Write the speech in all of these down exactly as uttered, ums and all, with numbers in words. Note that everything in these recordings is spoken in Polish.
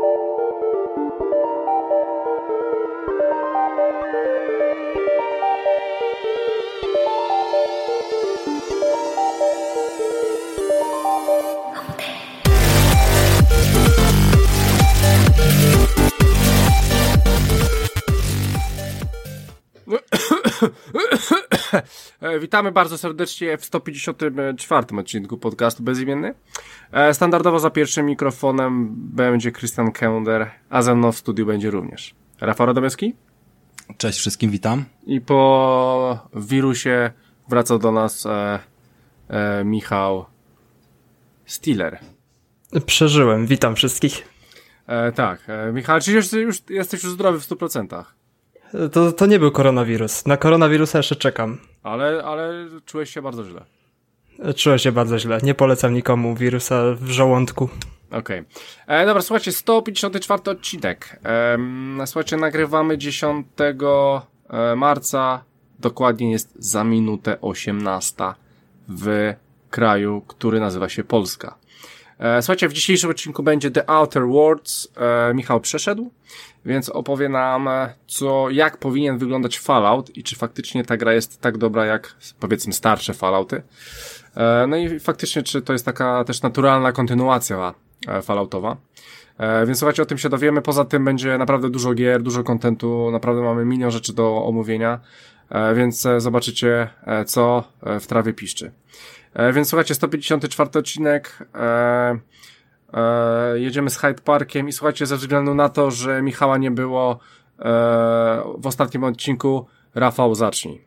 Witamy bardzo serdecznie w sto pięćdziesiątym czwartym odcinku podcastu Bezimienny. Standardowo za pierwszym mikrofonem będzie Krystian Kender, a ze mną w studiu będzie również Rafał Radomyski. Cześć wszystkim, witam. I po wirusie wraca do nas e, e, Michał Stiller. Przeżyłem, witam wszystkich. E, tak, e, Michał, czy już, już jesteś już zdrowy w stu procentach? To, to nie był koronawirus. Na koronawirusa jeszcze czekam. Ale, ale czułeś się bardzo źle. Czułem się bardzo źle. Nie polecam nikomu wirusa w żołądku. Okej. Okay. Dobra, słuchajcie, sto pięćdziesiąty czwarty odcinek. E, słuchajcie, nagrywamy dziesiątego marca. Dokładnie jest za minutę osiemnasta w kraju, który nazywa się Polska. E, słuchajcie, w dzisiejszym odcinku będzie The Outer Worlds. E, Michał przeszedł, więc opowie nam, co, jak powinien wyglądać Fallout i czy faktycznie ta gra jest tak dobra jak, powiedzmy, starsze Fallouty. E, no i faktycznie, czy to jest taka też naturalna kontynuacja e, Falloutowa. E, więc słuchajcie, o tym się dowiemy. Poza tym będzie naprawdę dużo gier, dużo kontentu, naprawdę mamy milion rzeczy do omówienia, e, więc e, zobaczycie, e, co e, w trawie piszczy. E, więc słuchajcie, sto pięćdziesiąty czwarty odcinek, e, e, jedziemy z Hyde Parkiem i słuchajcie, ze względu na to, że Michała nie było e, w ostatnim odcinku, Rafał, zacznij.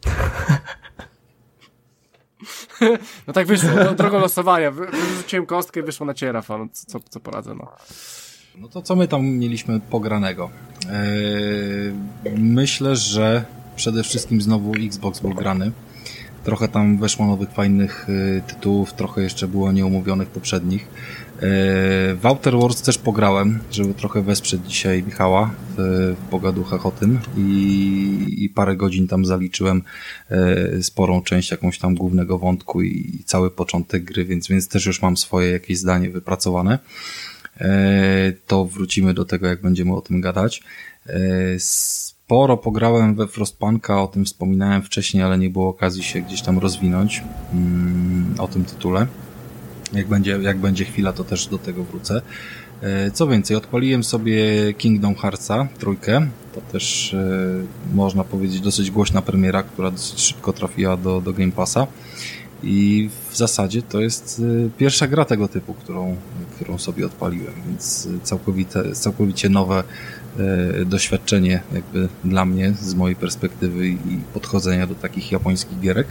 No tak wyszło, no, drogą losowania, wyrzuciłem kostkę i wyszło na ciebie, Rafał, no, co, co poradzę, no. No to co my tam mieliśmy pogranego? Eee, myślę, że przede wszystkim znowu Xbox był grany. Trochę tam weszło nowych, fajnych y, tytułów, trochę jeszcze było nieomówionych poprzednich. Y, w Outer Worlds też pograłem, żeby trochę wesprzeć dzisiaj Michała w, w pogaduchach o tym i, i parę godzin tam zaliczyłem y, sporą część jakąś tam głównego wątku i, i cały początek gry, więc, więc też już mam swoje jakieś zdanie wypracowane. Y, to wrócimy do tego, jak będziemy o tym gadać. Y, Sporo pograłem we Frostpunka, o tym wspominałem wcześniej, ale nie było okazji się gdzieś tam rozwinąć mm, o tym tytule. Jak będzie, jak będzie chwila, to też do tego wrócę. E, co więcej, odpaliłem sobie Kingdom Heartsa, trójkę. To też e, można powiedzieć dosyć głośna premiera, która dosyć szybko trafiła do, do Game Passa. I w zasadzie to jest e, pierwsza gra tego typu, którą, którą sobie odpaliłem, więc całkowite, całkowicie nowe doświadczenie jakby dla mnie z mojej perspektywy i podchodzenia do takich japońskich gierek.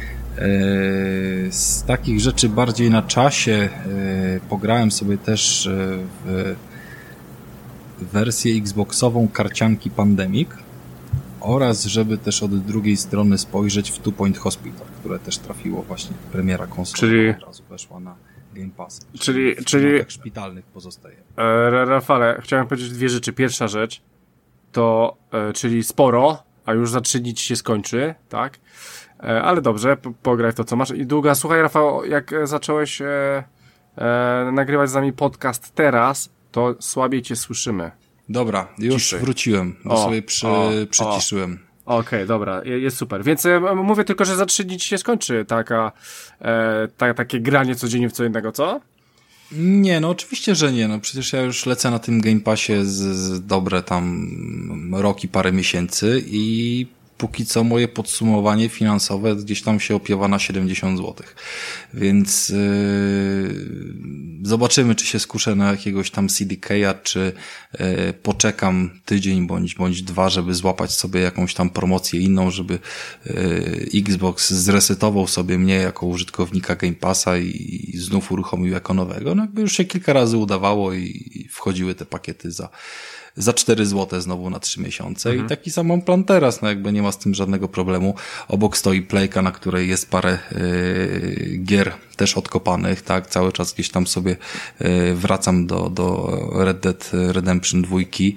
Z takich rzeczy bardziej na czasie pograłem sobie też w wersję Xboxową karcianki Pandemic oraz żeby też od drugiej strony spojrzeć w Two Point Hospital, które też trafiło właśnie, premiera konsolowa, czyli od razu weszła na Game Pass. Czyli, w czyli szpitalnych pozostaje. E, Rafale, chciałem powiedzieć dwie rzeczy. Pierwsza rzecz to, e, czyli sporo, a już za trzy dni ci się skończy, tak? E, ale dobrze, p- pograj w to, co masz. I druga, słuchaj, Rafał, jak zacząłeś e, e, nagrywać z nami podcast teraz, to słabiej cię słyszymy. Dobra, już Ciszej. Wróciłem, bo o, sobie przy, o, przyciszyłem. Okej, okay, dobra, jest super. Więc e, mówię tylko, że za trzy dni ci się skończy taka, e, ta, takie granie codziennie w co innego, co? Nie, no oczywiście, że nie. No przecież ja już lecę na tym Game Passie z, z dobre tam rok i parę miesięcy i póki co moje podsumowanie finansowe gdzieś tam się opiewa na siedemdziesiąt złotych. Więc yy, zobaczymy, czy się skuszę na jakiegoś tam C D K a, czy yy, poczekam tydzień bądź, bądź dwa, żeby złapać sobie jakąś tam promocję inną, żeby yy, Xbox zresetował sobie mnie jako użytkownika Game Passa i, i znów uruchomił jako nowego. No jakby już się kilka razy udawało i, i wchodziły te pakiety za za cztery złote znowu na trzy miesiące mhm. i taki sam mam plan teraz, no jakby nie ma z tym żadnego problemu. Obok stoi Playka, na której jest parę yy, gier też odkopanych, tak, cały czas gdzieś tam sobie yy, wracam do, do Red Dead Redemption dwa, yy,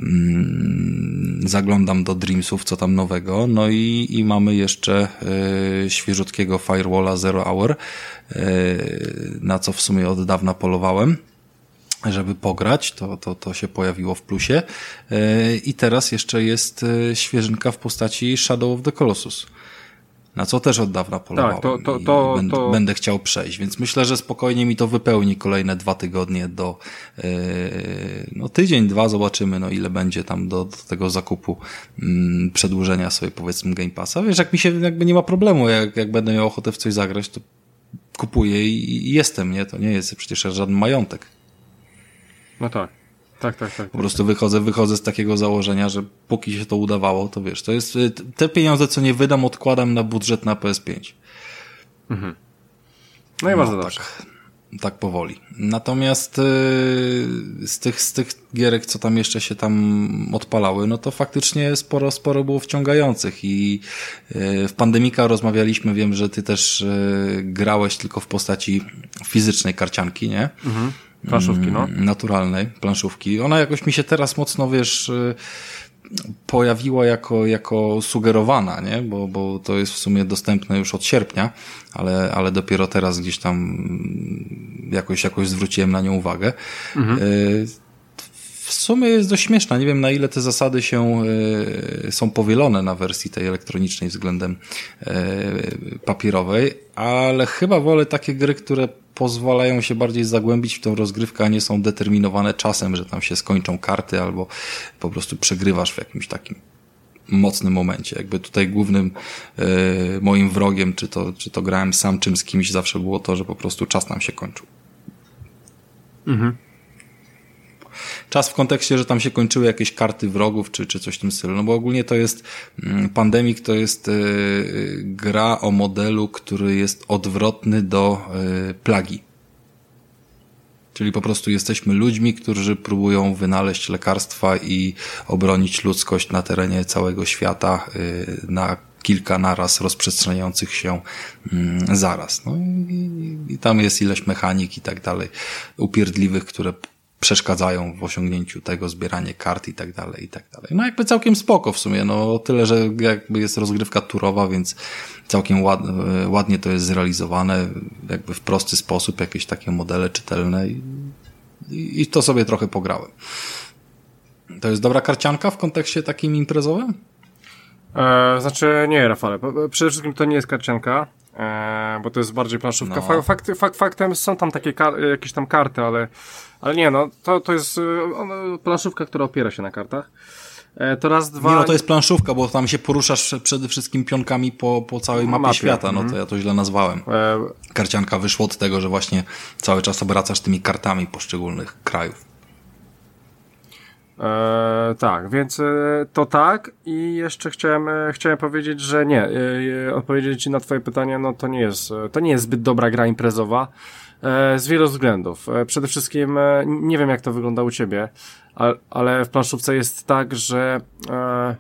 zaglądam do Dreamsów, co tam nowego, no i, i mamy jeszcze yy, świeżutkiego Firewalla Zero Hour, yy, na co w sumie od dawna polowałem. żeby pograć, to, to, to się pojawiło w plusie. Yy, I teraz jeszcze jest yy, świeżynka w postaci Shadow of the Colossus, na co też od dawna polowałem. Tak, to, to, to, i będę, to... będę chciał przejść, więc myślę, że spokojnie mi to wypełni kolejne dwa tygodnie do, yy, no tydzień, dwa, zobaczymy, no ile będzie tam do, do tego zakupu yy, przedłużenia sobie, powiedzmy, Game Passa. Wiesz, jak mi się jakby nie ma problemu, jak, jak będę miał ochotę w coś zagrać, to kupuję i, i jestem, nie? To nie jest przecież żaden majątek. No tak. Tak, tak, tak. Po prostu wychodzę, wychodzę z takiego założenia, że póki się to udawało, to wiesz, to jest, te pieniądze, co nie wydam, odkładam na budżet na P S pięć. Mhm. No i bardzo no, dobrze. Tak, tak powoli. Natomiast yy, z tych, z tych gierek, co tam jeszcze się tam odpalały, no to faktycznie sporo, sporo było wciągających i yy, w Pandemika rozmawialiśmy, wiem, że ty też yy, grałeś tylko w postaci fizycznej karcianki, nie? Mhm. Planszówki, no. Naturalnej, planszówki. Ona jakoś mi się teraz mocno, wiesz, pojawiła jako, jako sugerowana, nie? Bo, bo to jest w sumie dostępne już od sierpnia, ale, ale dopiero teraz gdzieś tam jakoś, jakoś zwróciłem na nią uwagę. Mhm. W sumie jest dość śmieszna. Nie wiem, na ile te zasady się y, są powielone na wersji tej elektronicznej względem y, papierowej, ale chyba wolę takie gry, które pozwalają się bardziej zagłębić w tą rozgrywkę, a nie są determinowane czasem, że tam się skończą karty albo po prostu przegrywasz w jakimś takim mocnym momencie. Jakby tutaj głównym y, moim wrogiem, czy to, czy to grałem sam, czym z kimś, zawsze było to, że po prostu czas nam się kończył. Mhm. Czas w kontekście, że tam się kończyły jakieś karty wrogów, czy, czy coś w tym stylu. No bo ogólnie to jest, Pandemic to jest y, gra o modelu, który jest odwrotny do y, plagi. Czyli po prostu jesteśmy ludźmi, którzy próbują wynaleźć lekarstwa i obronić ludzkość na terenie całego świata y, na kilka naraz rozprzestrzeniających się y, zaraz. No i, i tam jest ileś mechanik i tak dalej, upierdliwych, które przeszkadzają w osiągnięciu tego, zbieranie kart i tak dalej, i tak dalej. No jakby całkiem spoko w sumie, no tyle, że jakby jest rozgrywka turowa, więc całkiem ład, ładnie to jest zrealizowane, jakby w prosty sposób, jakieś takie modele czytelne i, i, i to sobie trochę pograłem. To jest dobra karcianka w kontekście takim imprezowym? E, znaczy nie, Rafale, przede wszystkim to nie jest karcianka, e, bo to jest bardziej planszówka. No. Fakt, fakt, faktem są tam takie kar- jakieś tam karty, ale Ale nie, no, to, to jest ona, planszówka, która opiera się na kartach. E, to raz, dwa... Nie, no to jest planszówka, bo tam się poruszasz przede wszystkim pionkami po, po całej mapie, mapie świata, no to ja to źle nazwałem. E... Karcianka wyszło od tego, że właśnie cały czas obracasz tymi kartami poszczególnych krajów. E, tak, więc e, to tak i jeszcze chciałem, e, chciałem powiedzieć, że nie, e, odpowiedzieć ci na twoje pytanie, no to nie jest, to nie jest zbyt dobra gra imprezowa. Z wielu względów. Przede wszystkim nie wiem, jak to wygląda u ciebie, ale w planszówce jest tak, że e,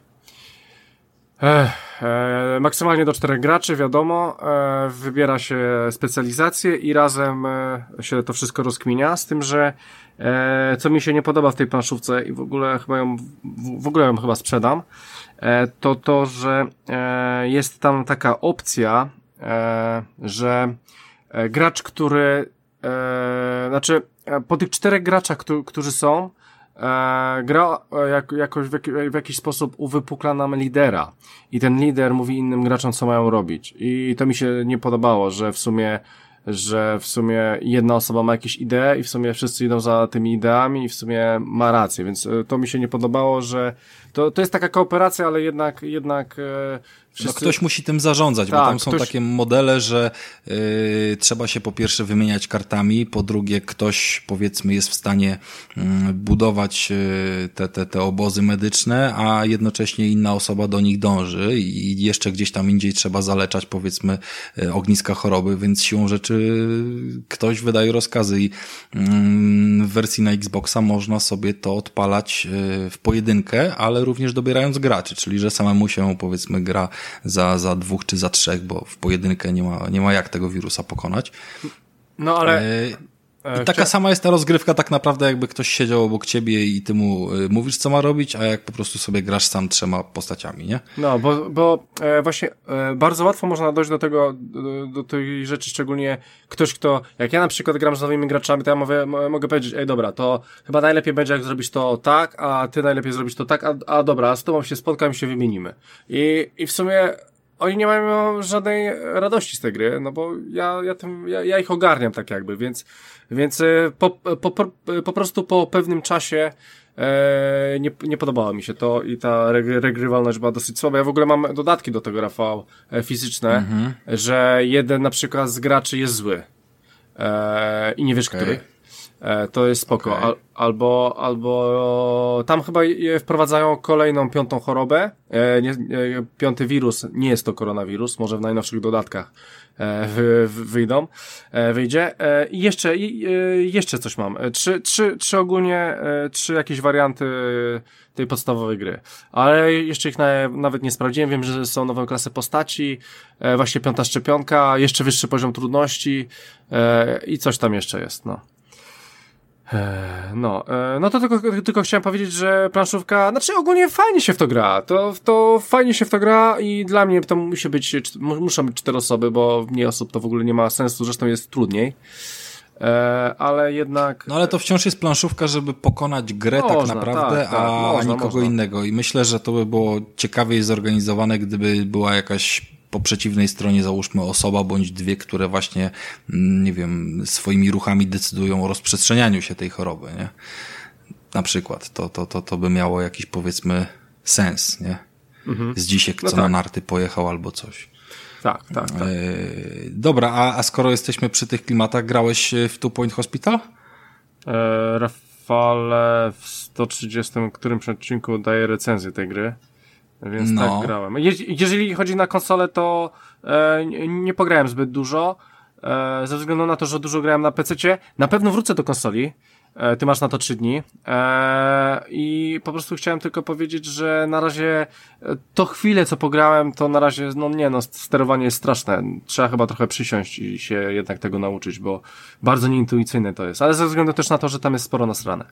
e, maksymalnie do czterech graczy, wiadomo, e, wybiera się specjalizację i razem się to wszystko rozkminia, z tym, że e, co mi się nie podoba w tej planszówce i w ogóle chyba ją, w, w ogóle ją chyba sprzedam, e, to to, że e, jest tam taka opcja, e, że gracz, który, e, znaczy po tych czterech graczach, którzy, którzy są, e, gra jak, jakoś w, jak, w jakiś sposób uwypukla nam lidera i ten lider mówi innym graczom, co mają robić i to mi się nie podobało, że w sumie że w sumie jedna osoba ma jakieś idee i w sumie wszyscy idą za tymi ideami i w sumie ma rację, więc to mi się nie podobało, że to, to jest taka kooperacja, ale jednak, jednak e, wszyscy... No ktoś musi tym zarządzać, tak, bo tam są ktoś... takie modele, że yy, trzeba się po pierwsze wymieniać kartami, po drugie ktoś powiedzmy jest w stanie yy, budować yy, te, te, te obozy medyczne, a jednocześnie inna osoba do nich dąży i jeszcze gdzieś tam indziej trzeba zaleczać powiedzmy yy, ogniska choroby, więc siłą rzeczy yy, ktoś wydaje rozkazy i yy, w wersji na Xboxa można sobie to odpalać yy, w pojedynkę, ale również dobierając graczy, czyli że samemu się powiedzmy gra za, za dwóch czy za trzech, bo w pojedynkę nie ma, nie ma jak tego wirusa pokonać. No ale... E... I taka sama jest ta rozgrywka tak naprawdę, jakby ktoś siedział obok ciebie i ty mu y, mówisz, co ma robić, a jak po prostu sobie grasz sam trzema postaciami, nie? No, bo, bo e, właśnie e, bardzo łatwo można dojść do tego, do, do tej rzeczy, szczególnie ktoś, kto, jak ja na przykład gram z nowymi graczami, to ja mówię, m- mogę powiedzieć, ej dobra, to chyba najlepiej będzie, jak zrobić to tak, a ty najlepiej zrobić to tak, a, a dobra, a z tobą się spotkam i się wymienimy. I, i w sumie oni nie mają żadnej radości z tej gry, no bo ja, ja, tym, ja, ja ich ogarniam tak jakby, więc, więc po, po, po, po prostu po pewnym czasie e, nie, nie podobało mi się to i ta regrywalność była dosyć słaba. Ja w ogóle mam dodatki do tego, Rafał, e, fizyczne, mhm. że jeden na przykład z graczy jest zły e, i nie wiesz, okay. który. E, to jest spoko. Okay. Al, albo, albo tam chyba je wprowadzają kolejną piątą chorobę. E, nie, e, piąty wirus, nie jest to koronawirus, może w najnowszych dodatkach e, wy, wy, wyjdą, e, wyjdzie. E, I jeszcze, i, e, jeszcze coś mam. E, trzy, trzy, trzy ogólnie, e, trzy jakieś warianty tej podstawowej gry. Ale jeszcze ich na, nawet nie sprawdziłem. Wiem, że są nowe klasy postaci, e, właśnie piąta szczepionka, jeszcze wyższy poziom trudności e, i coś tam jeszcze jest, no. No, no to tylko, tylko chciałem powiedzieć, że planszówka, znaczy ogólnie fajnie się w to gra, to, to fajnie się w to gra i dla mnie to musi być, muszą być cztery osoby, bo mniej osób to w ogóle nie ma sensu, zresztą jest trudniej, e, ale jednak... No ale to wciąż jest planszówka, żeby pokonać grę można, tak naprawdę, tak, tak, a, można, a nikogo można. innego i myślę, że to by było ciekawiej zorganizowane, gdyby była jakaś po przeciwnej stronie załóżmy osoba bądź dwie, które właśnie, nie wiem, swoimi ruchami decydują o rozprzestrzenianiu się tej choroby, nie? Na przykład. To, to, to, to by miało jakiś, powiedzmy, sens, nie? Mhm. Z dzisiek, no co tak. na narty pojechał albo coś. Tak, tak, tak. E, dobra, a, a skoro jesteśmy przy tych klimatach, grałeś w Two Point Hospital? E, Rafale w sto trzydziestym którymś odcinku daje recenzję tej gry. Więc no. tak grałem. Je- jeżeli chodzi na konsolę, to e, nie, nie pograłem zbyt dużo, e, ze względu na to, że dużo grałem na pececie. Na pewno wrócę do konsoli. E, ty masz na to trzy dni. E, I po prostu chciałem tylko powiedzieć, że na razie e, to chwilę, co pograłem, to na razie, no nie no, sterowanie jest straszne. Trzeba chyba trochę przysiąść i się jednak tego nauczyć, bo bardzo nieintuicyjne to jest. Ale ze względu też na to, że tam jest sporo nasrane.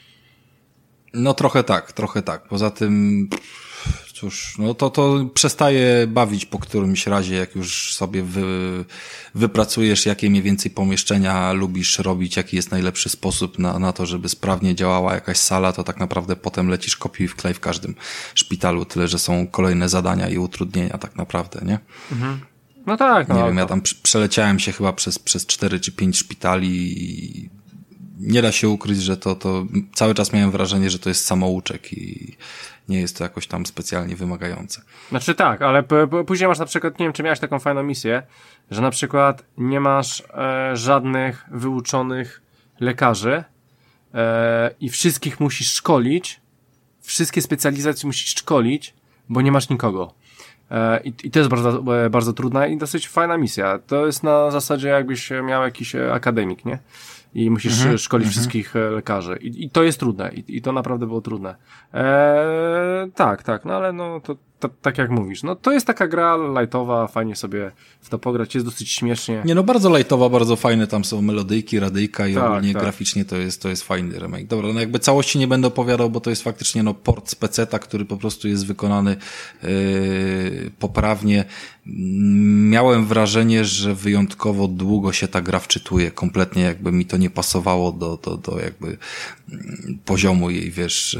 No trochę tak, trochę tak. Poza tym... Cóż, no to, to przestaje bawić po którymś razie, jak już sobie wy, wypracujesz, jakie mniej więcej pomieszczenia lubisz robić, jaki jest najlepszy sposób na, na to, żeby sprawnie działała jakaś sala, to tak naprawdę potem lecisz kopiuj w klej w każdym szpitalu, tyle, że są kolejne zadania i utrudnienia tak naprawdę, nie? Mhm. No tak. No, nie wiem, ja tam przeleciałem się chyba przez, przez cztery czy pięć szpitali i nie da się ukryć, że to, to cały czas miałem wrażenie, że to jest samouczek i nie jest to jakoś tam specjalnie wymagające. Znaczy tak, ale p- p- później masz na przykład, nie wiem, czy miałeś taką fajną misję, że na przykład nie masz e, żadnych wyuczonych lekarzy e, i wszystkich musisz szkolić, wszystkie specjalizacje musisz szkolić, bo nie masz nikogo. E, i, I to jest bardzo, bardzo trudna i dosyć fajna misja. To jest na zasadzie, jakbyś miał jakiś akademik, nie? I musisz mhm, szkolić mhm. wszystkich lekarzy. I, I to jest trudne. I, I to naprawdę było trudne. Eee, tak, tak. No ale no, to, to tak jak mówisz. No to jest taka gra lightowa, fajnie sobie w to pograć. Jest dosyć śmiesznie. Nie no, bardzo lightowa, bardzo fajne. Tam są melodyjki, radyjka i tak, ogólnie tak. graficznie to jest, to jest fajny remake. Dobra, no jakby całości nie będę opowiadał, bo to jest faktycznie no port z peceta, który po prostu jest wykonany yy, poprawnie. Miałem wrażenie, że wyjątkowo długo się ta gra wczytuje. Kompletnie jakby mi to nie pasowało do, do, do jakby poziomu jej, wiesz,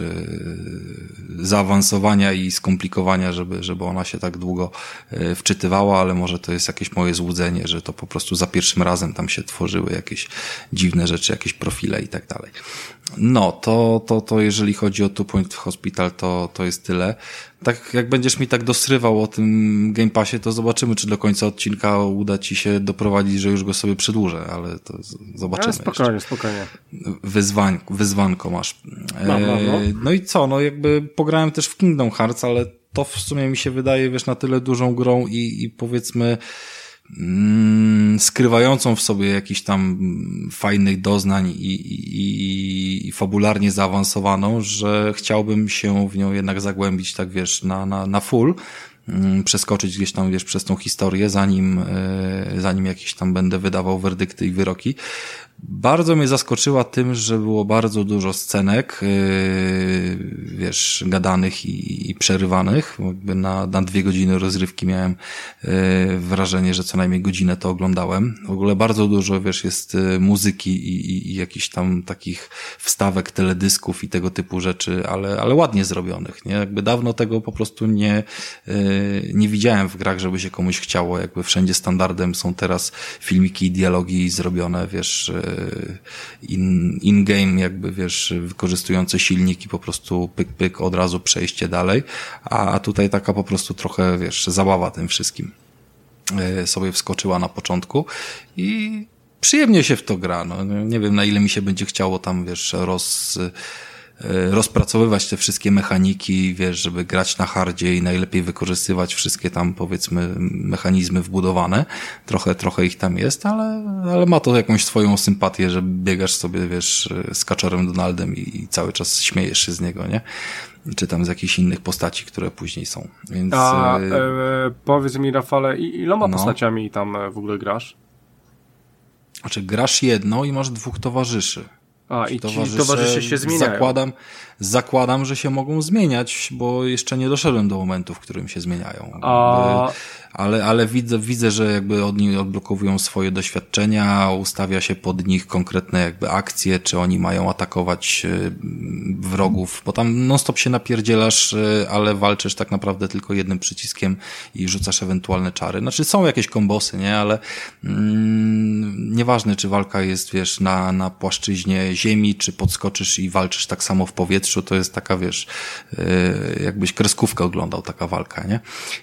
yy, zaawansowania i skomplikowania, żeby, żeby ona się tak długo yy, wczytywała, ale może to jest jakieś moje złudzenie, że to po prostu za pierwszym razem tam się tworzyły jakieś dziwne rzeczy, jakieś profile i tak dalej. No, to, to, to jeżeli chodzi o Two Point Hospital, to, to jest tyle. Tak, jak będziesz mi tak dosrywał o tym Game Passie, to zobaczymy, czy do końca odcinka uda ci się doprowadzić, że już go sobie przedłużę, ale to zobaczymy. Ale spokojnie, jeszcze. spokojnie. Wyzwań, wyzwanko masz. Mam, mam, no. no i co, no jakby pograłem też w Kingdom Hearts, ale to w sumie mi się wydaje, wiesz, na tyle dużą grą i, i powiedzmy Mm, skrywającą w sobie jakichś tam fajnych doznań i, i, i, i fabularnie zaawansowaną, że chciałbym się w nią jednak zagłębić, tak wiesz, na, na, na full, mm, przeskoczyć gdzieś tam, wiesz, przez tą historię, zanim, e, zanim jakieś tam będę wydawał werdykty i wyroki. Bardzo mnie zaskoczyła tym, że było bardzo dużo scenek, yy, wiesz, gadanych i, i przerywanych. Na, na dwie godziny rozrywki miałem yy, wrażenie, że co najmniej godzinę to oglądałem. W ogóle bardzo dużo, wiesz, jest yy, muzyki i, i, i jakichś tam takich wstawek, teledysków i tego typu rzeczy, ale, ale ładnie zrobionych, nie? Jakby dawno tego po prostu nie, yy, nie widziałem w grach, żeby się komuś chciało. Jakby wszędzie standardem są teraz filmiki i dialogi zrobione, wiesz, in, in-game jakby, wiesz, wykorzystujące silniki, po prostu pyk, pyk, od razu przejście dalej, a tutaj taka po prostu trochę, wiesz, zabawa tym wszystkim sobie wskoczyła na początku i przyjemnie się w to gra, no, nie wiem na ile mi się będzie chciało tam, wiesz, roz... rozpracowywać te wszystkie mechaniki, wiesz, żeby grać na hardzie i najlepiej wykorzystywać wszystkie tam, powiedzmy, mechanizmy wbudowane. Trochę, trochę ich tam jest, ale, ale ma to jakąś swoją sympatię, że biegasz sobie, wiesz, z Kaczorem Donaldem i, i cały czas śmiejesz się z niego, nie? Czy tam z jakichś innych postaci, które później są. Więc, A e, powiedz mi, Rafale, iloma no. postaciami tam w ogóle grasz? Znaczy, grasz jedną i masz dwóch towarzyszy. A, i towarzysze, ci towarzysze się zmieniają. Zakładam, zakładam, że się mogą zmieniać, bo jeszcze nie doszedłem do momentu, w którym się zmieniają. A... Jakby, ale, ale widzę, widzę, że jakby oni odblokowują swoje doświadczenia, ustawia się pod nich konkretne jakby akcje, czy oni mają atakować wrogów, bo tam non-stop się napierdzielasz, ale walczysz tak naprawdę tylko jednym przyciskiem i rzucasz ewentualne czary. Znaczy są jakieś kombosy, nie? Ale mm, nieważne, czy walka jest, wiesz, na, na płaszczyźnie ziemi, czy podskoczysz i walczysz tak samo w powietrzu, to jest taka, wiesz, yy, jakbyś kreskówkę oglądał, taka walka, nie?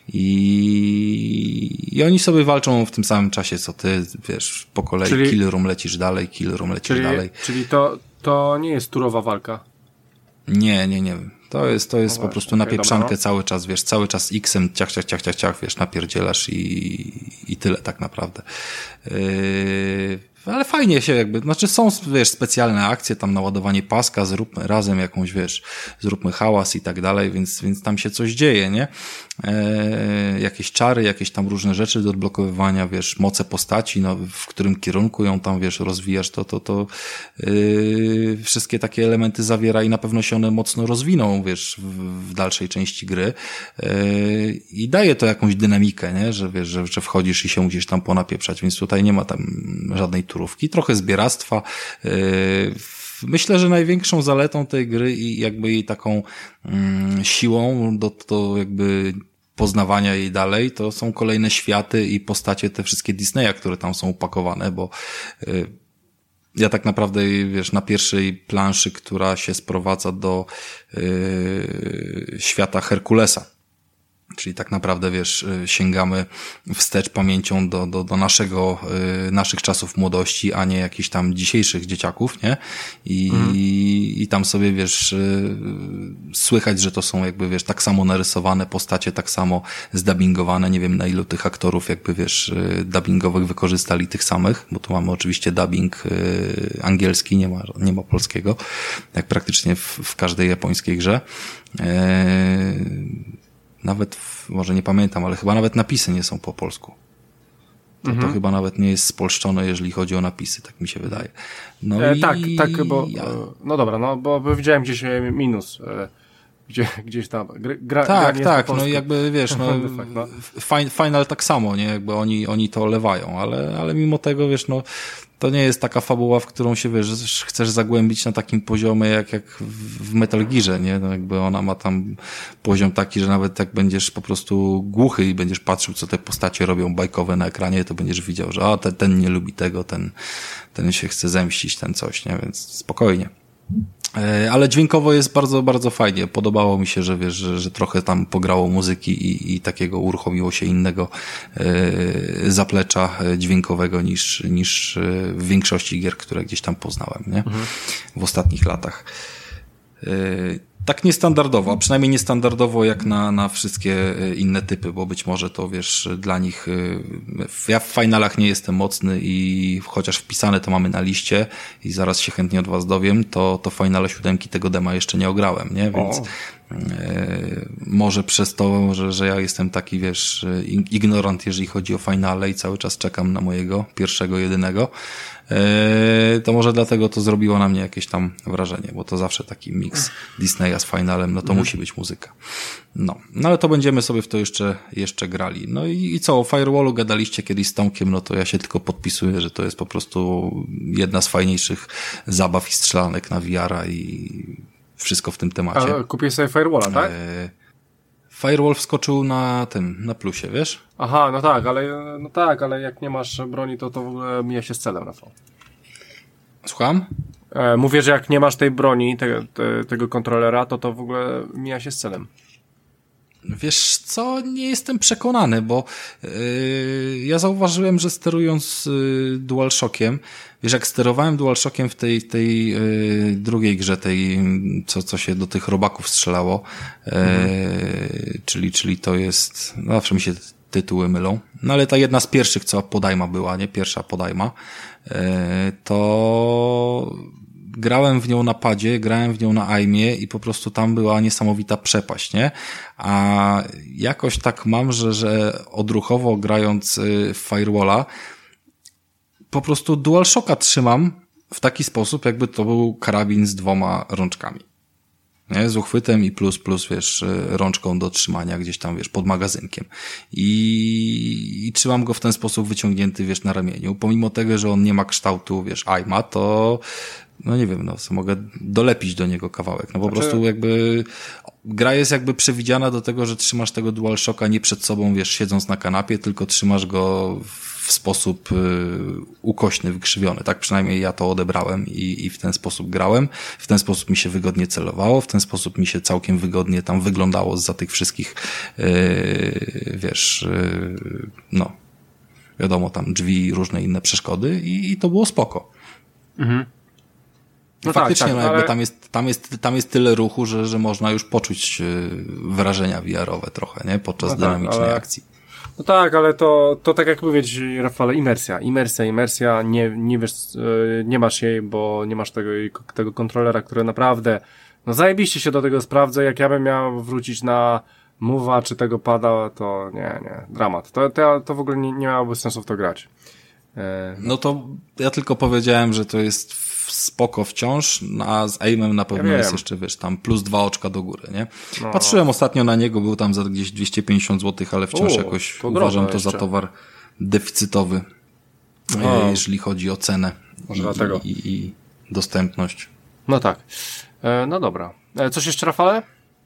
I, i oni sobie walczą w tym samym czasie, co ty, wiesz, po kolei czyli, kill room lecisz dalej, kill room lecisz czyli, dalej. Czyli to, to nie jest turowa walka? Nie, nie, nie. To jest, to jest no po prostu okay, na pieprzankę dobra, no. cały czas, wiesz, cały czas X-em ciach, ciach, ciach, ciach, ciach, wiesz, napierdzielasz i, i tyle tak naprawdę. Yy... Ale fajnie się jakby, znaczy są, wiesz, specjalne akcje, tam naładowanie paska, zróbmy razem jakąś, wiesz, zróbmy hałas i tak dalej, więc, więc tam się coś dzieje, nie? Eee, jakieś czary, jakieś tam różne rzeczy do odblokowywania, wiesz, moce postaci, no, w którym kierunku ją tam, wiesz, rozwijasz, to, to, to yy, wszystkie takie elementy zawiera i na pewno się one mocno rozwiną, wiesz, w, w dalszej części gry yy, i daje to jakąś dynamikę, nie? Że, wiesz, że, że wchodzisz i się musisz tam ponapieprzać, więc tutaj nie ma tam żadnej turówki, trochę zbieractwa. Myślę, że największą zaletą tej gry i jakby jej taką mm, siłą do, do jakby poznawania jej dalej, to są kolejne światy i postacie, te wszystkie Disneya, które tam są upakowane, bo y, ja tak naprawdę, wiesz, na pierwszej planszy, która się sprowadza do y, świata Herkulesa, czyli tak naprawdę, wiesz, sięgamy wstecz pamięcią do, do, do naszego, y, naszych czasów młodości, a nie jakichś tam dzisiejszych dzieciaków, nie? I, mhm. i tam sobie, wiesz, y, słychać, że to są jakby, wiesz, tak samo narysowane postacie, tak samo zdubbingowane. Nie wiem, na ilu tych aktorów jakby, wiesz, y, dubbingowych wykorzystali tych samych, bo tu mamy oczywiście dubbing y, angielski, nie ma, nie ma polskiego, jak praktycznie w, w każdej japońskiej grze. Y, Nawet, może nie pamiętam, ale chyba nawet napisy nie są po polsku. To, mhm. to chyba nawet nie jest spolszczone, jeżeli chodzi o napisy, tak mi się wydaje. No e, i... Tak, tak, bo, ja... no dobra, no bo widziałem gdzieś minus, gdzie, gdzieś tam, gra, Tak, gra tak, no i jakby, wiesz, no, no. Final tak samo, nie, jakby oni, oni to lewają, ale, ale mimo tego, wiesz, no, to nie jest taka fabuła, w którą się, wiesz, chcesz zagłębić na takim poziomie, jak, jak w Metal Gearze, nie? No jakby ona ma tam poziom taki, że nawet jak będziesz po prostu głuchy i będziesz patrzył, co te postacie robią bajkowe na ekranie, to będziesz widział, że a, ten, ten nie lubi tego, ten, ten się chce zemścić, ten coś, nie? Więc spokojnie. Ale dźwiękowo jest bardzo, bardzo fajnie. Podobało mi się, że wiesz, że, że trochę tam pograło muzyki i, i takiego uruchomiło się innego e, zaplecza dźwiękowego niż, niż w większości gier, które gdzieś tam poznałem, nie? Mhm. W ostatnich latach. E, tak niestandardowo, a przynajmniej niestandardowo jak na, na wszystkie inne typy, bo być może to, wiesz, dla nich, ja w finalach nie jestem mocny i chociaż wpisane to mamy na liście i zaraz się chętnie od was dowiem, to, to finale siódemki tego dema jeszcze nie ograłem, nie? Więc, Może przez to, że, że ja jestem taki, wiesz, ignorant, jeżeli chodzi o finale i cały czas czekam na mojego pierwszego, jedynego, to może dlatego to zrobiło na mnie jakieś tam wrażenie, bo to zawsze taki miks Disneya z finalem, no to mhm. musi być muzyka. No, no ale to będziemy sobie w to jeszcze, jeszcze grali. No i, i co, o Firewallu gadaliście kiedyś z Tomkiem, no to ja się tylko podpisuję, że to jest po prostu jedna z fajniejszych zabaw i strzelanek na V R-a i wszystko w tym temacie. Ale kupiłeś sobie Firewalla, tak? E... Firewall wskoczył na tym, na plusie, wiesz? Aha, no tak, ale no tak, ale jak nie masz broni, to to w ogóle mija się z celem, Rafał. Słucham? E, mówię, że jak nie masz tej broni, te, te, tego kontrolera, to to w ogóle mija się z celem. Wiesz co, nie jestem przekonany, bo yy, ja zauważyłem, że sterując yy, DualShockiem, wiesz, jak sterowałem DualShockiem w tej, tej yy, drugiej grze, tej, co, co się do tych robaków strzelało, yy, mhm. czyli, czyli to jest, no zawsze mi się tytuły mylą, no ale ta jedna z pierwszych, co podajma była, nie? Pierwsza podajma, yy, to grałem w nią na padzie, grałem w nią na aimie i po prostu tam była niesamowita przepaść, nie? A jakoś tak mam, że, że odruchowo grając w Firewalla po prostu DualShocka trzymam w taki sposób, jakby to był karabin z dwoma rączkami. Nie? Z uchwytem i plus, plus, wiesz, rączką do trzymania gdzieś tam, wiesz, pod magazynkiem. I, i trzymam go w ten sposób wyciągnięty, wiesz, na ramieniu. Pomimo tego, że on nie ma kształtu, wiesz, aima, to no nie wiem, no mogę dolepić do niego kawałek. No po znaczy... prostu jakby gra jest jakby przewidziana do tego, że trzymasz tego DualShocka nie przed sobą, wiesz, siedząc na kanapie, tylko trzymasz go w sposób y, ukośny, wykrzywiony. Tak przynajmniej ja to odebrałem i, i w ten sposób grałem. W ten sposób mi się wygodnie celowało, w ten sposób mi się całkiem wygodnie tam wyglądało zza tych wszystkich y, wiesz, y, no wiadomo, tam drzwi, różne inne przeszkody i, i to było spoko. Mhm. No faktycznie, tak, tak, no jakby ale... tam jest, tam jest, tam jest tyle ruchu, że, że można już poczuć wrażenia V R-owe trochę, nie? Podczas no dynamicznej tak, ale... akcji. No tak, ale to, to tak jak powiedzieć, Rafale, imersja, imersja, imersja, nie, nie wiesz, nie masz jej, bo nie masz tego, tego kontrolera, który naprawdę, no zajebiście się do tego sprawdza, jak ja bym miał wrócić na Move'a czy tego pada, to nie, nie, dramat. To, to, to w ogóle nie, nie miałoby sensu w to grać. E... No to ja tylko powiedziałem, że to jest spoko wciąż, a z aimem na pewno ja jest jeszcze, wiesz, tam plus dwa oczka do góry, nie? No. Patrzyłem ostatnio na niego, był tam za gdzieś dwieście pięćdziesiąt złotych, ale wciąż U, jakoś to uważam to jeszcze. za towar deficytowy, no. jeżeli chodzi o cenę i, dlatego. I, i, i dostępność. No tak. E, no dobra. E, coś jeszcze, Rafale?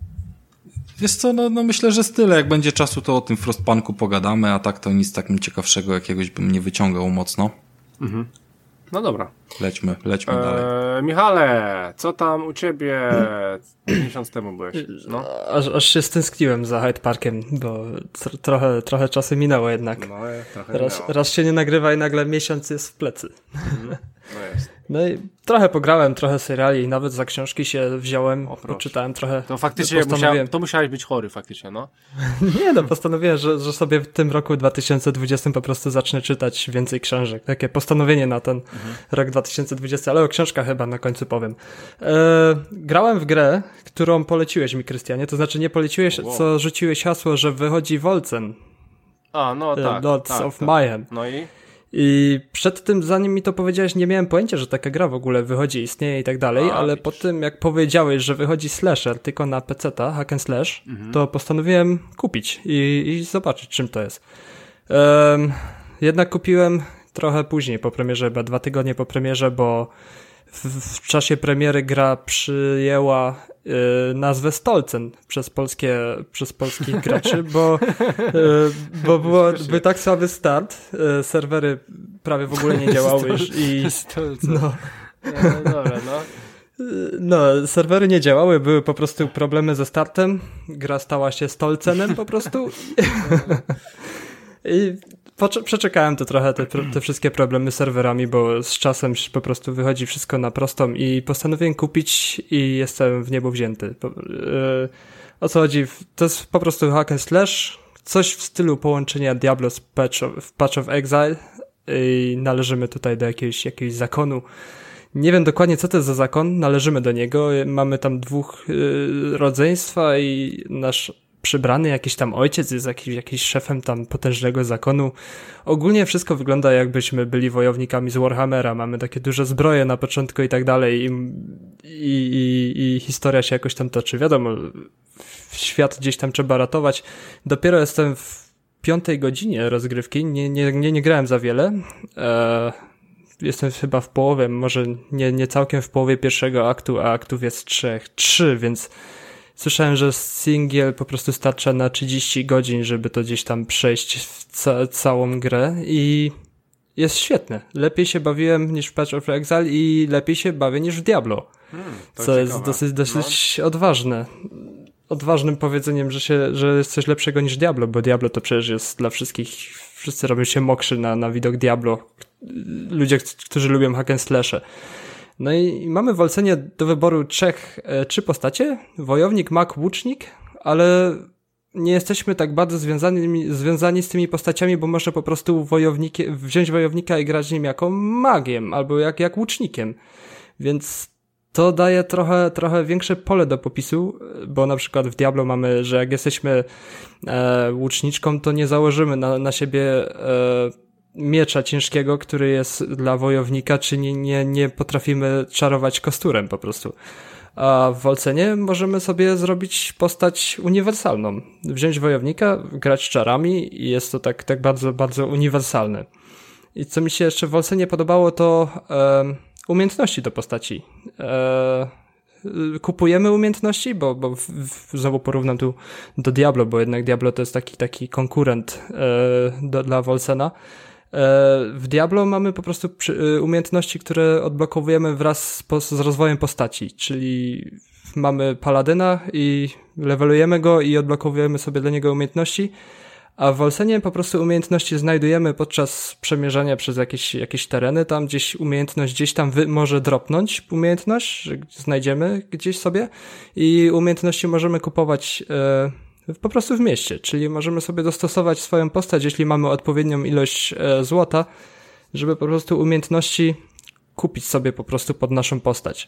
Wiesz co, no, no myślę, że z tyle. Jak będzie czasu, to o tym Frostpunku pogadamy, a tak to nic takim ciekawszego jakiegoś bym nie wyciągał mocno. Mhm. No dobra. Lećmy, lećmy eee, dalej. Michale, co tam u ciebie? Miesiąc temu byłeś. No. Aż, aż się stęskniłem za Hyde Parkiem, bo tr- trochę, trochę czasu minęło jednak. No, trochę raz, minęło. raz się nie nagrywa i nagle miesiąc jest w plecy. Mhm. No jest. No i trochę pograłem, trochę seriali, nawet za książki się wziąłem, poczytałem trochę. To faktycznie musiałem, to musiałeś być chory faktycznie, no. Nie, no postanowiłem, że, że sobie w tym roku dwa tysiące dwudziestym po prostu zacznę czytać więcej książek. Takie postanowienie na ten mhm. rok dwa tysiące dwudziesty, ale o książkach chyba na końcu powiem. E, grałem w grę, którą poleciłeś mi, Krystianie, to znaczy nie poleciłeś, wow. co rzuciłeś hasło, że wychodzi Wolcen. A, no tak. Lords tak, of tak. Mayhem. No i? I przed tym, zanim mi to powiedziałeś, nie miałem pojęcia, że taka gra w ogóle wychodzi, istnieje i tak dalej, A, ale widzisz. po tym, jak powiedziałeś, że wychodzi slasher tylko na peceta, hack and slash, mhm. to postanowiłem kupić i, i zobaczyć, czym to jest. Um, jednak kupiłem trochę później, po premierze, chyba dwa tygodnie po premierze, bo w, w czasie premiery gra przyjęła y, nazwę Stolcen przez polskie, przez polskich graczy, bo, y, bo było, był tak słaby start, y, serwery prawie w ogóle nie działały i no. No, dobra, no. No, serwery nie działały, były po prostu problemy ze startem, gra stała się Stolcenem po prostu i Pocze- przeczekałem to trochę, te, te wszystkie problemy z serwerami, bo z czasem po prostu wychodzi wszystko na prostą i postanowiłem kupić i jestem w niebo wzięty. Po, yy, o co chodzi? To jest po prostu hack and slash, coś w stylu połączenia Diablo z Patch of, Patch of Exile i należymy tutaj do jakiegoś, jakiegoś zakonu Nie wiem dokładnie, co to jest za zakon, należymy do niego, mamy tam dwóch yy, rodzeństwa i nasz przybrany jakiś tam ojciec jest jakiś, jakiś szefem tam potężnego zakonu. Ogólnie wszystko wygląda, jakbyśmy byli wojownikami z Warhammera, mamy takie duże zbroje na początku i tak dalej i, i, i, i historia się jakoś tam toczy. Wiadomo, świat gdzieś tam trzeba ratować. Dopiero jestem w piątej godzinie rozgrywki, nie, nie, nie, nie grałem za wiele. Eee, jestem chyba w połowie, może nie, nie całkiem w połowie pierwszego aktu, a aktów jest trzech, trzy, więc słyszałem, że singiel po prostu starcza na trzydzieści godzin, żeby to gdzieś tam przejść w ca- całą grę i jest świetne. Lepiej się bawiłem niż w Path of Exile i lepiej się bawię niż w Diablo, hmm, co ciekawe. Jest dosyć, dosyć no. odważne. Odważnym powiedzeniem, że się, że jest coś lepszego niż Diablo, bo Diablo to przecież jest dla wszystkich, wszyscy robią się mokrzy na, na widok Diablo. Ludzie, którzy lubią hack and slashe. No i mamy w Olcenie do wyboru trzech, e, trzy postacie. Wojownik, mag, łucznik, ale nie jesteśmy tak bardzo związani, związani z tymi postaciami, bo można po prostu wojownikiem, wziąć wojownika i grać nim jako magiem, albo jak, jak łucznikiem. Więc to daje trochę, trochę większe pole do popisu, bo na przykład w Diablo mamy, że jak jesteśmy e, łuczniczką, to nie założymy na, na siebie e, miecza ciężkiego, który jest dla wojownika, czy nie, nie, nie potrafimy czarować kosturem po prostu. A w Olcenie możemy sobie zrobić postać uniwersalną. Wziąć wojownika, grać czarami i jest to tak, tak bardzo, bardzo uniwersalne. I co mi się jeszcze w Olcenie podobało, to e, umiejętności do postaci. E, kupujemy umiejętności, bo, bo w, w, znowu porównam tu do Diablo, bo jednak Diablo to jest taki, taki konkurent e, do, dla Olcena. W Diablo mamy po prostu umiejętności, które odblokowujemy wraz z, z rozwojem postaci, czyli mamy paladyna i levelujemy go i odblokowujemy sobie dla niego umiejętności, a w Olcenie po prostu umiejętności znajdujemy podczas przemierzania przez jakieś, jakieś tereny, tam gdzieś umiejętność gdzieś tam wy, może dropnąć umiejętność, że znajdziemy gdzieś sobie i umiejętności możemy kupować e, po prostu w mieście, czyli możemy sobie dostosować swoją postać, jeśli mamy odpowiednią ilość e, złota, żeby po prostu umiejętności kupić sobie po prostu pod naszą postać.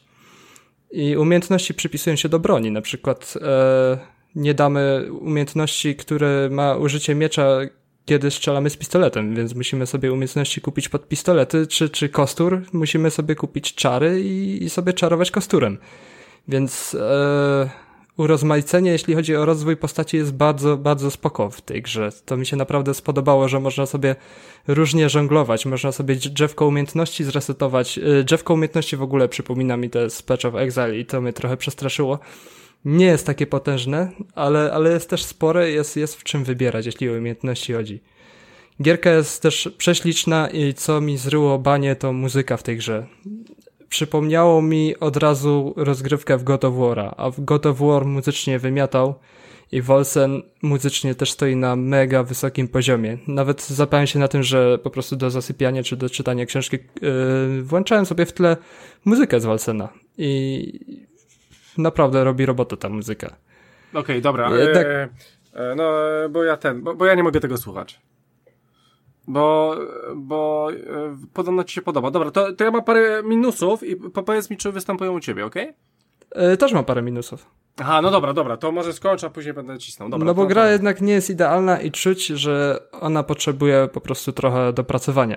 I umiejętności przypisują się do broni, na przykład e, nie damy umiejętności, które ma użycie miecza, kiedy strzelamy z pistoletem, więc musimy sobie umiejętności kupić pod pistolety, czy, czy kostur, musimy sobie kupić czary i, i sobie czarować kosturem. Więc e, urozmaicenie, jeśli chodzi o rozwój postaci, jest bardzo, bardzo spoko w tej grze. To mi się naprawdę spodobało, że można sobie różnie żonglować, można sobie drzewko umiejętności zresetować. Drzewko umiejętności w ogóle przypomina mi te z Path of Exile i to mnie trochę przestraszyło. Nie jest takie potężne, ale, ale jest też spore, jest, jest w czym wybierać, jeśli o umiejętności chodzi. Gierka jest też prześliczna i co mi zryło banie, to muzyka w tej grze. Przypomniało mi od razu rozgrywkę w God of War'a, a w God of War muzycznie wymiatał i Wolcen muzycznie też stoi na mega wysokim poziomie. Nawet zapałem się na tym, że po prostu do zasypiania czy do czytania książki yy, włączałem sobie w tle muzykę z Wolcena i naprawdę robi robotę ta muzyka. Okej, okay, dobra. E, tak... e, no, bo ja ten, bo, bo ja nie mogę tego słuchać. Bo, bo e, podobno ci się podoba. Dobra, to, to ja mam parę minusów i powiedz mi, czy występują u ciebie, okej? Okay? E, też mam parę minusów. Aha, no dobra, dobra, to może skończę, a później będę cisnął. Dobra, no bo to, gra to... jednak nie jest idealna i czuć, że ona potrzebuje po prostu trochę dopracowania.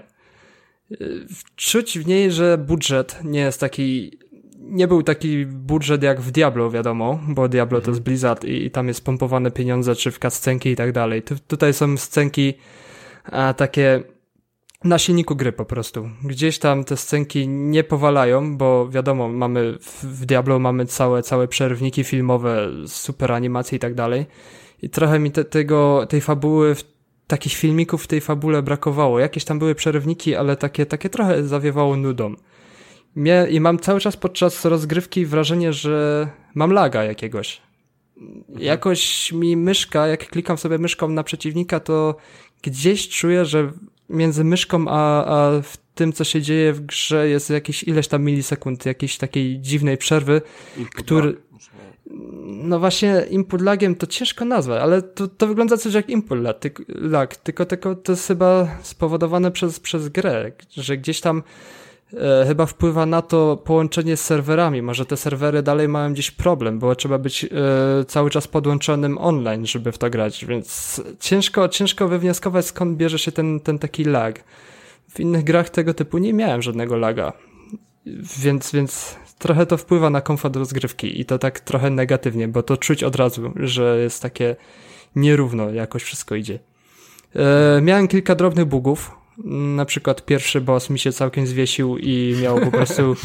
Czuć w niej, że budżet nie jest taki... Nie był taki budżet jak w Diablo, wiadomo, bo Diablo mhm. to jest Blizzard i, i tam jest pompowane pieniądze, czy w cutscenki i tak dalej. Tu, tutaj są scenki a, takie na silniku gry po prostu. Gdzieś tam te scenki nie powalają, bo wiadomo, mamy w, w Diablo mamy całe, całe przerwniki filmowe, super animacje i tak dalej. I trochę mi te, tego, tej fabuły, takich filmików w tej fabule brakowało. Jakieś tam były przerywniki, ale takie, takie trochę zawiewało nudą. Mnie, I mam cały czas podczas rozgrywki wrażenie, że mam laga jakiegoś. Mhm. Jakoś mi myszka, jak klikam sobie myszką na przeciwnika, to gdzieś czuję, że między myszką a, a w tym, co się dzieje w grze, jest jakieś ileś tam milisekund, jakiejś takiej dziwnej przerwy, który... No właśnie, input lagiem to ciężko nazwać, ale to, to wygląda coś jak input lag, tylko, tylko to jest chyba spowodowane przez, przez grę, że gdzieś tam e, chyba wpływa na to połączenie z serwerami. Może te serwery dalej mają gdzieś problem, bo trzeba być e, cały czas podłączonym online, żeby w to grać, więc ciężko, ciężko wywnioskować, skąd bierze się ten, ten taki lag. W innych grach tego typu nie miałem żadnego laga, więc, więc trochę to wpływa na komfort rozgrywki i to tak trochę negatywnie, bo to czuć od razu, że jest takie nierówno, jakoś wszystko idzie. E, miałem kilka drobnych bugów. Na przykład pierwszy boss mi się całkiem zwiesił i miał po prostu...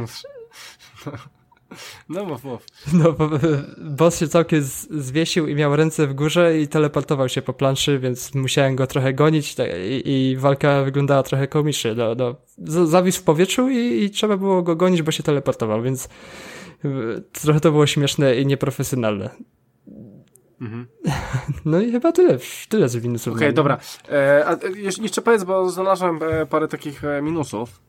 No mów, mów. No, boss się całkiem zwiesił i miał ręce w górze i teleportował się po planszy, więc musiałem go trochę gonić i, i walka wyglądała trochę komicznie. No, no, zawisł w powietrzu i, i trzeba było go gonić, bo się teleportował, więc trochę to było śmieszne i nieprofesjonalne. Mhm. No i chyba tyle, tyle z minusów. Okej, okay, dobra. E, a jeszcze powiedz, bo znalazłem parę takich minusów.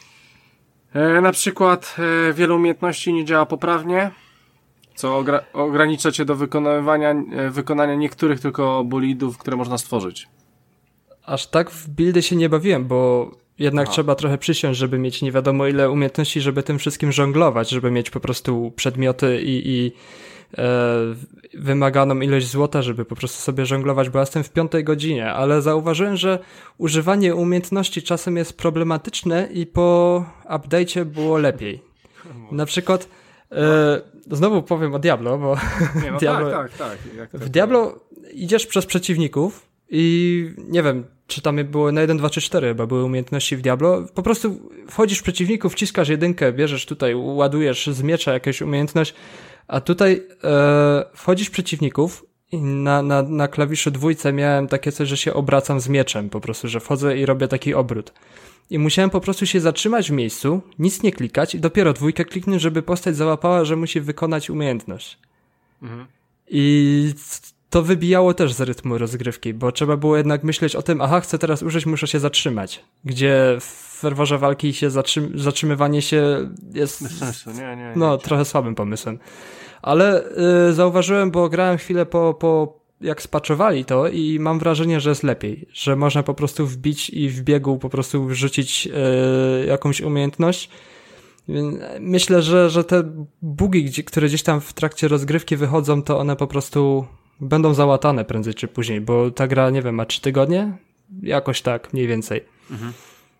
E, na przykład e, wiele umiejętności nie działa poprawnie, co ogra- ogranicza cię do wykonywania, e, wykonania niektórych tylko bolidów, które można stworzyć. Aż tak w buildy się nie bawiłem, bo jednak Aha. trzeba trochę przysiąść, żeby mieć nie wiadomo ile umiejętności, żeby tym wszystkim żonglować, żeby mieć po prostu przedmioty i, i e, wymaganą ilość złota, żeby po prostu sobie żonglować, bo ja jestem w piątej godzinie, ale zauważyłem, że używanie umiejętności czasem jest problematyczne i po update'cie było lepiej. Na przykład e, znowu powiem o Diablo, bo nie, no Diablo, tak, tak, tak. Jak w Diablo idziesz przez przeciwników i nie wiem, czy tam było na jeden, dwa, trzy, cztery chyba były umiejętności w Diablo. Po prostu wchodzisz w przeciwników, wciskasz jedynkę, bierzesz tutaj, ładujesz z miecza jakąś umiejętność, a tutaj e, wchodzisz w przeciwników i na, na, na klawiszu dwójce miałem takie coś, że się obracam z mieczem po prostu, że wchodzę i robię taki obrót. I musiałem po prostu się zatrzymać w miejscu, nic nie klikać i dopiero dwójkę kliknąć, żeby postać załapała, że musi wykonać umiejętność. Mhm. I to wybijało też z rytmu rozgrywki, bo trzeba było jednak myśleć o tym, aha, chcę teraz użyć, muszę się zatrzymać. Gdzie w ferworze walki się zatrzym- zatrzymywanie się jest bez sensu. Nie, nie, nie, no, nie. trochę słabym pomysłem. Ale y, zauważyłem, bo grałem chwilę po, po jak spaczowali to i mam wrażenie, że jest lepiej, że można po prostu wbić i w biegu po prostu wrzucić y, jakąś umiejętność. Myślę, że, że te bugi, które gdzieś tam w trakcie rozgrywki wychodzą, to one po prostu będą załatane prędzej czy później, bo ta gra, nie wiem, ma trzy tygodnie? Jakoś tak, mniej więcej. Mhm.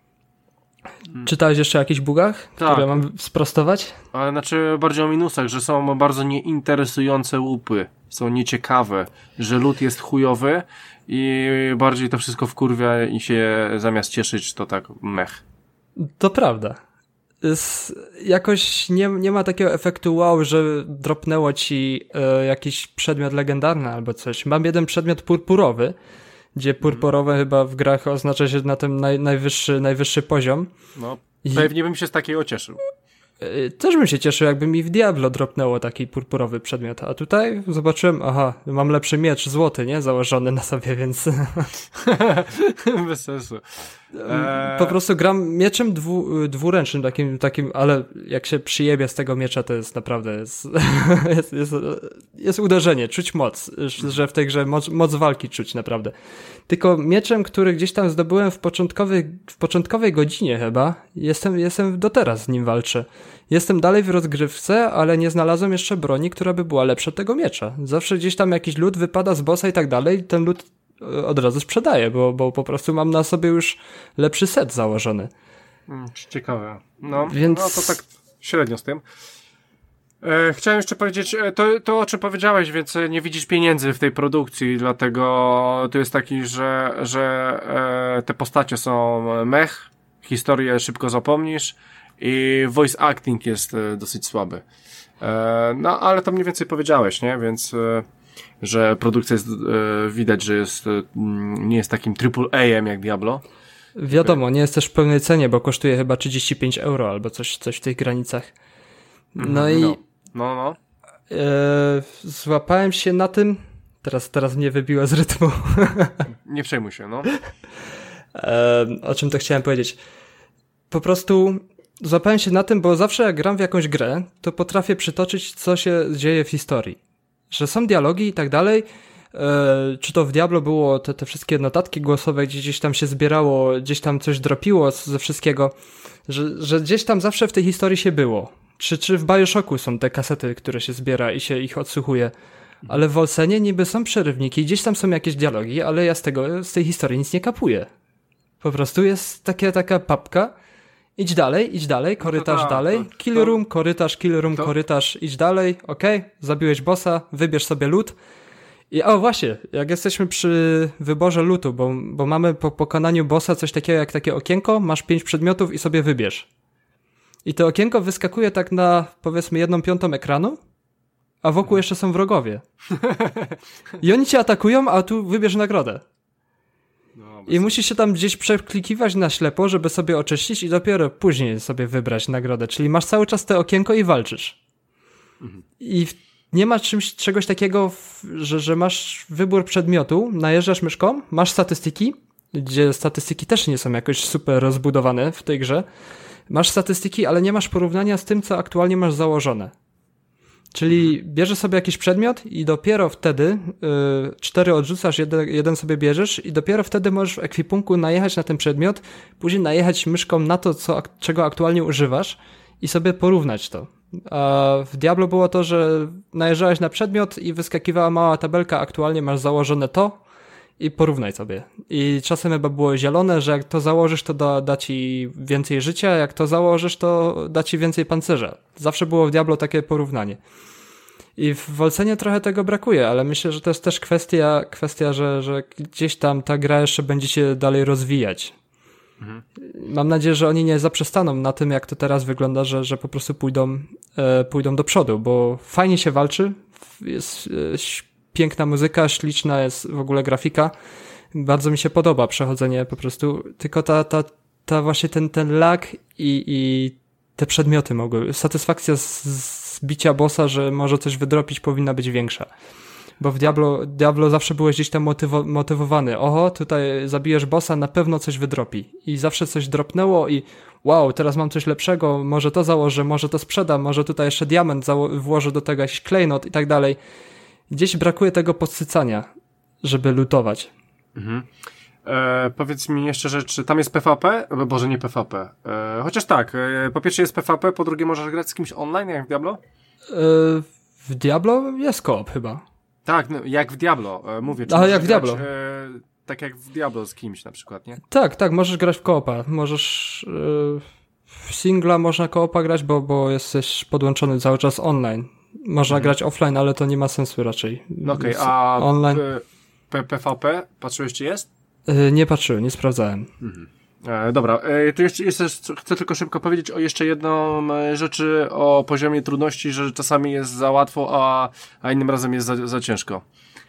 Czytałeś jeszcze o jakichś bugach, tak, które mam sprostować? Ale znaczy bardziej o minusach, że są bardzo nieinteresujące łupy, są nieciekawe, że lód jest chujowy i bardziej to wszystko wkurwia i się zamiast cieszyć to tak mech. To prawda. Z, jakoś nie, nie ma takiego efektu wow, że dropnęło ci e, jakiś przedmiot legendarny albo coś. Mam jeden przedmiot purpurowy, gdzie purpurowe hmm. chyba w grach oznacza się na tym naj, najwyższy, najwyższy poziom. No, pewnie I, bym się z takiego cieszył. E, też bym się cieszył, jakby mi w Diablo dropnęło taki purpurowy przedmiot, a tutaj zobaczyłem, aha, mam lepszy miecz złoty, nie? Założony na sobie, więc... Bez sensu. Eee... Po prostu gram mieczem dwu, dwuręcznym, takim, takim, ale jak się przyjebie z tego miecza, to jest naprawdę jest, jest, jest, jest uderzenie, czuć moc, że w tej grze moc, moc walki czuć naprawdę. Tylko mieczem, który gdzieś tam zdobyłem w początkowej, w początkowej godzinie chyba, jestem, jestem do teraz z nim walczę. Jestem dalej w rozgrywce, ale nie znalazłem jeszcze broni, która by była lepsza od tego miecza. Zawsze gdzieś tam jakiś lód wypada z bossa i tak dalej, ten lód od razu sprzedaję, bo, bo po prostu mam na sobie już lepszy set założony. Hmm, ciekawe. No, Więc... no to tak średnio z tym. E, chciałem jeszcze powiedzieć, to, to o czym powiedziałeś, więc nie widzisz pieniędzy w tej produkcji, dlatego to jest taki, że, że e, te postacie są mech, historię szybko zapomnisz i voice acting jest e, dosyć słaby. E, no, ale to mniej więcej powiedziałeś, nie? Więc e, że produkcja jest, e, widać, że jest e, nie jest takim triple A-em jak Diablo. Wiadomo, nie jest też w pełnej cenie, bo kosztuje chyba trzydzieści pięć euro albo coś, coś w tych granicach. No mm, i no, no, no. E, złapałem się na tym, teraz, teraz mnie wybiło z rytmu. Nie przejmuj się, no. E, o czym to chciałem powiedzieć? Po prostu złapałem się na tym, bo zawsze jak gram w jakąś grę, to potrafię przytoczyć, co się dzieje w historii. Że są dialogi i tak dalej, e, czy to w Diablo było te, te wszystkie notatki głosowe, gdzie gdzieś tam się zbierało, gdzieś tam coś dropiło ze wszystkiego, że, że gdzieś tam zawsze w tej historii się było. Czy, czy w Bioshocku są te kasety, które się zbiera i się ich odsłuchuje. Ale w Wolsenie niby są przerywniki, gdzieś tam są jakieś dialogi, ale ja z tego, z tej historii nic nie kapuję. Po prostu jest takie, taka papka. Idź dalej, idź dalej, korytarz no to, dalej, to, kill to, room, korytarz, kill room, to, korytarz, idź dalej, okej, okay, zabiłeś bossa, wybierz sobie loot. I o właśnie, jak jesteśmy przy wyborze lootu, bo, bo mamy po pokonaniu bossa coś takiego jak takie okienko, masz pięć przedmiotów i sobie wybierz. I to okienko wyskakuje tak na, powiedzmy, jedną piątą ekranu, a wokół jeszcze są wrogowie. I oni cię atakują, a tu wybierz nagrodę. No, I musisz się tam gdzieś przeklikiwać na ślepo, żeby sobie oczyścić i dopiero później sobie wybrać nagrodę. Czyli masz cały czas te okienko i walczysz. Mhm. I nie ma czymś, czegoś takiego, że, że masz wybór przedmiotu, najeżdżasz myszką, masz statystyki, gdzie statystyki też nie są jakoś super rozbudowane w tej grze. Masz statystyki, ale nie masz porównania z tym, co aktualnie masz założone. Czyli bierzesz sobie jakiś przedmiot i dopiero wtedy yy, cztery odrzucasz, jeden, jeden sobie bierzesz i dopiero wtedy możesz w ekwipunku najechać na ten przedmiot, później najechać myszką na to, co, czego aktualnie używasz i sobie porównać to. A w Diablo było to, że najeżdżałeś na przedmiot i wyskakiwała mała tabelka, aktualnie masz założone to i porównaj sobie. I czasem chyba było zielone, że jak to założysz, to da, da ci więcej życia, jak to założysz, to da ci więcej pancerza. Zawsze było w Diablo takie porównanie. I w Wolcenie trochę tego brakuje, ale myślę, że to jest też kwestia, kwestia że, że gdzieś tam ta gra jeszcze będzie się dalej rozwijać. Mhm. Mam nadzieję, że oni nie zaprzestaną na tym, jak to teraz wygląda, że, że po prostu pójdą, e, pójdą do przodu, bo fajnie się walczy, jest e, piękna muzyka, śliczna jest w ogóle grafika. Bardzo mi się podoba przechodzenie po prostu, tylko ta, ta, ta właśnie ten, ten lag i, i te przedmioty mogły. Satysfakcja z, z bicia bossa, że może coś wydropić, powinna być większa. Bo w Diablo, Diablo zawsze byłeś gdzieś tam motywo, motywowany. Oho, tutaj zabijesz bossa, na pewno coś wydropi. I zawsze coś dropnęło i wow, teraz mam coś lepszego, może to założę, może to sprzedam, może tutaj jeszcze diament zało- włożę do tego jakiś klejnot i tak dalej. Gdzieś brakuje tego podsycania, żeby lutować. Mhm. E, powiedz mi jeszcze, że czy tam jest P V P? Boże, nie P V P. E, chociaż tak, e, po pierwsze jest P V P, po drugie możesz grać z kimś online, jak w Diablo? E, w Diablo jest koop chyba. Tak, no, jak w Diablo, e, mówię. Czy A, jak w Diablo. Grać, e, tak jak w Diablo z kimś na przykład, nie? Tak, tak, możesz grać w koopa. Możesz... E, w singla można koopa grać, bo, bo jesteś podłączony cały czas online. Można mhm. grać offline, ale to nie ma sensu raczej. No okej, okay, a online... P- P V P patrzyłeś, czy jest? Yy, nie patrzyłem, nie sprawdzałem. Mhm. E, dobra, e, to jeszcze, jeszcze chcę tylko szybko powiedzieć o jeszcze jedną rzeczy o poziomie trudności, że czasami jest za łatwo, a, a innym razem jest za, za ciężko.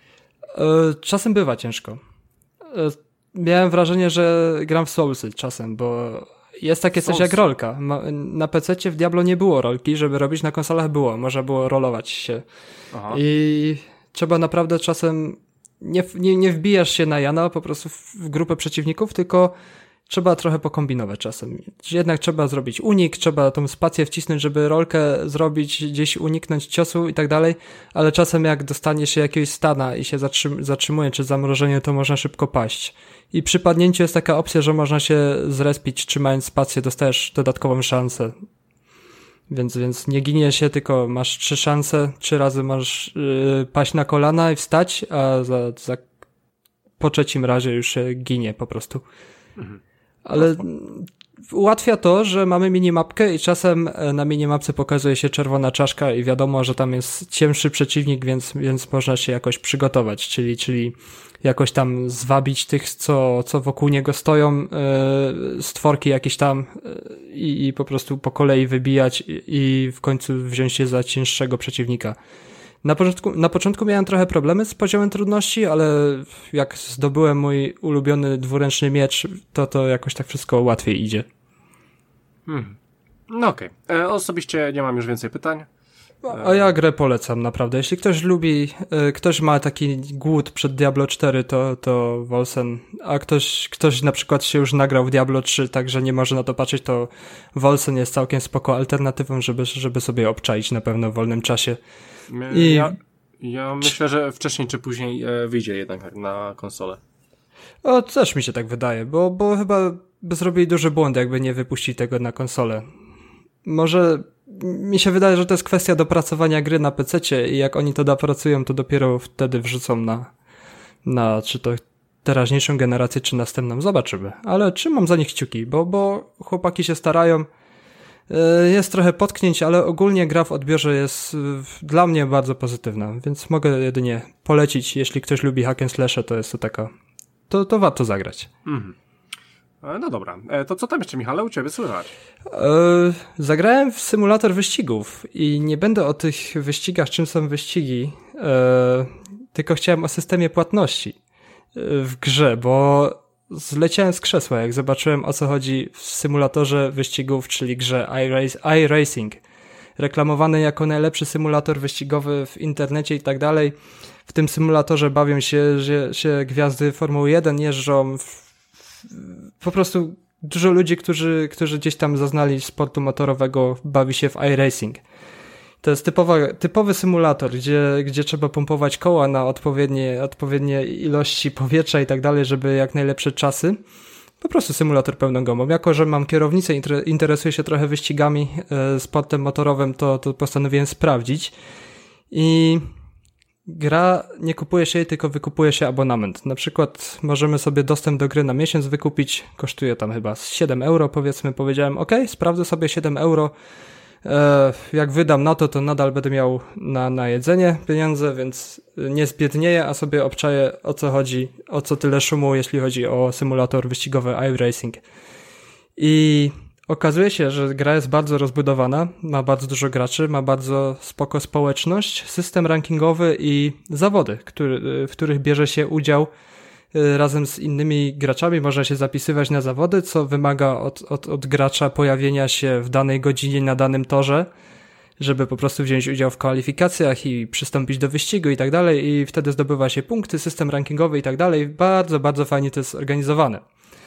Yy, czasem bywa ciężko. Yy, miałem wrażenie, że gram w Soulsy czasem, bo jest takie coś jak rolka. Na pececie w Diablo nie było rolki, żeby robić, na konsolach było. Można było rolować się. Aha. I trzeba naprawdę czasem... Nie, nie, nie wbijasz się na Jana po prostu w, w grupę przeciwników, tylko trzeba trochę pokombinować czasem. Jednak trzeba zrobić unik, trzeba tą spację wcisnąć, żeby rolkę zrobić, gdzieś uniknąć ciosu i tak dalej, ale czasem jak dostanie się jakiegoś stana i się zatrzym- zatrzymuje, czy zamrożenie, to można szybko paść. I przy padnięciu jest taka opcja, że można się zrespić, trzymając spację, dostajesz dodatkową szansę. Więc, więc nie ginie się, tylko masz trzy szanse, trzy razy możesz yy, paść na kolana i wstać, a za, za po trzecim razie już się ginie po prostu. Mhm. Ale ułatwia to, że mamy minimapkę i czasem na minimapce pokazuje się czerwona czaszka i wiadomo, że tam jest cięższy przeciwnik, więc, więc można się jakoś przygotować, czyli, czyli jakoś tam zwabić tych, co, co wokół niego stoją, yy, stworki jakieś tam yy, i po prostu po kolei wybijać i, i w końcu wziąć się za cięższego przeciwnika. Na początku, na początku miałem trochę problemy z poziomem trudności, ale jak zdobyłem mój ulubiony dwuręczny miecz, to to jakoś tak wszystko łatwiej idzie. Hmm. No okej. Okay. Osobiście nie mam już więcej pytań. A ja grę polecam, naprawdę. Jeśli ktoś lubi, ktoś ma taki głód przed Diablo cztery, to, to Wolcen, a ktoś, ktoś na przykład się już nagrał w Diablo trzy, także nie może na to patrzeć, to Wolcen jest całkiem spoko alternatywą, żeby, żeby sobie obczaić na pewno w wolnym czasie. I... Ja, Ja myślę, że wcześniej czy później e, wyjdzie jednak na konsolę. O, też mi się tak wydaje, bo, bo chyba by zrobili duży błąd, jakby nie wypuścili tego na konsolę. Może mi się wydaje, że to jest kwestia dopracowania gry na pececie i jak oni to dopracują, to dopiero wtedy wrzucą na, na czy to teraźniejszą generację, czy następną. Zobaczymy. Ale trzymam za nich kciuki, bo, bo chłopaki się starają. Jest trochę potknięć, ale ogólnie gra w odbiorze jest dla mnie bardzo pozytywna, więc mogę jedynie polecić, jeśli ktoś lubi hack and slashe, to jest to taka, to, to warto zagrać. Mhm. No dobra, to co tam jeszcze, Michale, u ciebie słychać? Yy, zagrałem w symulator wyścigów i nie będę o tych wyścigach, czym są wyścigi, yy, tylko chciałem o systemie płatności yy, w grze, bo zleciałem z krzesła, jak zobaczyłem, o co chodzi w symulatorze wyścigów, czyli grze iRacing, reklamowany jako najlepszy symulator wyścigowy w internecie i tak dalej. W tym symulatorze bawią się, że, się gwiazdy Formuły jeden, jeżdżą w, w, po prostu dużo ludzi, którzy, którzy gdzieś tam zaznali sportu motorowego, bawi się w iRacing. To jest typowa, typowy symulator, gdzie, gdzie trzeba pompować koła na odpowiednie, odpowiednie ilości powietrza i tak dalej, żeby jak najlepsze czasy. Po prostu symulator pełną gąbą. Jako że mam kierownicę, interesuję się trochę wyścigami, e, sportem motorowym, to, to postanowiłem sprawdzić. I gra, nie kupuje się jej, tylko wykupuje się abonament. Na przykład możemy sobie dostęp do gry na miesiąc wykupić, kosztuje tam chyba siedem euro, powiedzmy. Powiedziałem, ok, sprawdzę sobie siedem euro. Jak wydam na to, to nadal będę miał na, na jedzenie pieniądze, więc nie zbiednieję, a sobie obczaję, o co chodzi, o co tyle szumu, jeśli chodzi o symulator wyścigowy iRacing. I okazuje się, że gra jest bardzo rozbudowana, ma bardzo dużo graczy, ma bardzo spoko społeczność, system rankingowy i zawody, który, w których bierze się udział razem z innymi graczami, można się zapisywać na zawody, co wymaga od, od, od gracza pojawienia się w danej godzinie na danym torze, żeby po prostu wziąć udział w kwalifikacjach i przystąpić do wyścigu i tak dalej, i wtedy zdobywa się punkty, system rankingowy i tak dalej. Bardzo, bardzo fajnie to jest zorganizowane.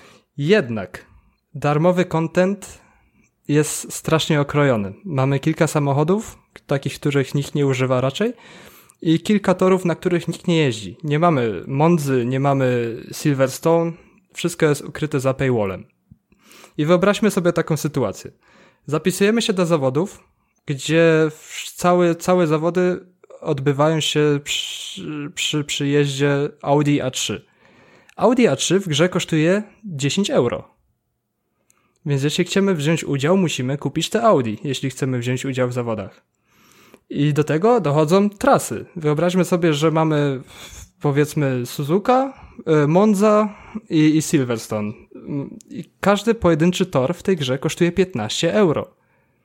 Jednak darmowy content jest strasznie okrojony. Mamy kilka samochodów, takich, których nikt nie używa raczej, i kilka torów, na których nikt nie jeździ. Nie mamy Mondzy, nie mamy Silverstone, wszystko jest ukryte za paywallem. I wyobraźmy sobie taką sytuację. Zapisujemy się do zawodów, gdzie całe, całe zawody odbywają się przy, przy przyjeździe Audi A trzy. Audi A trzy w grze kosztuje dziesięć euro. Więc jeśli chcemy wziąć udział, musimy kupić te Audi, jeśli chcemy wziąć udział w zawodach. I do tego dochodzą trasy. Wyobraźmy sobie, że mamy powiedzmy Suzuka, Monza i, i Silverstone. I każdy pojedynczy tor w tej grze kosztuje piętnaście euro.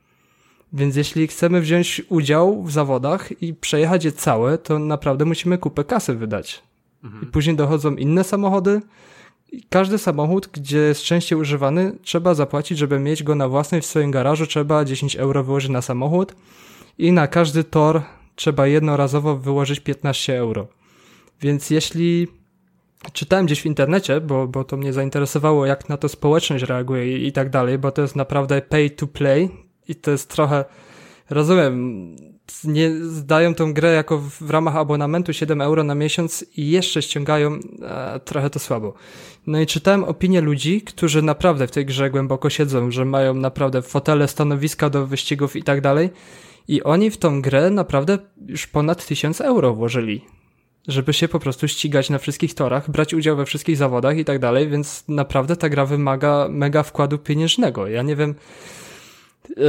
Więc jeśli chcemy wziąć udział w zawodach i przejechać je całe, to naprawdę musimy kupę kasy wydać. Mhm. I później dochodzą inne samochody. I każdy samochód, gdzie jest częściej używany, trzeba zapłacić, żeby mieć go na własnej w swoim garażu. Trzeba dziesięć euro wyłożyć na samochód. I na każdy tor trzeba jednorazowo wyłożyć piętnaście euro. Więc jeśli czytałem gdzieś w internecie, bo, bo to mnie zainteresowało, jak na to społeczność reaguje i, i tak dalej, bo to jest naprawdę pay to play i to jest trochę, rozumiem, nie zdają tą grę jako w, w ramach abonamentu siedem euro na miesiąc i jeszcze ściągają, e, trochę to słabo. No i czytałem opinie ludzi, którzy naprawdę w tej grze głęboko siedzą, że mają naprawdę fotele, stanowiska do wyścigów i tak dalej. I oni w tą grę naprawdę już ponad tysiąc euro włożyli, żeby się po prostu ścigać na wszystkich torach, brać udział we wszystkich zawodach i tak dalej, więc naprawdę ta gra wymaga mega wkładu pieniężnego. Ja nie wiem, yy,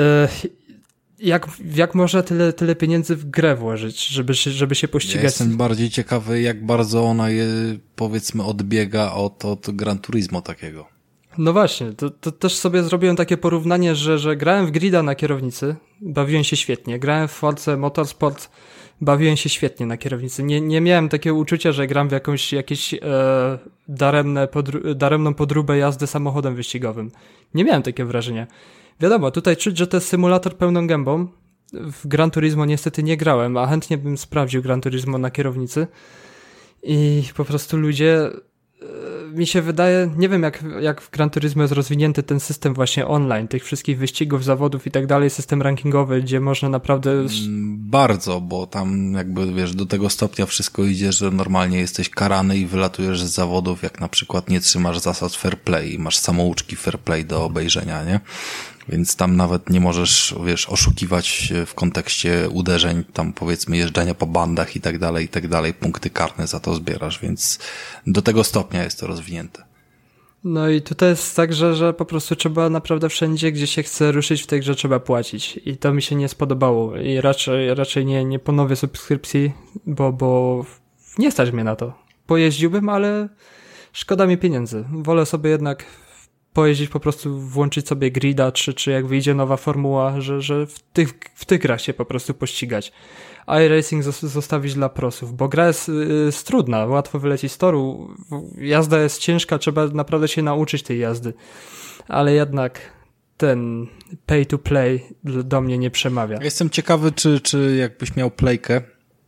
jak, jak można tyle, tyle pieniędzy w grę włożyć, żeby się, żeby się pościgać. Ja jestem bardziej ciekawy, jak bardzo ona je, powiedzmy, odbiega od, od Gran Turismo takiego. No właśnie, to, to też sobie zrobiłem takie porównanie, że, że grałem w Grida na kierownicy, bawiłem się świetnie, grałem w Forza Motorsport, bawiłem się świetnie na kierownicy. Nie, nie miałem takiego uczucia, że gram w jakąś, jakieś e, daremne podru- daremną podróbę jazdy samochodem wyścigowym. Nie miałem takiego wrażenia. Wiadomo, tutaj czuć, że to jest symulator pełną gębą. W Gran Turismo niestety nie grałem, a chętnie bym sprawdził Gran Turismo na kierownicy. I po prostu ludzie mi się wydaje, nie wiem jak, jak w Gran Turismo jest rozwinięty ten system właśnie online, tych wszystkich wyścigów, zawodów i tak dalej, system rankingowy, gdzie można naprawdę... Bardzo, bo tam jakby wiesz, do tego stopnia wszystko idzie, że normalnie jesteś karany i wylatujesz z zawodów, jak na przykład nie trzymasz zasad fair play i masz samouczki fair play do obejrzenia, nie? Więc tam nawet nie możesz, wiesz, oszukiwać w kontekście uderzeń, tam powiedzmy jeżdżenia po bandach i tak dalej, i tak dalej, punkty karne za to zbierasz, więc do tego stopnia jest to rozwinięte. No i tutaj jest tak, że, że po prostu trzeba naprawdę wszędzie, gdzie się chce ruszyć w tej grze, trzeba płacić i to mi się nie spodobało i raczej, raczej nie, nie ponowię subskrypcji, bo, bo nie stać mnie na to. Pojeździłbym, ale szkoda mi pieniędzy. Wolę sobie jednak pojeździć, po prostu włączyć sobie grida, czy, czy jak wyjdzie nowa formuła, że, że w tych, w tych grach się po prostu pościgać. iRacing zostawić dla prosów, bo gra jest, jest trudna, łatwo wylecieć z toru, jazda jest ciężka, trzeba naprawdę się nauczyć tej jazdy, ale jednak ten pay to play do mnie nie przemawia. Jestem ciekawy, czy, czy jakbyś miał playkę,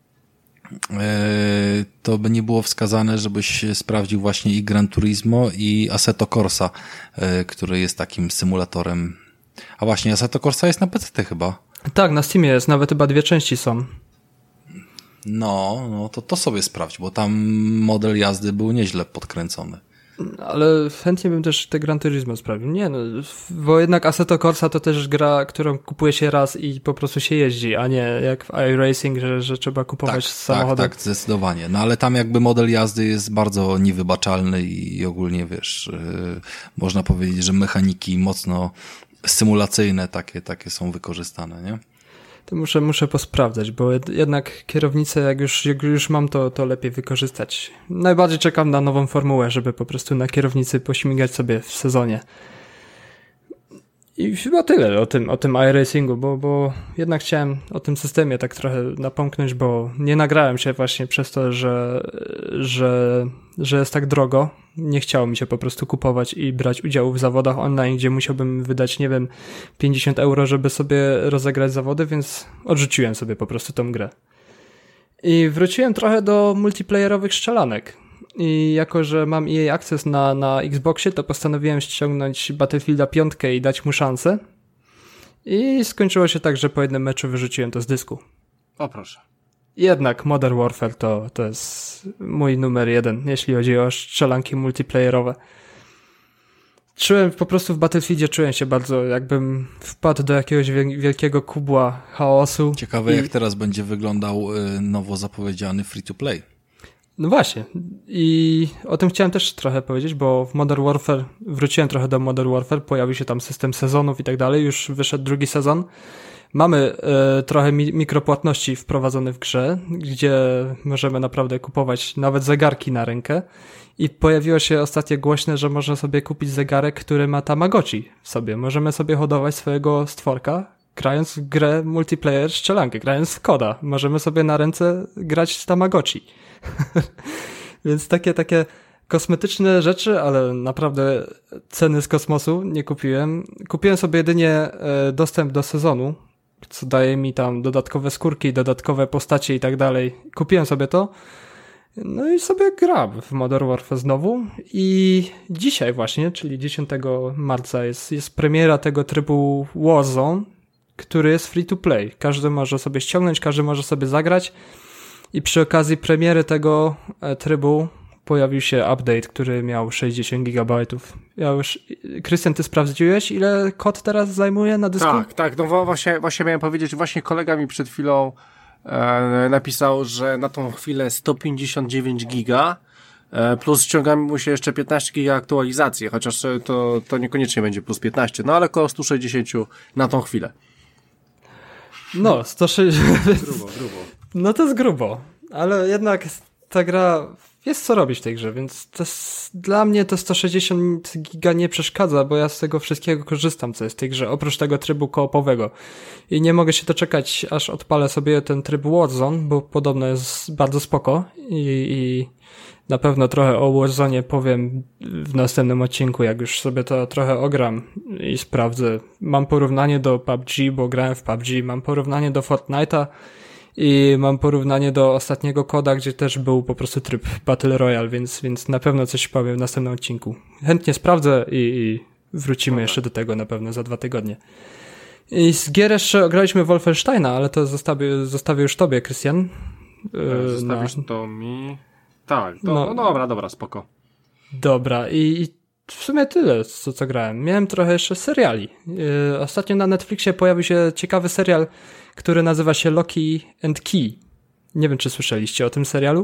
to by nie było wskazane, żebyś sprawdził właśnie i Gran Turismo i Assetto Corsa, który jest takim symulatorem. A właśnie Assetto Corsa jest na P C chyba. Tak, na Steamie jest, nawet chyba dwie części są. No, no to to sobie sprawdź, bo tam model jazdy był nieźle podkręcony. Ale chętnie bym też te Gran Turismo sprawdził. Nie no, bo jednak Assetto Corsa to też gra, którą kupuje się raz i po prostu się jeździ, a nie jak w iRacing, że, że trzeba kupować tak, samochody. Tak, tak, zdecydowanie. No ale tam jakby model jazdy jest bardzo niewybaczalny i ogólnie wiesz, yy, można powiedzieć, że mechaniki mocno symulacyjne takie, takie są wykorzystane, nie? To muszę, muszę posprawdzać, bo jednak kierownicę, jak już, jak już mam, to, to lepiej wykorzystać. Najbardziej czekam na nową formułę, żeby po prostu na kierownicy pośmigać sobie w sezonie. I chyba tyle o tym, o tym iRacingu, bo, bo jednak chciałem o tym systemie tak trochę napomknąć, bo nie nagrałem się właśnie przez to, że, że, że jest tak drogo. Nie chciało mi się po prostu kupować i brać udziału w zawodach online, gdzie musiałbym wydać, nie wiem, pięćdziesiąt euro, żeby sobie rozegrać zawody, więc odrzuciłem sobie po prostu tą grę. I wróciłem trochę do multiplayerowych strzelanek. I jako, że mam E A Access na, na Xboxie, to postanowiłem ściągnąć Battlefielda pięć i dać mu szansę. I skończyło się tak, że po jednym meczu wyrzuciłem to z dysku. O proszę. Jednak Modern Warfare to, to jest mój numer jeden, jeśli chodzi o strzelanki multiplayerowe. Czułem, po prostu w Battlefieldzie czułem się bardzo, jakbym wpadł do jakiegoś wielkiego kubła chaosu. Ciekawe i... jak teraz będzie wyglądał nowo zapowiedziany free-to-play. No właśnie. I o tym chciałem też trochę powiedzieć, bo w Modern Warfare, wróciłem trochę do Modern Warfare, pojawił się tam system sezonów i tak dalej, już wyszedł drugi sezon. Mamy e, trochę mi- mikropłatności wprowadzone w grze, gdzie możemy naprawdę kupować nawet zegarki na rękę i pojawiło się ostatnio głośne, że można sobie kupić zegarek, który ma Tamagotchi w sobie. Możemy sobie hodować swojego stworka, grając w grę multiplayer strzelankę, grając w koda. Możemy sobie na ręce grać z Tamagotchi. Więc takie, takie kosmetyczne rzeczy, ale naprawdę ceny z kosmosu nie kupiłem. Kupiłem sobie jedynie e, dostęp do sezonu, co daje mi tam dodatkowe skórki, dodatkowe postacie i tak dalej. Kupiłem sobie to. No i sobie gram w Modern Warfare znowu i dzisiaj właśnie, czyli dziesiątego marca jest, jest premiera tego trybu Warzone, który jest free to play. Każdy może sobie ściągnąć, każdy może sobie zagrać i przy okazji premiery tego trybu pojawił się update, który miał sześćdziesiąt gigabajtów. Ja już... Krystian, ty sprawdziłeś, ile kod teraz zajmuje na dysku? Tak, tak, no właśnie, właśnie miałem powiedzieć, właśnie kolega mi przed chwilą e, napisał, że na tą chwilę sto pięćdziesiąt dziewięć giga, e, plus ściąga mu się jeszcze piętnaście giga aktualizacji, chociaż to, to niekoniecznie będzie plus piętnaście, no ale około sto sześćdziesiąt na tą chwilę. No, sto sześćdziesiąt... Grubo, grubo. No to jest grubo, ale jednak ta gra... Jest co robić w tej grze, więc to jest, dla mnie to sto sześćdziesiąt giga nie przeszkadza, bo ja z tego wszystkiego korzystam, co jest w tej grze, oprócz tego trybu koopowego. I nie mogę się doczekać, aż odpalę sobie ten tryb Warzone, bo podobno jest bardzo spoko i, i na pewno trochę o Warzone powiem w następnym odcinku, jak już sobie to trochę ogram i sprawdzę. Mam porównanie do P U B G, bo grałem w P U B G, mam porównanie do Fortnite'a I mam porównanie do ostatniego Koda, gdzie też był po prostu tryb Battle Royale, więc, więc na pewno coś powiem w następnym odcinku. Chętnie sprawdzę i, i wrócimy Dobra. jeszcze do tego na pewno za dwa tygodnie. I z gier jeszcze graliśmy Wolfensteina, ale to zostawię, zostawię już tobie, Krystian. Yy, Zostawisz no. to mi... Tak, to, no, no dobra, dobra, spoko. Dobra, i, i w sumie tyle, co, co grałem. Miałem trochę jeszcze seriali. Yy, ostatnio na Netflixie pojawił się ciekawy serial, który nazywa się Loki and Key. Nie wiem, czy słyszeliście o tym serialu.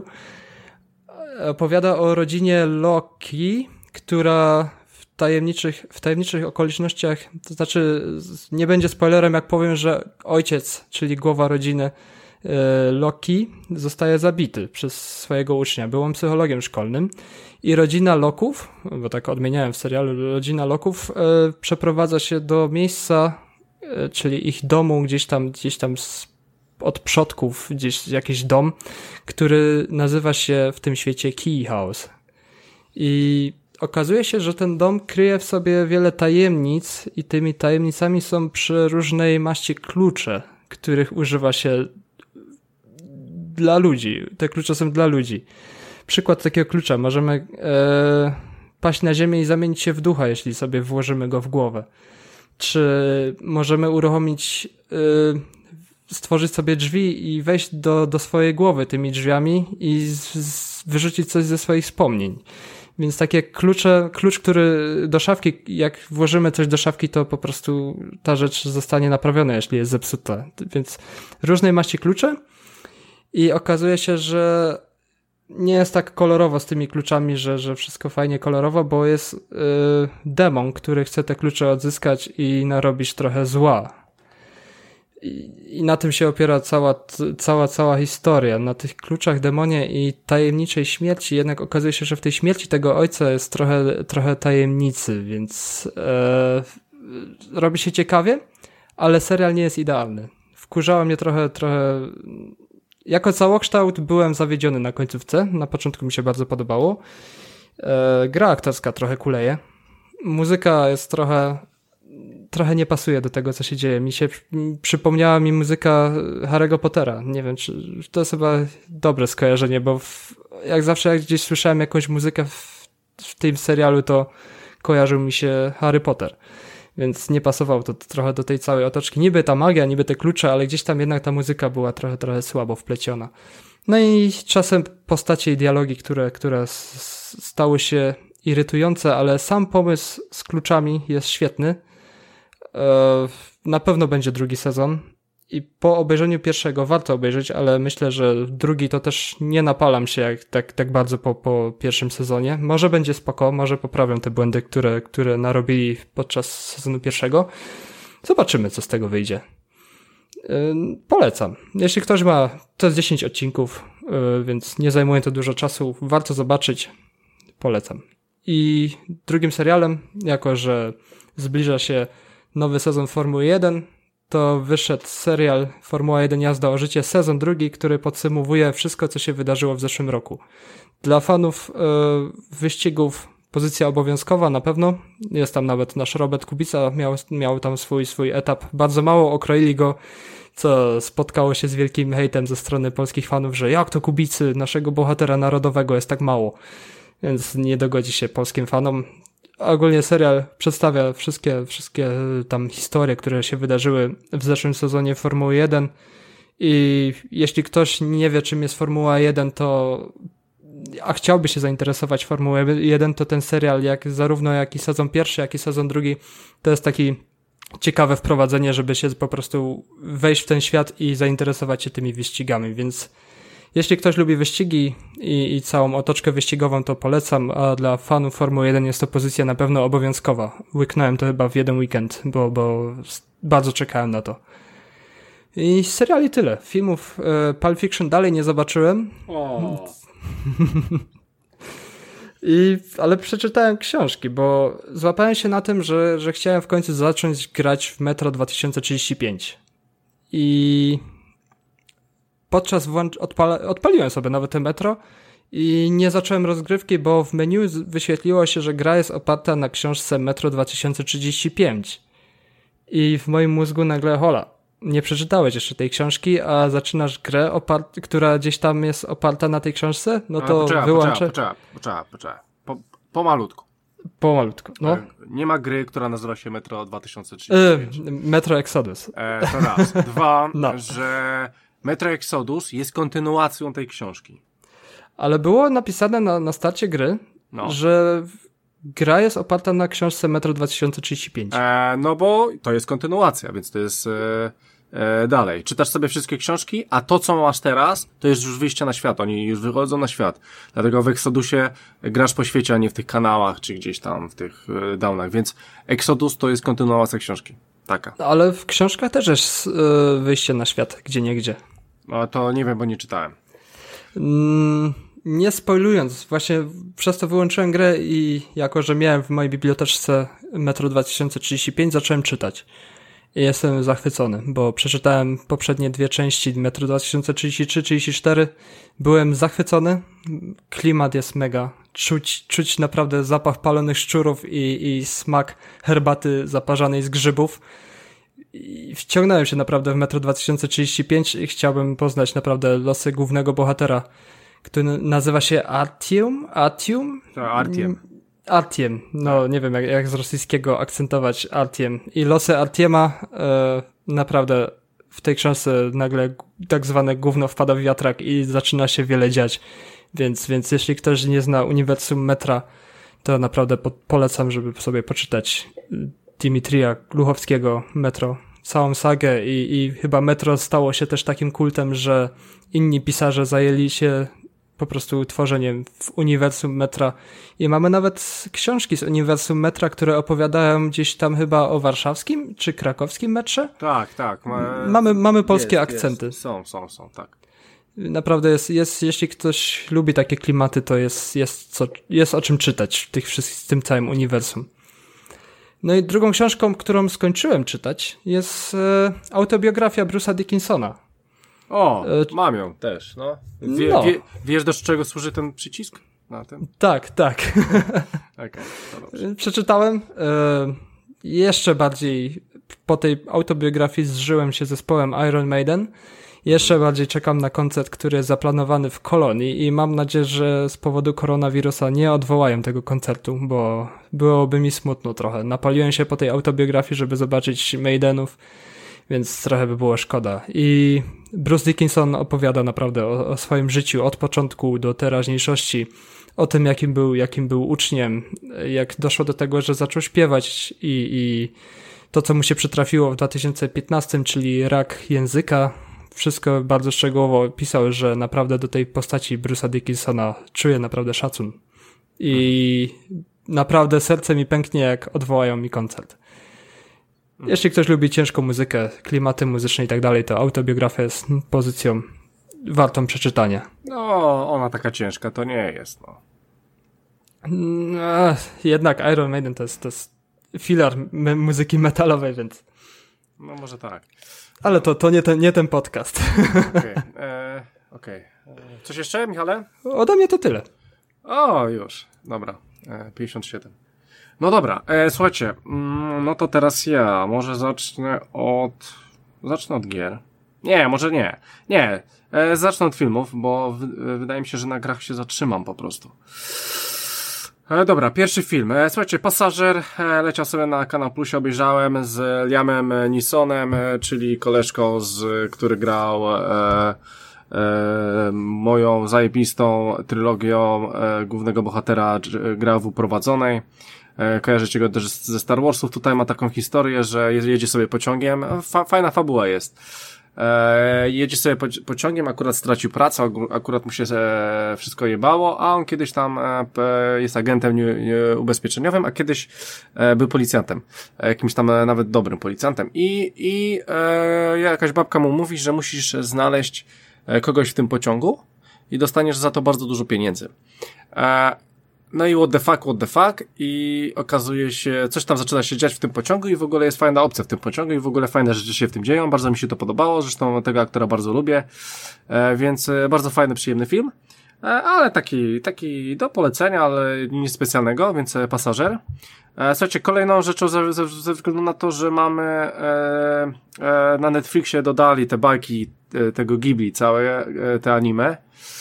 Opowiada o rodzinie Loki, która w tajemniczych, w tajemniczych okolicznościach, to znaczy nie będzie spoilerem, jak powiem, że ojciec, czyli głowa rodziny Loki, zostaje zabity przez swojego ucznia. Był on psychologiem szkolnym i rodzina Loków, bo tak odmieniałem w serialu, rodzina Loków e, przeprowadza się do miejsca, e, czyli ich domu gdzieś tam, gdzieś tam z, od przodków, gdzieś jakiś dom, który nazywa się w tym świecie Key House. I okazuje się, że ten dom kryje w sobie wiele tajemnic i tymi tajemnicami są przeróżnej maści klucze, których używa się dla ludzi. Te klucze są dla ludzi. Przykład takiego klucza. Możemy e, paść na ziemię i zamienić się w ducha, jeśli sobie włożymy go w głowę. Czy możemy uruchomić, e, stworzyć sobie drzwi i wejść do, do swojej głowy tymi drzwiami i z, z, wyrzucić coś ze swoich wspomnień. Więc takie klucze, klucz, który do szafki, jak włożymy coś do szafki, to po prostu ta rzecz zostanie naprawiona, jeśli jest zepsuta. Więc różnej maści klucze. I okazuje się, że nie jest tak kolorowo z tymi kluczami, że, że wszystko fajnie kolorowo, bo jest yy, demon, który chce te klucze odzyskać i narobić trochę zła. I, i na tym się opiera cała, cała, cała historia. Na tych kluczach, demonie i tajemniczej śmierci. Jednak okazuje się, że w tej śmierci tego ojca jest trochę, trochę tajemnicy, więc yy, robi się ciekawie, ale serial nie jest idealny. Wkurzało mnie trochę, trochę... Jako całokształt byłem zawiedziony na końcówce. Na początku mi się bardzo podobało. E, gra aktorska trochę kuleje. Muzyka jest trochę... Trochę nie pasuje do tego, co się dzieje. Mi się przypomniała mi muzyka Harry'ego Pottera. Nie wiem, czy to jest chyba dobre skojarzenie, bo w, jak zawsze jak gdzieś słyszałem jakąś muzykę w, w tym serialu, to kojarzył mi się Harry Potter. Więc nie pasowało to trochę do tej całej otoczki. Niby ta magia, niby te klucze, ale gdzieś tam jednak ta muzyka była trochę, trochę słabo wpleciona. No i czasem postacie i dialogi, które, które stały się irytujące, ale sam pomysł z kluczami jest świetny. Na pewno będzie drugi sezon i po obejrzeniu pierwszego warto obejrzeć, ale myślę, że drugi to też nie napalam się jak, tak, tak bardzo po, po pierwszym sezonie. Może będzie spoko, może poprawią te błędy, które, które narobili podczas sezonu pierwszego. Zobaczymy, co z tego wyjdzie. Yy, polecam. Jeśli ktoś ma, to jest dziesięć odcinków, yy, więc nie zajmuje to dużo czasu. Warto zobaczyć. Polecam. I drugim serialem, jako że zbliża się nowy sezon Formuły jeden, to wyszedł serial Formuła jeden Jazda o życie, sezon drugi, który podsumowuje wszystko, co się wydarzyło w zeszłym roku. Dla fanów yy, wyścigów pozycja obowiązkowa na pewno. Jest tam nawet nasz Robert Kubica, miał, miał tam swój, swój etap. Bardzo mało okroili go, co spotkało się z wielkim hejtem ze strony polskich fanów, że jak to Kubicy, naszego bohatera narodowego jest tak mało. Więc nie dogodzi się polskim fanom. Ogólnie serial przedstawia wszystkie, wszystkie tam historie, które się wydarzyły w zeszłym sezonie Formuły jeden i jeśli ktoś nie wie, czym jest Formuła jeden, to a chciałby się zainteresować Formułą jeden, to ten serial, jak zarówno jak i sezon pierwszy, jak i sezon drugi, to jest taki ciekawe wprowadzenie, żeby się po prostu wejść w ten świat i zainteresować się tymi wyścigami, więc jeśli ktoś lubi wyścigi i, i całą otoczkę wyścigową, to polecam, a dla fanów Formuły jeden jest to pozycja na pewno obowiązkowa. Łyknąłem to chyba w jeden weekend, bo, bo bardzo czekałem na to. I seriali tyle. Filmów e, Pulp Fiction dalej nie zobaczyłem. O. I, ale przeczytałem książki, bo złapałem się na tym, że, że chciałem w końcu zacząć grać w Metro dwa tysiące trzydzieści pięć. I podczas włącz- odpala- odpaliłem sobie nawet te Metro i nie zacząłem rozgrywki, bo w menu wyświetliło się, że gra jest oparta na książce Metro dwa tysiące trzydzieści pięć. I w moim mózgu nagle hola. nie przeczytałeś jeszcze tej książki, a zaczynasz grę, opart- która gdzieś tam jest oparta na tej książce, no to poczekaj, wyłączę... Poczekaj, poczekaj, poczekaj. Po, pomalutku. Pomalutku, no. E, nie ma gry, która nazywa się Metro dwa tysiące trzydzieści pięć. Yy, Metro Exodus. E, to raz. Dwa, no. że Metro Exodus jest kontynuacją tej książki. Ale było napisane na, na starcie gry, no. że gra jest oparta na książce Metro dwa tysiące trzydzieści pięć. E, no bo to jest kontynuacja, więc to jest e, e, dalej. Czytasz sobie wszystkie książki, a to, co masz teraz, to jest już wyjście na świat. Oni już wychodzą na świat. Dlatego w Exodusie grasz po świecie, a nie w tych kanałach, czy gdzieś tam w tych e, downach. Więc Exodus to jest kontynuacja książki. Taka. Ale w książkach też jest e, wyjście na świat, gdzie niegdzie. No to nie wiem, bo nie czytałem. Mm, nie spoilując, właśnie przez to wyłączyłem grę i jako, że miałem w mojej biblioteczce Metro dwa tysiące trzydzieści pięć, zacząłem czytać. I jestem zachwycony, bo przeczytałem poprzednie dwie części Metro dwa tysiące trzydzieści trzy trzydzieści cztery. Byłem zachwycony. Klimat jest mega. Czuć, czuć naprawdę zapach palonych szczurów i, i smak herbaty zaparzanej z grzybów. I wciągnąłem się naprawdę w Metro dwa tysiące trzydzieści pięć i chciałbym poznać naprawdę losy głównego bohatera, który nazywa się Artyom? Artyom? To Artiem. Artiem. No, nie wiem jak, jak z rosyjskiego akcentować Artiem. I losy Artiema e, naprawdę w tej książce nagle tak zwane gówno wpada w wiatrak i zaczyna się wiele dziać. Więc, więc jeśli ktoś nie zna uniwersum Metra, to naprawdę po, polecam, żeby sobie poczytać Dimitrija Gluchowskiego Metro, całą sagę i, i chyba Metro stało się też takim kultem, że inni pisarze zajęli się po prostu tworzeniem w uniwersum Metra i mamy nawet książki z uniwersum Metra, które opowiadają gdzieś tam chyba o warszawskim czy krakowskim metrze. Tak, tak. Ma... Mamy, mamy polskie jest, akcenty. Jest. Są, są, są, tak. Naprawdę jest, jest, jeśli ktoś lubi takie klimaty, to jest, jest, co, jest o czym czytać w tych wszystkich, w tym całym uniwersum. No i drugą książką, którą skończyłem czytać, jest e, autobiografia Bruce'a Dickinsona. O, e, mam ją też, no. Wie, no. Wie, wiesz, do czego służy ten przycisk na tym? Tak, tak. Okay, to dobrze. Przeczytałem. E, jeszcze bardziej po tej autobiografii zżyłem się z zespołem Iron Maiden. Jeszcze bardziej czekam na koncert, który jest zaplanowany w Kolonii i mam nadzieję, że z powodu koronawirusa nie odwołają tego koncertu, bo byłoby mi smutno trochę. Napaliłem się po tej autobiografii, żeby zobaczyć Maidenów, więc trochę by było szkoda. I Bruce Dickinson opowiada naprawdę o, o swoim życiu od początku do teraźniejszości, o tym jakim był, jakim był uczniem, jak doszło do tego, że zaczął śpiewać i, i to, co mu się przytrafiło w dwa tysiące piętnastym, czyli rak języka. Wszystko bardzo szczegółowo pisał, że naprawdę do tej postaci Bruce'a Dickinsona czuję naprawdę szacun. I hmm. naprawdę serce mi pęknie, jak odwołają mi koncert. Hmm. Jeśli ktoś lubi ciężką muzykę, klimaty muzyczne i tak dalej, to autobiografia jest pozycją wartą przeczytania. No, ona taka ciężka to nie jest, no. no jednak Iron Maiden to jest, to jest filar me- muzyki metalowej, więc... No może tak. Ale to, to nie, ten, nie ten podcast. Okej. Okay. E, okay. Coś jeszcze, Michale? Ode mnie to tyle. O, już. Dobra. E, pięćdziesiąt siedem. No dobra. E, słuchajcie. Mm, no to teraz ja. Może zacznę od... Zacznę od gier. Nie, może nie. Nie. E, zacznę od filmów, bo w, e, wydaje mi się, że na grach się zatrzymam po prostu. E, dobra, pierwszy film. E, słuchajcie, Pasażer e, leciał sobie na Kanał Plusie, obejrzałem z Liamem Neesonem, e, czyli koleżką, z, który grał e, e, moją zajebistą trylogią e, głównego bohatera, e, grał w Uprowadzonej. E, kojarzycie go też ze Star Warsów. Tutaj ma taką historię, że jedzie sobie pociągiem. Fa, fajna fabuła jest. E, jedzie sobie pociągiem, akurat stracił pracę, akurat mu się e, wszystko jebało, a on kiedyś tam e, jest agentem nie, nie, ubezpieczeniowym, a kiedyś e, był policjantem, e, jakimś tam e, nawet dobrym policjantem i, i e, jakaś babka mu mówi, że musisz znaleźć e, kogoś w tym pociągu i dostaniesz za to bardzo dużo pieniędzy. E, No i what the fuck, what the fuck i okazuje się, coś tam zaczyna się dziać w tym pociągu i w ogóle jest fajna opcja w tym pociągu i w ogóle fajne rzeczy się w tym dzieją, bardzo mi się to podobało, zresztą tego aktora bardzo lubię, e, więc bardzo fajny, przyjemny film. e, ale taki, taki do polecenia, ale nic specjalnego, więc e, Pasażer. E, słuchajcie, kolejną rzeczą ze, ze, ze względu na to, że mamy e, e, na Netflixie dodali te bajki e, tego Ghibli, całe e, te anime,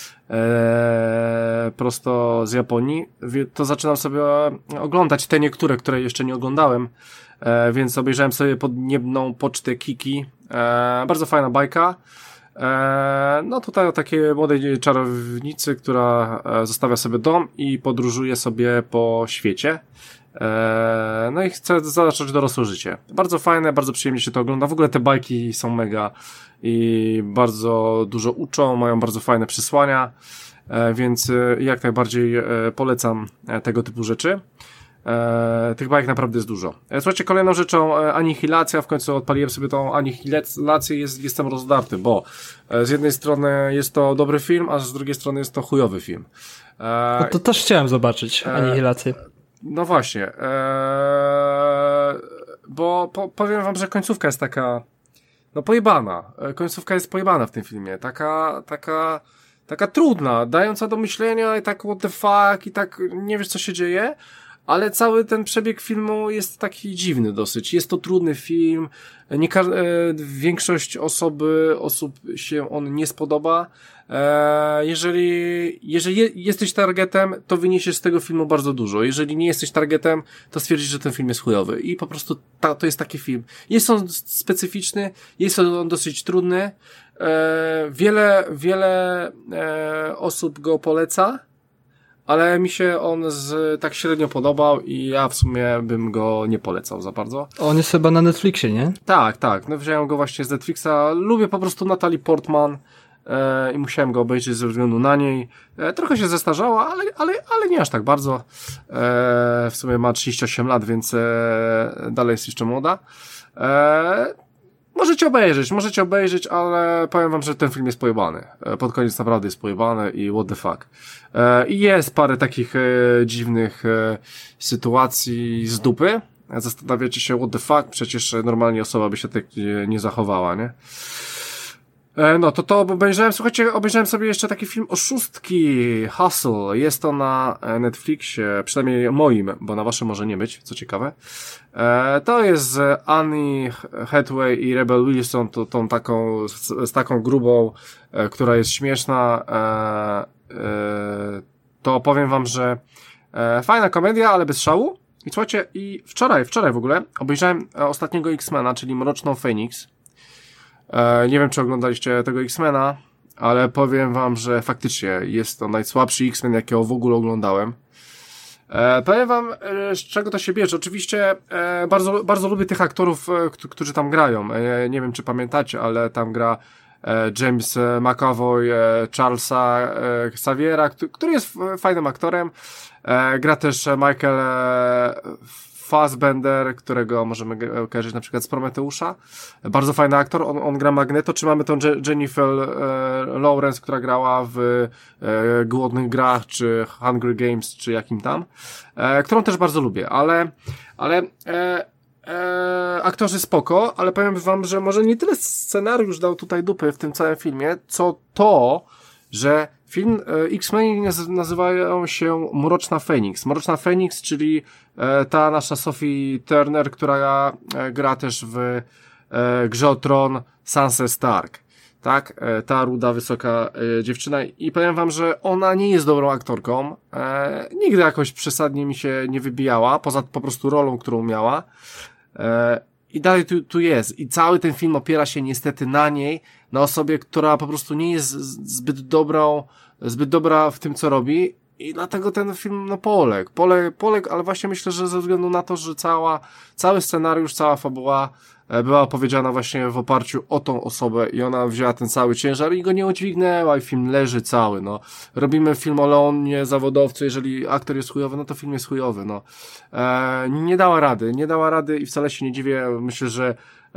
e, prosto z Japonii, to zaczynam sobie oglądać te niektóre, które jeszcze nie oglądałem, e, więc obejrzałem sobie Podniebną pocztę Kiki, e, bardzo fajna bajka. E, no tutaj o takiej młodej czarownicy, która e, zostawia sobie dom i podróżuje sobie po świecie. E, no i chce zacząć dorosłe życie. Bardzo fajne, bardzo przyjemnie się to ogląda. W ogóle te bajki są mega i bardzo dużo uczą, mają bardzo fajne przesłania, e, więc e, jak najbardziej e, polecam e, tego typu rzeczy. E, tych bajek naprawdę jest dużo. E, słuchajcie, kolejną rzeczą e, Anihilacja, w końcu odpaliłem sobie tą Anihilację, jest, jestem rozdarty, bo e, z jednej strony jest to dobry film, a z drugiej strony jest to chujowy film. E, no to też chciałem zobaczyć e, Anihilację. No właśnie, e, bo po, powiem wam, że końcówka jest taka, no pojebana, końcówka jest pojebana w tym filmie, taka, taka, taka trudna, dająca do myślenia i tak what the fuck i tak nie wiesz co się dzieje. Ale cały ten przebieg filmu jest taki dziwny dosyć. Jest to trudny film. Nie ka- e, większość osoby, osób się on nie spodoba. E, jeżeli, jeżeli je, jesteś targetem, to wyniesiesz z tego filmu bardzo dużo. Jeżeli nie jesteś targetem, to stwierdzisz, że ten film jest chujowy. I po prostu ta, to jest taki film. Jest on specyficzny, jest on dosyć trudny. E, wiele, wiele e, osób go poleca. Ale mi się on z, tak średnio podobał i ja w sumie bym go nie polecał za bardzo. On jest chyba na Netflixie, nie? Tak, tak. No wziąłem go właśnie z Netflixa. Lubię po prostu Natalie Portman e, i musiałem go obejrzeć ze względu na niej. E, trochę się zestarzała, ale, ale, ale nie aż tak bardzo. E, w sumie ma trzydzieści osiem lat, więc e, dalej jest jeszcze młoda. E, Możecie obejrzeć, możecie obejrzeć, ale powiem wam, że ten film jest pojebany. Pod koniec naprawdę jest pojebany i what the fuck. I jest parę takich e, dziwnych e, sytuacji z dupy. Zastanawiacie się, what the fuck, przecież normalnie osoba by się tak nie, nie zachowała, nie? E, no to to obejrzałem, słuchajcie, obejrzałem sobie jeszcze taki film Oszustki, Hustle. Jest to na Netflixie, przynajmniej moim, bo na waszym może nie być, co ciekawe. E, to jest z Annie Hathaway i Rebel Wilson, to, tą taką, z, z taką grubą, e, która jest śmieszna. E, e, to powiem wam, że e, fajna komedia, ale bez szału. I słuchajcie, i wczoraj, wczoraj w ogóle obejrzałem ostatniego X-Mena, czyli Mroczną Feniks. E, nie wiem, czy oglądaliście tego X-Mena, ale powiem wam, że faktycznie jest to najsłabszy X-Men, jakiego w ogóle oglądałem. E, powiem wam, e, z czego to się bierze. Oczywiście e, bardzo, bardzo lubię tych aktorów, e, k- którzy tam grają. E, nie wiem, czy pamiętacie, ale tam gra e, James McAvoy, e, Charlesa e, Xaviera, który, który jest fajnym aktorem. E, gra też Michael e, Fassbender, którego możemy kojarzyć na przykład z Prometeusza. Bardzo fajny aktor, on, on gra Magneto, czy mamy tą Je- Jennifer e, Lawrence, która grała w e, Głodnych Grach, czy Hunger Games, czy jakim tam, e, którą też bardzo lubię, ale, ale e, e, aktorzy spoko, ale powiem wam, że może nie tyle scenariusz dał tutaj dupy w tym całym filmie, co to, że film e, X-Men nazywają się Mroczna Feniks. Mroczna Feniks, czyli e, ta nasza Sophie Turner, która e, gra też w e, grze o Tron Sansa Stark. Tak? E, ta ruda, wysoka e, dziewczyna. I powiem wam, że ona nie jest dobrą aktorką. E, nigdy jakoś przesadnie mi się nie wybijała, poza po prostu rolą, którą miała. E, I dalej tu, tu jest. I cały ten film opiera się niestety na niej, na osobie, która po prostu nie jest zbyt dobrą, zbyt dobra w tym, co robi. I dlatego ten film, no, poległ. Poległ, poległ, ale właśnie myślę, że ze względu na to, że cała, cały scenariusz, cała fabuła była opowiedziana właśnie w oparciu o tą osobę i ona wzięła ten cały ciężar i go nie udźwignęła i film leży cały, no. Robimy film o Leonie, zawodowcu, jeżeli aktor jest chujowy, no to film jest chujowy, no. E, nie dała rady, nie dała rady i wcale się nie dziwię, myślę, że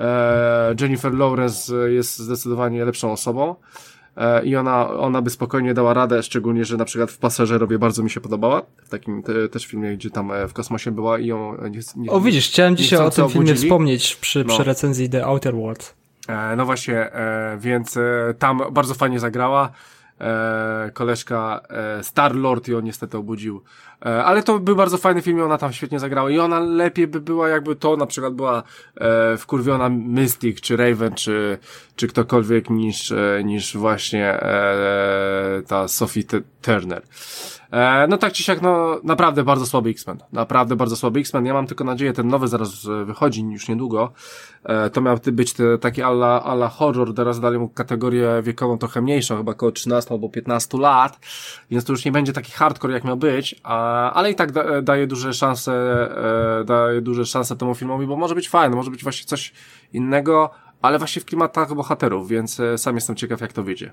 e, Jennifer Lawrence jest zdecydowanie lepszą osobą. I ona, ona by spokojnie dała radę, szczególnie, że na przykład w Pasażerowie bardzo mi się podobała, w takim te, też filmie, gdzie tam w kosmosie była i ją nie, nie, O widzisz, chciałem dzisiaj o tym obudzili. filmie wspomnieć przy, no. przy recenzji The Outer Worlds. E, no właśnie, e, więc e, tam bardzo fajnie zagrała. e, koleżka e, Star-Lord ją niestety obudził. E, ale to był bardzo fajny film i ona tam świetnie zagrała. I ona lepiej by była, jakby to na przykład była e, wkurwiona Mystic, czy Raven, czy, czy ktokolwiek niż, e, niż właśnie e, ta Sophie T- Turner. E, no tak czy siak, no naprawdę bardzo słaby X-Men. Naprawdę bardzo słaby X-Men. Ja mam tylko nadzieję, ten nowy zaraz wychodzi już niedługo. E, to miał być te, taki ala, ala horror, teraz dali mu kategorię wiekową trochę mniejszą, chyba około trzynaście albo piętnaście lat, więc to już nie będzie taki hardcore jak miał być, a, ale i tak da, daje duże szanse, e, daje duże szanse temu filmowi, bo może być fajny, może być właśnie coś innego, ale właśnie w klimatach bohaterów, więc e, sam jestem ciekaw, jak to wyjdzie.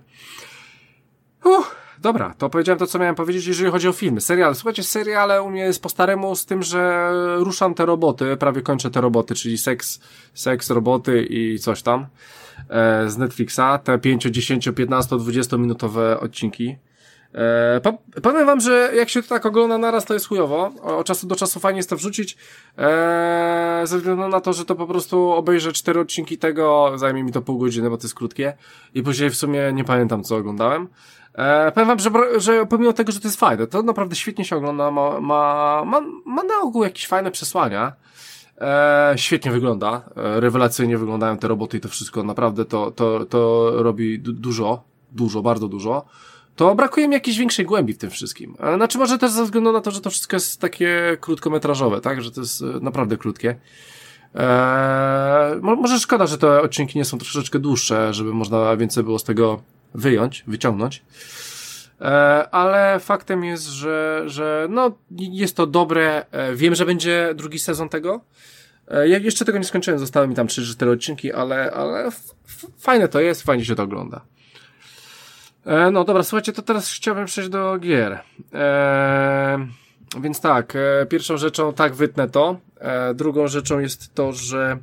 Uff. Dobra, to powiedziałem to, co miałem powiedzieć, jeżeli chodzi o filmy. Seriale. Słuchajcie, seriale u mnie jest po staremu z tym, że ruszam te roboty, prawie kończę te roboty, czyli seks, seks, roboty i coś tam e, z Netflixa. Te pięć, dziesięć, piętnaście, dwadzieścia minutowe odcinki. E, po, powiem wam, że jak się to tak ogląda naraz, to jest chujowo. O, od czasu do czasu fajnie jest to wrzucić, e, ze względu na to, że to po prostu obejrzę cztery odcinki tego, zajmie mi to pół godziny, bo to jest krótkie i później w sumie nie pamiętam, co oglądałem. E, powiem wam, że, że pomimo tego, że to jest fajne, to naprawdę świetnie się ogląda, ma, ma, ma, ma na ogół jakieś fajne przesłania, e, świetnie wygląda, e, rewelacyjnie wyglądają te roboty i to wszystko, naprawdę to, to, to robi du- dużo, dużo, bardzo dużo. To brakuje mi jakiejś większej głębi w tym wszystkim. E, znaczy może też ze względu na to, że to wszystko jest takie krótkometrażowe, tak, że to jest naprawdę krótkie. Eee, może szkoda, że te odcinki nie są troszeczkę dłuższe, żeby można więcej było z tego wyjąć, wyciągnąć. Eee, ale faktem jest, że, że no, jest to dobre. Eee, wiem, że będzie drugi sezon tego. Eee, ja jeszcze tego nie skończyłem, zostały mi tam trzy cztery odcinki, ale, ale f- f- fajne to jest, fajnie się to ogląda. Eee, no dobra, słuchajcie, to teraz chciałbym przejść do gier. Eee, Więc tak, e, pierwszą rzeczą, tak, wytnę to. E, drugą rzeczą jest to, że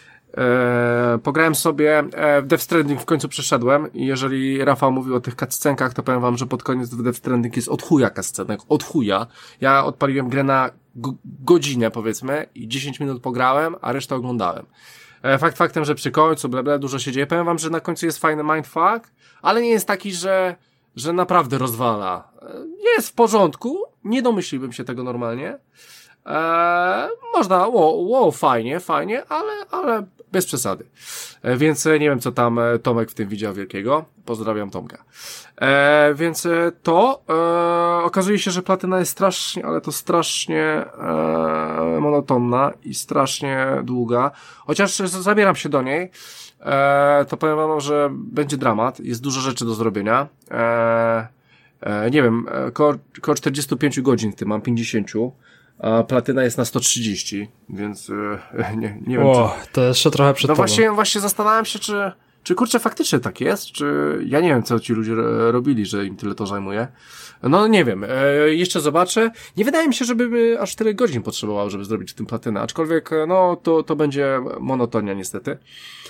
e, pograłem sobie e, w Death Stranding, w końcu przeszedłem i jeżeli Rafał mówił o tych cutscenkach, to powiem wam, że pod koniec w Death Stranding jest od chuja cutscenek, od chuja. Ja odpaliłem grę na go- godzinę, powiedzmy, i dziesięć minut pograłem, a resztę oglądałem. E, fakt faktem, że przy końcu, bla, bla, dużo się dzieje. Powiem wam, że na końcu jest fajny mindfuck, ale nie jest taki, że że naprawdę rozwala. Jest w porządku, nie domyśliłbym się tego normalnie. Eee, można, wow, wow, fajnie, fajnie, ale, ale bez przesady. E, więc nie wiem, co tam Tomek w tym widział wielkiego. Pozdrawiam Tomka. E, więc to e, okazuje się, że platyna jest strasznie, ale to strasznie e, monotonna i strasznie długa. Chociaż zabieram się do niej. E, to powiem wam, że będzie dramat, jest dużo rzeczy do zrobienia. E, e, nie wiem, około, około czterdzieści pięć godzin, ty mam pięćdziesiąt, a platyna jest na sto trzydzieści, więc e, nie, nie wiem. O, czy... to jeszcze trochę przed No tobą. właśnie, właśnie zastanawiam się, czy, czy kurczę faktycznie tak jest, czy ja nie wiem, co ci ludzie robili, że im tyle to zajmuje. No nie wiem, e, jeszcze zobaczę. Nie wydaje mi się, żeby aż tyle godzin potrzebowało, żeby zrobić w tym platynę, aczkolwiek no to, to będzie monotonia niestety.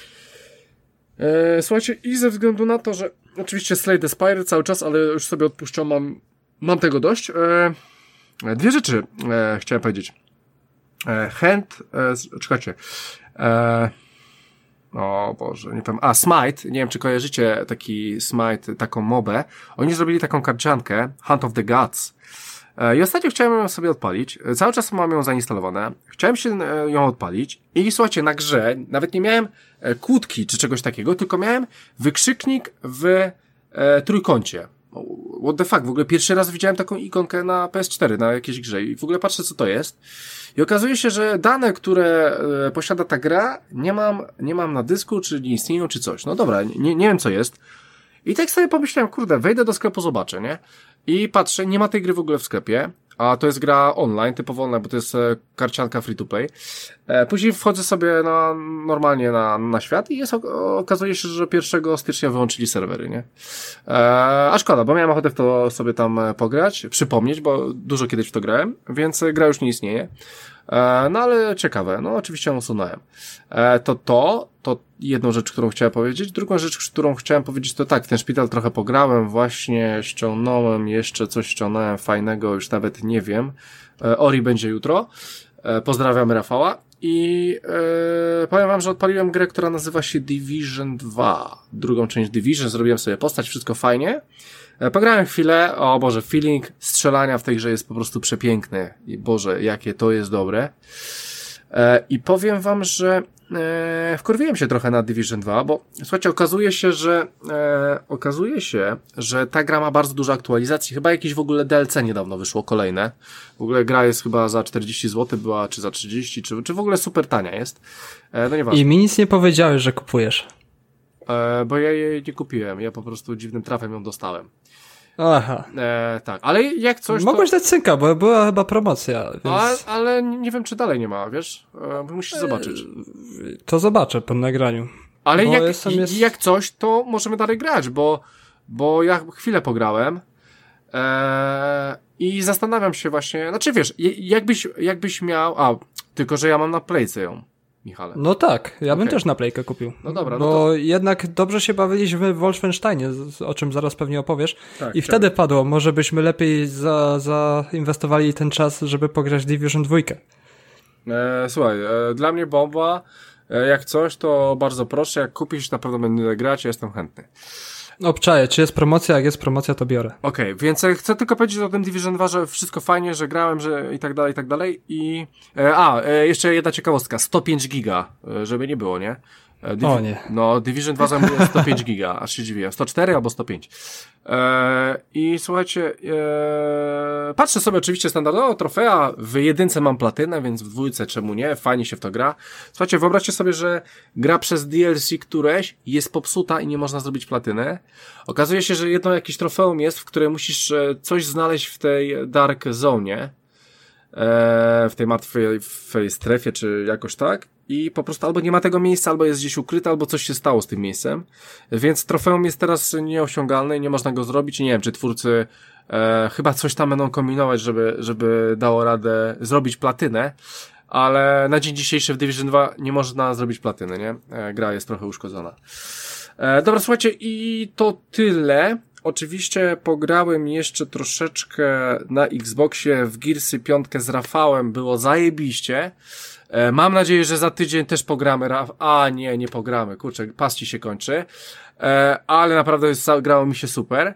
E, słuchajcie, i ze względu na to, że oczywiście Slay the Spire cały czas, ale już sobie odpuszczam, mam, mam tego dość. E, dwie rzeczy e, chciałem powiedzieć. E, Hand, e, czekajcie. E, o Boże, nie powiem. A, Smite, nie wiem, czy kojarzycie taki Smite, taką mobę. Oni zrobili taką karciankę, Hunt of the Gods. I ostatnio chciałem ją sobie odpalić. Cały czas mam ją zainstalowane. Chciałem się ją odpalić i słuchajcie, na grze nawet nie miałem kłódki czy czegoś takiego, tylko miałem wykrzyknik w e, trójkącie. What the fuck, w ogóle pierwszy raz widziałem taką ikonkę na P S cztery, na jakiejś grze i w ogóle patrzę, co to jest. I okazuje się, że dane, które e, posiada ta gra, nie mam, nie mam na dysku, czy nie istnieją, czy coś. No dobra, nie, nie wiem, co jest. I tak sobie pomyślałem, kurde, wejdę do sklepu, zobaczę, nie? I patrzę, nie ma tej gry w ogóle w sklepie, a to jest gra online, typowo online, bo to jest e, karcianka free to play. E, później wchodzę sobie na, normalnie na, na świat i jest, o, okazuje się, że pierwszego stycznia wyłączyli serwery, nie? E, a szkoda, bo miałem ochotę w to sobie tam pograć, przypomnieć, bo dużo kiedyś w to grałem, więc gra już nie istnieje. E, no ale ciekawe, no oczywiście ją usunąłem. E, to to, to jedną rzecz, którą chciałem powiedzieć. Drugą rzecz, którą chciałem powiedzieć, to tak, w ten szpital trochę pograłem, właśnie ściągnąłem, jeszcze coś ściągnąłem fajnego, już nawet nie wiem. E, Ori będzie jutro. E, pozdrawiamy Rafała. i yy, powiem wam, że odpaliłem grę, która nazywa się Division dwa. Drugą część Division, zrobiłem sobie postać, wszystko fajnie. E, pograłem chwilę, o Boże, feeling strzelania w tej grze jest po prostu przepiękny. I Boże, jakie to jest dobre. E, I powiem wam, że e, wkurwiłem się trochę na Division dwa, bo słuchajcie, okazuje się, że e, okazuje się, że ta gra ma bardzo dużo aktualizacji. Chyba jakieś w ogóle D L C niedawno wyszło, kolejne. W ogóle gra jest chyba za czterdzieści złotych była, czy za trzydzieści, czy, czy w ogóle super tania jest. E, no nieważne. I mi nic nie powiedziałeś, że kupujesz. E, bo ja jej nie kupiłem, ja po prostu dziwnym trafem ją dostałem. Aha. E, tak, ale jak coś Mogłeś to... dać synka, bo była chyba promocja, więc... Ale, ale nie wiem, czy dalej nie ma, wiesz? E, musisz zobaczyć. To zobaczę po nagraniu. Ale bo jak, jestem, jest... jak coś, to możemy dalej grać, bo, bo ja chwilę pograłem e, i zastanawiam się właśnie, znaczy wiesz, jakbyś, jakbyś miał, a, tylko że ja mam na Playce ją, Michale. No tak, ja bym Okay. też na Playkę kupił. No dobra, bo no to... jednak dobrze się bawiliśmy w Wolfensteinie, o czym zaraz pewnie opowiesz. Tak, I tak. wtedy padło, może byśmy lepiej za, zainwestowali ten czas, żeby pograć Division dwa. E, słuchaj, e, dla mnie bomba, e, jak coś, to bardzo proszę, jak kupisz, na pewno będę grać, ja jestem chętny. Obczaję, czy jest promocja, jak jest promocja, to biorę. Okej, okay, więc chcę tylko powiedzieć o tym Division dwa, że wszystko fajnie, że grałem, że i tak dalej, i tak dalej i... E, a, e, jeszcze jedna ciekawostka, sto pięć giga, e, żeby nie było, nie? E, Divi- o nie. No, Division dwa zajmuje sto pięć giga, aż się dziwię, sto cztery albo sto pięć. E, I słuchajcie, e, patrzę sobie oczywiście standardowo, trofea, w jedynce mam platynę, więc w dwójce czemu nie, fajnie się w to gra. Słuchajcie, wyobraźcie sobie, że gra przez D L C któreś jest popsuta i nie można zrobić platyny. Okazuje się, że jedno jakieś trofeum jest, w której musisz coś znaleźć w tej Dark Zone, w tej martwej strefie, czy jakoś tak. I po prostu albo nie ma tego miejsca, albo jest gdzieś ukryte, albo coś się stało z tym miejscem. Więc trofeum jest teraz nieosiągalne i nie można go zrobić. I nie wiem, czy twórcy e, chyba coś tam będą kombinować, żeby, żeby dało radę zrobić platynę. Ale na dzień dzisiejszy w Division dwa nie można zrobić platyny, nie? E, gra jest trochę uszkodzona. E, dobra, słuchajcie, i to tyle. Oczywiście pograłem jeszcze troszeczkę na Xboxie w Gearsy piątkę z Rafałem, było zajebiście. E, mam nadzieję, że za tydzień też pogramy, Raf... A nie, nie pogramy, kurczę, pas ci się kończy. E, ale naprawdę jest, grało mi się super.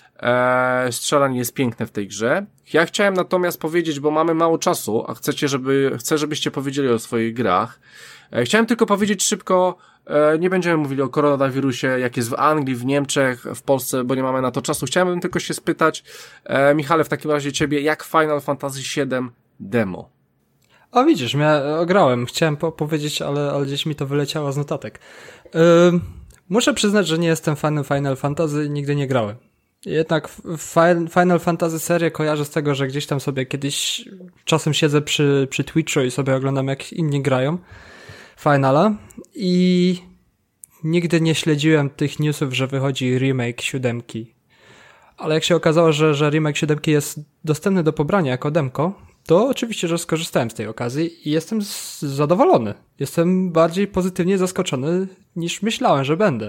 E, strzelanie jest piękne w tej grze. Ja chciałem natomiast powiedzieć, bo mamy mało czasu, a chcecie, żeby, chcę, żebyście powiedzieli o swoich grach. E, chciałem tylko powiedzieć szybko, e, nie będziemy mówili o koronawirusie, jak jest w Anglii, w Niemczech, w Polsce, bo nie mamy na to czasu. Chciałem tylko się spytać, e, Michale, w takim razie ciebie, jak Final Fantasy siedem demo? A widzisz, ja ograłem, chciałem po- powiedzieć, ale, ale gdzieś mi to wyleciało z notatek. Yy, muszę przyznać, że nie jestem fanem Final Fantasy i nigdy nie grałem. Jednak Final Fantasy serię kojarzę z tego, że gdzieś tam sobie kiedyś czasem siedzę przy, przy Twitchu i sobie oglądam, jak inni grają Finala i nigdy nie śledziłem tych newsów, że wychodzi remake siódemki. Ale jak się okazało, że, że remake siódemki jest dostępny do pobrania jako demko, to oczywiście, że skorzystałem z tej okazji i jestem z- zadowolony. Jestem bardziej pozytywnie zaskoczony niż myślałem, że będę.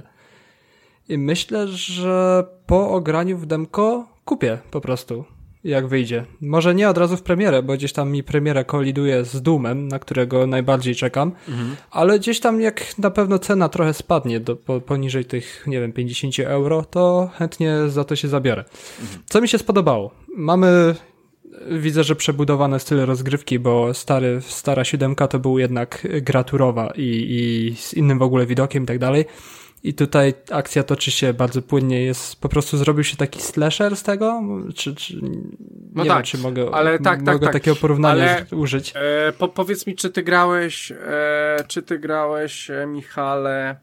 I myślę, że po ograniu w demko kupię po prostu, jak wyjdzie. Może nie od razu w premierę, bo gdzieś tam mi premiera koliduje z Doomem, na którego najbardziej czekam, mhm. ale gdzieś tam jak na pewno cena trochę spadnie do, po, poniżej tych, nie wiem, pięćdziesiąt euro, to chętnie za to się zabiorę. Mhm. Co mi się spodobało? Mamy... Widzę, że przebudowane styl rozgrywki, bo stary, stara siódemka to był jednak gra turowa i, i z innym w ogóle widokiem i tak dalej. I tutaj akcja toczy się bardzo płynnie, jest, po prostu zrobił się taki slasher z tego? Czy, czy nie no wiem, tak, czy mogę, ale tak, mogę tak, takiego porównania ale, użyć. E, po, powiedz mi, czy ty grałeś, e, czy ty grałeś, e, Michale,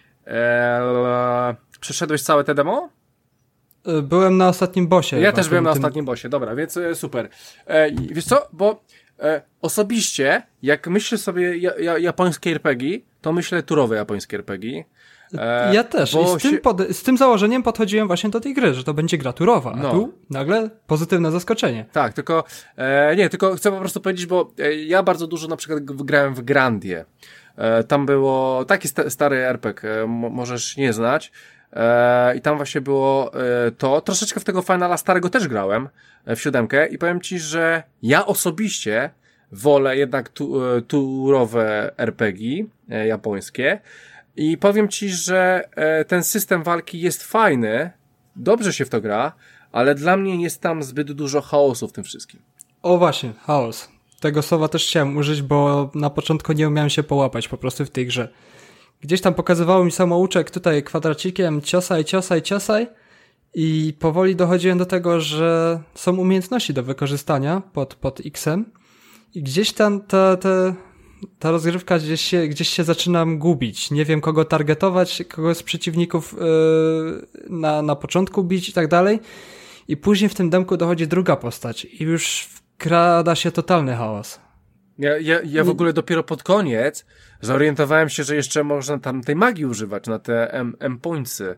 e, przeszedłeś całe te demo? Byłem na ostatnim bossie. Ja też byłem na tym... ostatnim bossie, dobra, więc e, super. E, wiesz co, bo e, osobiście, jak myślę sobie ja, ja, japońskie er pe gie, to myślę turowe japońskie er pe gie. E, ja też i z, się... tym pod, z tym założeniem podchodziłem właśnie do tej gry, że to będzie gra turowa, a no. tu nagle pozytywne zaskoczenie. Tak, tylko e, nie, tylko chcę po prostu powiedzieć, bo e, ja bardzo dużo na przykład grałem w Grandię. E, tam było taki sta, stary er pe gie, e, mo, możesz nie znać. E, I tam właśnie było e, to. Troszeczkę w tego Finala starego też grałem, e, w siódemkę i powiem ci, że ja osobiście wolę jednak tu, turowe er pe gie e, japońskie i powiem ci, że e, ten system walki jest fajny, dobrze się w to gra, ale dla mnie jest tam zbyt dużo chaosu w tym wszystkim. O właśnie, chaos. Tego słowa też chciałem użyć, bo na początku nie umiałem się połapać po prostu w tej grze. Gdzieś tam pokazywało mi samouczek tutaj kwadracikiem ciosaj, ciosaj, ciosaj i powoli dochodziłem do tego, że są umiejętności do wykorzystania pod, pod X-em i gdzieś tam ta, ta, ta rozgrywka gdzieś się, gdzieś się zaczynam gubić. Nie wiem kogo targetować, kogo z przeciwników yy, na, na początku bić i tak dalej. I później w tym demku dochodzi druga postać i już wkrada się totalny chaos. Ja, ja, ja w ogóle dopiero pod koniec zorientowałem się, że jeszcze można tam tej magii używać na te M-pointsy.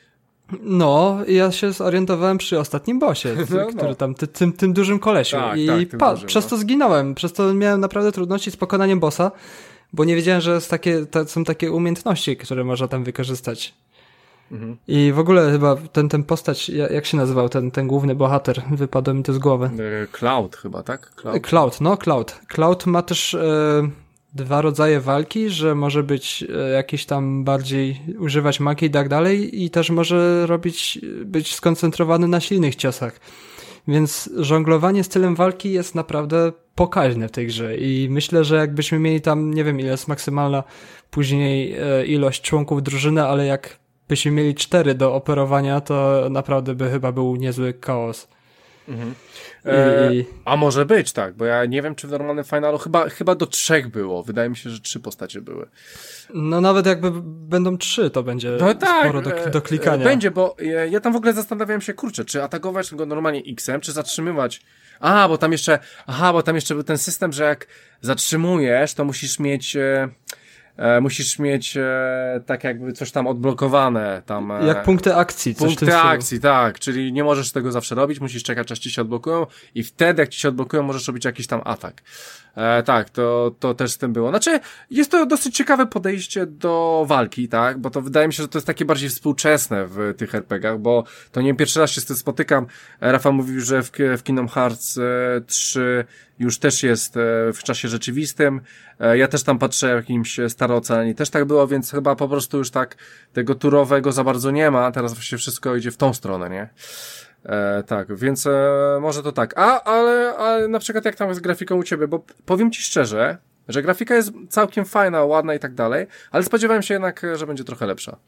No, ja się zorientowałem przy ostatnim bossie, no, no. który tam, ty, tym, tym dużym kolesiu. Tak, I tak, pa, dużym, przez no. to zginąłem, przez to miałem naprawdę trudności z pokonaniem bossa, bo nie wiedziałem, że jest takie, to są takie umiejętności, które można tam wykorzystać. Mhm. I w ogóle chyba ten, ten postać, jak się nazywał ten, ten główny bohater? Wypadło mi to z głowy. Cloud chyba, tak? Cloud, Cloud no Cloud. Cloud ma też e, dwa rodzaje walki, że może być e, jakiś tam bardziej używać magii i tak dalej i też może robić, być skoncentrowany na silnych ciosach. Więc żonglowanie stylem walki jest naprawdę pokaźne w tej grze i myślę, że jakbyśmy mieli tam, nie wiem ile jest maksymalna później e, ilość członków drużyny, ale jak byśmy mieli cztery do operowania, to naprawdę by chyba był niezły chaos. Mhm. E, I... A może być, tak, bo ja nie wiem, czy w normalnym finalu chyba, chyba do trzech było. Wydaje mi się, że trzy postacie były. No nawet jakby będą trzy, to będzie no tak, sporo do, do klikania. Będzie, bo ja, ja tam w ogóle zastanawiałem się, kurczę, czy atakować go normalnie X-em, czy zatrzymywać. A, bo tam jeszcze, aha, bo tam jeszcze był ten system, że jak zatrzymujesz, to musisz mieć... E... E, musisz mieć e, tak jakby coś tam odblokowane. Tam, e, jak punkty akcji. Coś punkty akcji, tak. Czyli nie możesz tego zawsze robić, musisz czekać, aż ci się odblokują i wtedy, jak ci się odblokują, możesz robić jakiś tam atak. E, tak, to, to też z tym było. Znaczy, jest to dosyć ciekawe podejście do walki, tak, bo to wydaje mi się, że to jest takie bardziej współczesne w tych er pe gach, bo to nie pierwszy raz się z tym spotykam. Rafał mówił, że w, w Kingdom Hearts trzy już też jest w czasie rzeczywistym. Ja też tam patrzę w jakimś Starocenie, też tak było, więc chyba po prostu już tak tego turowego za bardzo nie ma, teraz właściwie wszystko idzie w tą stronę, nie? E, tak, więc e, może to tak. A, ale, ale na przykład jak tam jest grafiką u ciebie, bo powiem ci szczerze, że grafika jest całkiem fajna, ładna i tak dalej, ale spodziewałem się jednak, że będzie trochę lepsza.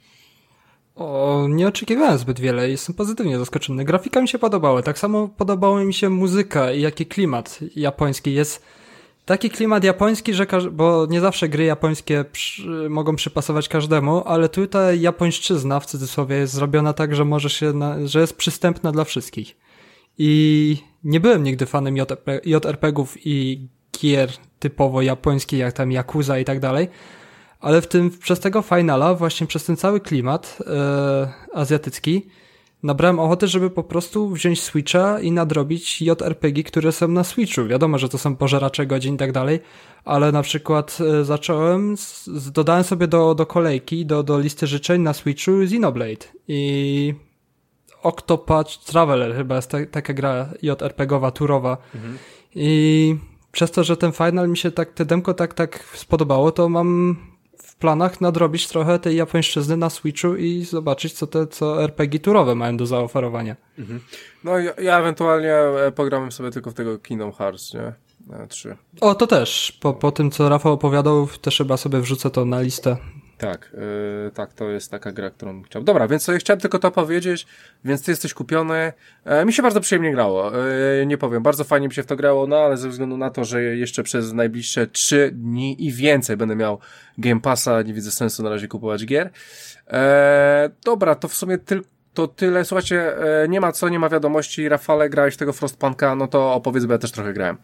O, nie oczekiwałem zbyt wiele i jestem pozytywnie zaskoczony. Grafika mi się podobała, tak samo podobała mi się muzyka i jaki klimat japoński jest. Taki klimat japoński, że każ- bo nie zawsze gry japońskie przy- mogą przypasować każdemu, ale tutaj japońszczyzna w cudzysłowie jest zrobiona tak, że może się, na- że jest przystępna dla wszystkich. I nie byłem nigdy fanem J R P gów i gier typowo japońskich, jak tam Yakuza i tak dalej, ale w tym, przez tego finala, właśnie przez ten cały klimat e, azjatycki, nabrałem ochoty, żeby po prostu wziąć Switcha i nadrobić J R P G, które są na Switchu. Wiadomo, że to są pożeracze godzin i tak dalej, ale na przykład e, zacząłem, z, dodałem sobie do, do kolejki, do, do listy życzeń na Switchu Xenoblade i Octopath Traveler chyba jest ta, taka gra J R P gowa, turowa. Mhm. I przez to, że ten final mi się tak, te demko tak, tak spodobało, to mam w planach nadrobić trochę tej japońszczyzny na Switchu i zobaczyć, co te co er pe gie turowe mają do zaoferowania. Mhm. No ja, ja ewentualnie pogram sobie tylko w tego Kingdom Hearts, nie? trzy. O, to też. Po, po tym, co Rafał opowiadał, też chyba sobie wrzucę to na listę. Tak, yy, tak, to jest taka gra, którą chciałem. Dobra, więc sobie chciałem tylko to powiedzieć, więc ty jesteś kupiony. E, mi się bardzo przyjemnie grało, e, nie powiem, bardzo fajnie mi się w to grało, no ale ze względu na to, że jeszcze przez najbliższe trzy dni i więcej będę miał Game Passa, nie widzę sensu na razie kupować gier. E, dobra, to w sumie tylko to tyle. Słuchajcie, e, nie ma co, nie ma wiadomości. Rafale, grałeś w tego Frostpunka, no to opowiedz, bo ja też trochę grałem.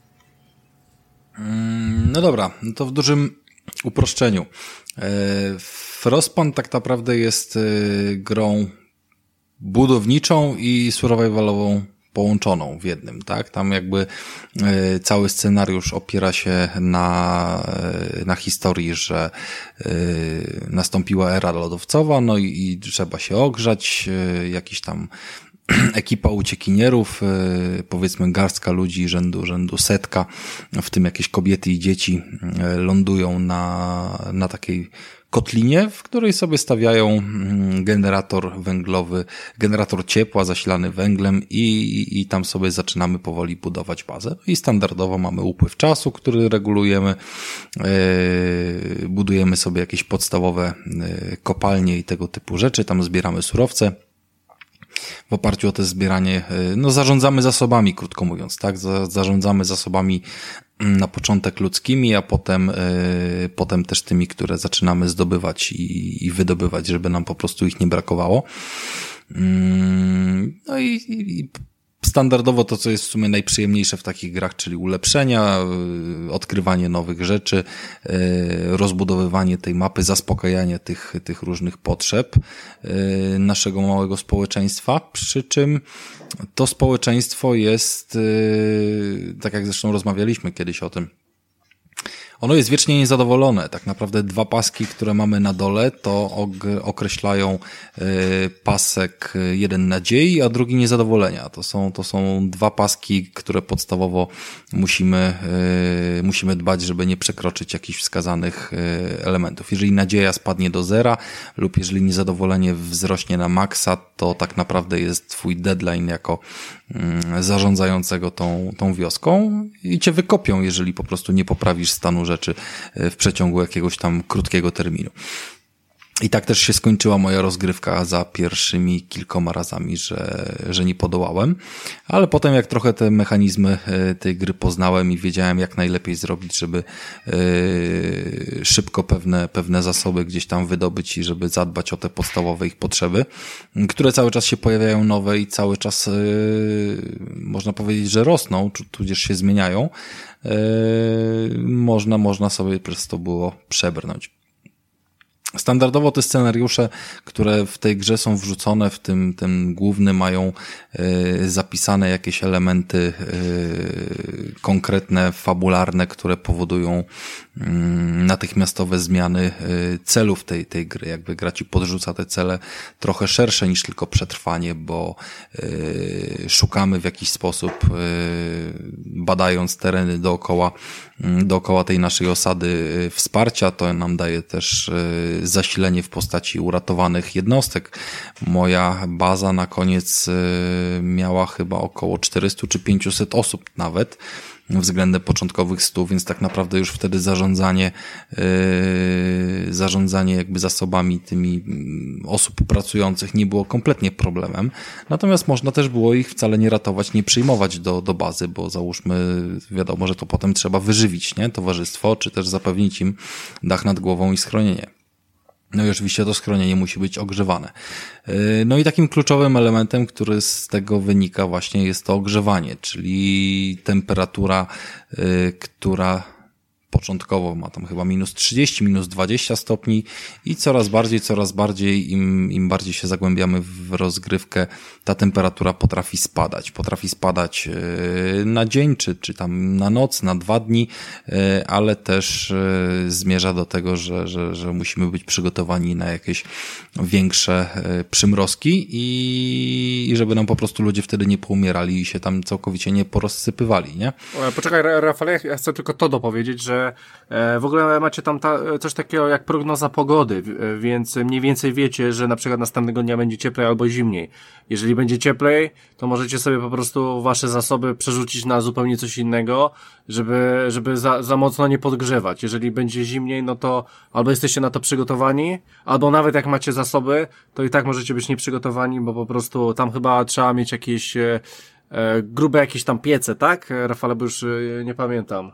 Mm, no dobra, no to w dużym uproszczeniu. Frostpunk tak naprawdę jest grą budowniczą i survivalową połączoną w jednym, tak? Tam jakby cały scenariusz opiera się na, na historii, że nastąpiła era lodowcowa, no i, i trzeba się ogrzać, jakiś tam ekipa uciekinierów, powiedzmy garstka ludzi rzędu, rzędu setka, w tym jakieś kobiety i dzieci lądują na, na takiej kotlinie, w której sobie stawiają generator węglowy, generator ciepła zasilany węglem i, i, i tam sobie zaczynamy powoli budować bazę. I standardowo mamy upływ czasu, który regulujemy, yy, budujemy sobie jakieś podstawowe yy, kopalnie i tego typu rzeczy, tam zbieramy surowce. W oparciu o to zbieranie, no zarządzamy zasobami, krótko mówiąc, tak? Zarządzamy zasobami na początek ludzkimi, a potem, yy, potem też tymi, które zaczynamy zdobywać i, i wydobywać, żeby nam po prostu ich nie brakowało. Yy, no i, i standardowo to, co jest w sumie najprzyjemniejsze w takich grach, czyli ulepszenia, odkrywanie nowych rzeczy, rozbudowywanie tej mapy, zaspokajanie tych, tych różnych potrzeb naszego małego społeczeństwa, przy czym to społeczeństwo jest, tak jak zresztą rozmawialiśmy kiedyś o tym, ono jest wiecznie niezadowolone. Tak naprawdę dwa paski, które mamy na dole, to określają pasek jeden nadziei, a drugi niezadowolenia. To są, to są dwa paski, które podstawowo musimy, musimy dbać, żeby nie przekroczyć jakichś wskazanych elementów. Jeżeli nadzieja spadnie do zera lub jeżeli niezadowolenie wzrośnie na maksa, to tak naprawdę jest twój deadline jako zarządzającego tą, tą wioską i cię wykopią, jeżeli po prostu nie poprawisz stanu rzeczy w przeciągu jakiegoś tam krótkiego terminu. I tak też się skończyła moja rozgrywka za pierwszymi kilkoma razami, że, że nie podołałem, ale potem jak trochę te mechanizmy tej gry poznałem i wiedziałem, jak najlepiej zrobić, żeby yy, szybko pewne, pewne zasoby gdzieś tam wydobyć i żeby zadbać o te podstawowe ich potrzeby, które cały czas się pojawiają nowe i cały czas yy, można powiedzieć, że rosną, tudzież się zmieniają, yy, można, można sobie przez to było przebrnąć. Standardowo te scenariusze, które w tej grze są wrzucone, w tym, tym główny mają y, zapisane jakieś elementy y, konkretne, fabularne, które powodują y, natychmiastowe zmiany y, celów tej, tej gry. Jakby gra ci podrzuca te cele trochę szersze niż tylko przetrwanie, bo y, szukamy w jakiś sposób, y, badając tereny dookoła, y, dookoła tej naszej osady y, wsparcia. To nam daje też y, zasilenie w postaci uratowanych jednostek. Moja baza na koniec miała chyba około czterysta czy pięćset osób nawet względem początkowych stu, więc tak naprawdę już wtedy zarządzanie yy, zarządzanie jakby zasobami tymi osób pracujących nie było kompletnie problemem. Natomiast można też było ich wcale nie ratować, nie przyjmować do, do bazy, bo załóżmy, wiadomo, że to potem trzeba wyżywić, nie? Towarzystwo, czy też zapewnić im dach nad głową i schronienie. No i oczywiście to schronienie musi być ogrzewane. No i takim kluczowym elementem, który z tego wynika właśnie jest to ogrzewanie, czyli temperatura, która początkowo ma tam chyba minus trzydzieści, minus dwadzieścia stopni i coraz bardziej, coraz bardziej, im, im bardziej się zagłębiamy w rozgrywkę, ta temperatura potrafi spadać. Potrafi spadać na dzień, czy, czy tam na noc, na dwa dni, ale też zmierza do tego, że, że, że musimy być przygotowani na jakieś większe przymrozki i, i żeby nam po prostu ludzie wtedy nie poumierali i się tam całkowicie nie porozsypywali, nie? Poczekaj, Rafale, ja chcę tylko to dopowiedzieć, że w ogóle macie tam ta, coś takiego jak prognoza pogody, więc mniej więcej wiecie, że na przykład następnego dnia będzie cieplej albo zimniej. Jeżeli będzie cieplej, to możecie sobie po prostu wasze zasoby przerzucić na zupełnie coś innego, żeby, żeby za, za mocno nie podgrzewać. Jeżeli będzie zimniej, no to albo jesteście na to przygotowani, albo nawet jak macie zasoby, to i tak możecie być nieprzygotowani, bo po prostu tam chyba trzeba mieć jakieś e, e, grube jakieś tam piece, tak? Rafale, bo już e, nie pamiętam.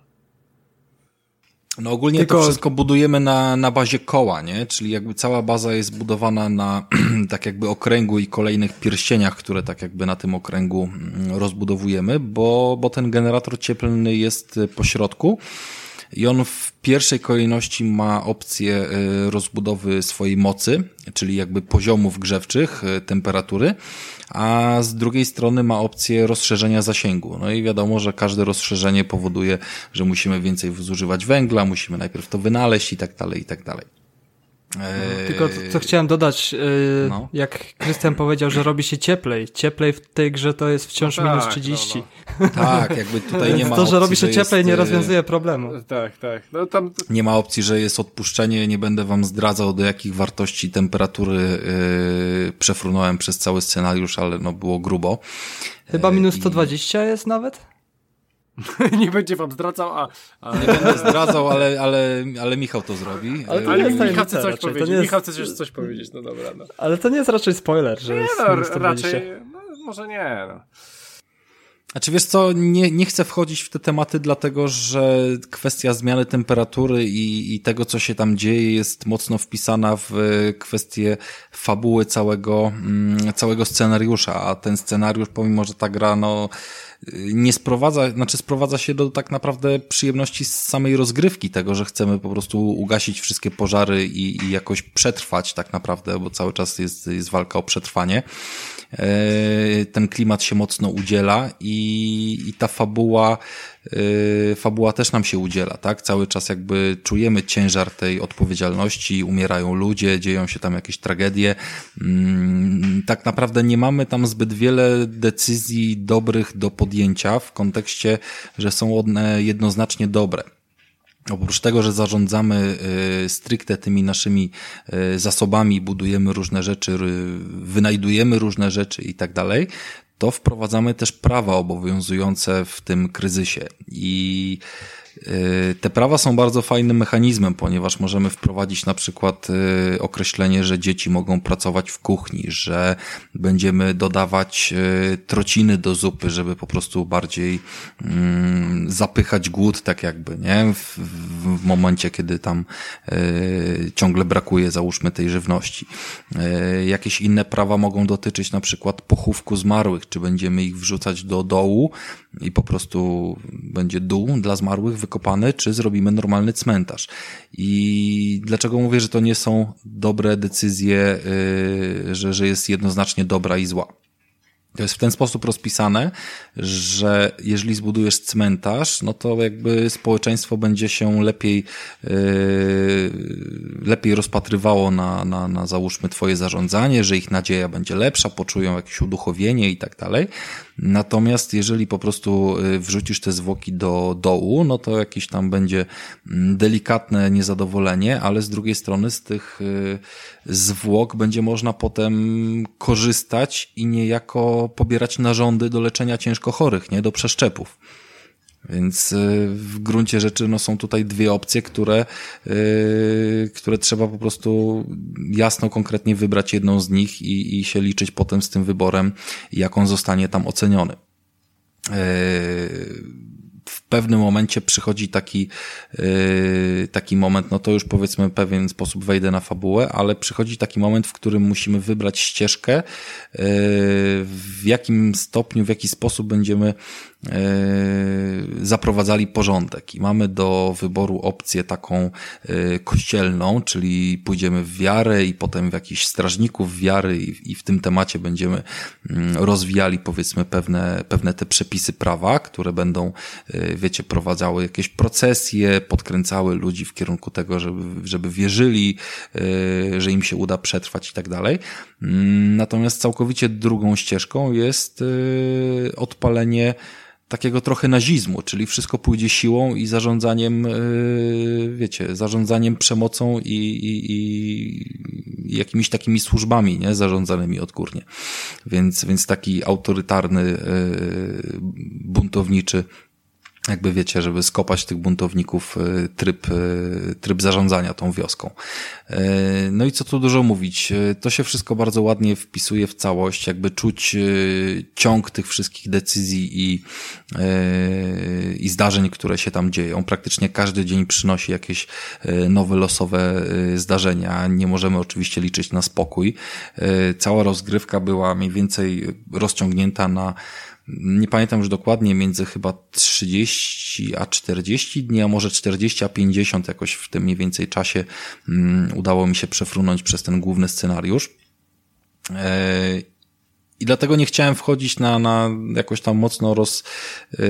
No ogólnie Tylko... to wszystko budujemy na, na bazie koła, nie? Czyli jakby cała baza jest budowana na tak jakby okręgu i kolejnych pierścieniach, które tak jakby na tym okręgu rozbudowujemy, bo, bo ten generator cieplny jest po środku i on w pierwszej kolejności ma opcję rozbudowy swojej mocy, czyli jakby poziomów grzewczych, temperatury, a z drugiej strony ma opcję rozszerzenia zasięgu. No i wiadomo, że każde rozszerzenie powoduje, że musimy więcej zużywać węgla, musimy najpierw to wynaleźć i tak dalej, i tak dalej. Eee... Tylko co, co chciałem dodać, yy, no. jak Krystian powiedział, że robi się cieplej. Cieplej w tej grze to jest wciąż no tak, minus trzydzieści. No, no. Tak, jakby tutaj nie ma to, opcji, że robi się cieplej jest... nie rozwiązuje problemu. Tak, tak. No, tam... Nie ma opcji, że jest odpuszczenie. Nie będę wam zdradzał, do jakich wartości temperatury yy, przefrunąłem przez cały scenariusz, ale no było grubo. Chyba minus sto dwadzieścia I... jest nawet? Nie będzie wam zdradzał, a... a... Nie będę zdradzał, ale, ale, ale Michał to zrobi. Ale, to ale nie jest Michał chce coś raczej, powiedzieć. jest... Michał chce coś, coś powiedzieć, no dobra. No. Ale to nie jest raczej spoiler, że nie, jest no, minus sto dwadzieścia. raczej, no, może nie, no. Znaczy wiesz co, nie, nie chcę wchodzić w te tematy, dlatego że kwestia zmiany temperatury i, i tego, co się tam dzieje, jest mocno wpisana w kwestię fabuły całego, całego scenariusza, a ten scenariusz, pomimo że ta gra, no, nie sprowadza, znaczy sprowadza się do tak naprawdę przyjemności z samej rozgrywki, tego, że chcemy po prostu ugasić wszystkie pożary i, i jakoś przetrwać tak naprawdę, bo cały czas jest, jest walka o przetrwanie. Ten klimat się mocno udziela i, i ta fabuła, fabuła też nam się udziela, tak? Cały czas jakby czujemy ciężar tej odpowiedzialności, umierają ludzie, dzieją się tam jakieś tragedie. Tak naprawdę nie mamy tam zbyt wiele decyzji dobrych do podjęcia w kontekście, że są one jednoznacznie dobre. Oprócz tego, że zarządzamy y, stricte tymi naszymi y, zasobami, budujemy różne rzeczy, y, wynajdujemy różne rzeczy i tak dalej, to wprowadzamy też prawa obowiązujące w tym kryzysie. I te prawa są bardzo fajnym mechanizmem, ponieważ możemy wprowadzić na przykład określenie, że dzieci mogą pracować w kuchni, że będziemy dodawać trociny do zupy, żeby po prostu bardziej mm, zapychać głód, tak jakby, nie? W, w momencie, kiedy tam y, ciągle brakuje, załóżmy, tej żywności. Y, jakieś inne prawa mogą dotyczyć na przykład pochówku zmarłych, czy będziemy ich wrzucać do dołu i po prostu będzie dół dla zmarłych wykopany, czy zrobimy normalny cmentarz. I dlaczego mówię, że to nie są dobre decyzje, yy, że, że jest jednoznacznie dobra i zła? To jest w ten sposób rozpisane, że jeżeli zbudujesz cmentarz, no to jakby społeczeństwo będzie się lepiej yy, lepiej rozpatrywało na, na, na załóżmy twoje zarządzanie, że ich nadzieja będzie lepsza, poczują jakieś uduchowienie i tak dalej. Natomiast jeżeli po prostu wrzucisz te zwłoki do dołu, no to jakieś tam będzie delikatne niezadowolenie, ale z drugiej strony z tych zwłok będzie można potem korzystać i niejako pobierać narządy do leczenia ciężko chorych, nie? Do przeszczepów. Więc w gruncie rzeczy no, są tutaj dwie opcje, które, yy, które trzeba po prostu jasno, konkretnie wybrać jedną z nich i, i się liczyć potem z tym wyborem, jak on zostanie tam oceniony. Yy, w pewnym momencie przychodzi taki, yy, taki moment, no to już powiedzmy w pewien sposób wejdę na fabułę, ale przychodzi taki moment, w którym musimy wybrać ścieżkę, yy, w jakim stopniu, w jaki sposób będziemy yy, zaprowadzali porządek. I mamy do wyboru opcję taką yy, kościelną, czyli pójdziemy w wiarę i potem w jakichś strażników wiary i, i w tym temacie będziemy yy, rozwijali powiedzmy pewne, pewne te przepisy prawa, które będą yy, wiecie, prowadzały jakieś procesje, podkręcały ludzi w kierunku tego, żeby, żeby wierzyli, yy, że im się uda przetrwać i tak dalej. Natomiast całkowicie drugą ścieżką jest yy, odpalenie takiego trochę nazizmu, czyli wszystko pójdzie siłą i zarządzaniem, yy, wiecie, zarządzaniem przemocą i, i, i jakimiś takimi służbami, nie, zarządzanymi odgórnie. Więc, więc taki autorytarny, yy, buntowniczy, jakby wiecie, żeby skopać tych buntowników tryb, tryb zarządzania tą wioską. No i co tu dużo mówić, to się wszystko bardzo ładnie wpisuje w całość, jakby czuć ciąg tych wszystkich decyzji i, i zdarzeń, które się tam dzieją. Praktycznie każdy dzień przynosi jakieś nowe losowe zdarzenia. Nie możemy oczywiście liczyć na spokój. Cała rozgrywka była mniej więcej rozciągnięta na, nie pamiętam już dokładnie, między chyba trzydzieści a czterdzieści dni, a może czterdzieści a pięćdziesiąt, jakoś w tym mniej więcej czasie um, udało mi się przefrunąć przez ten główny scenariusz. E, I dlatego nie chciałem wchodzić na, na jakoś tam mocno roz, yy,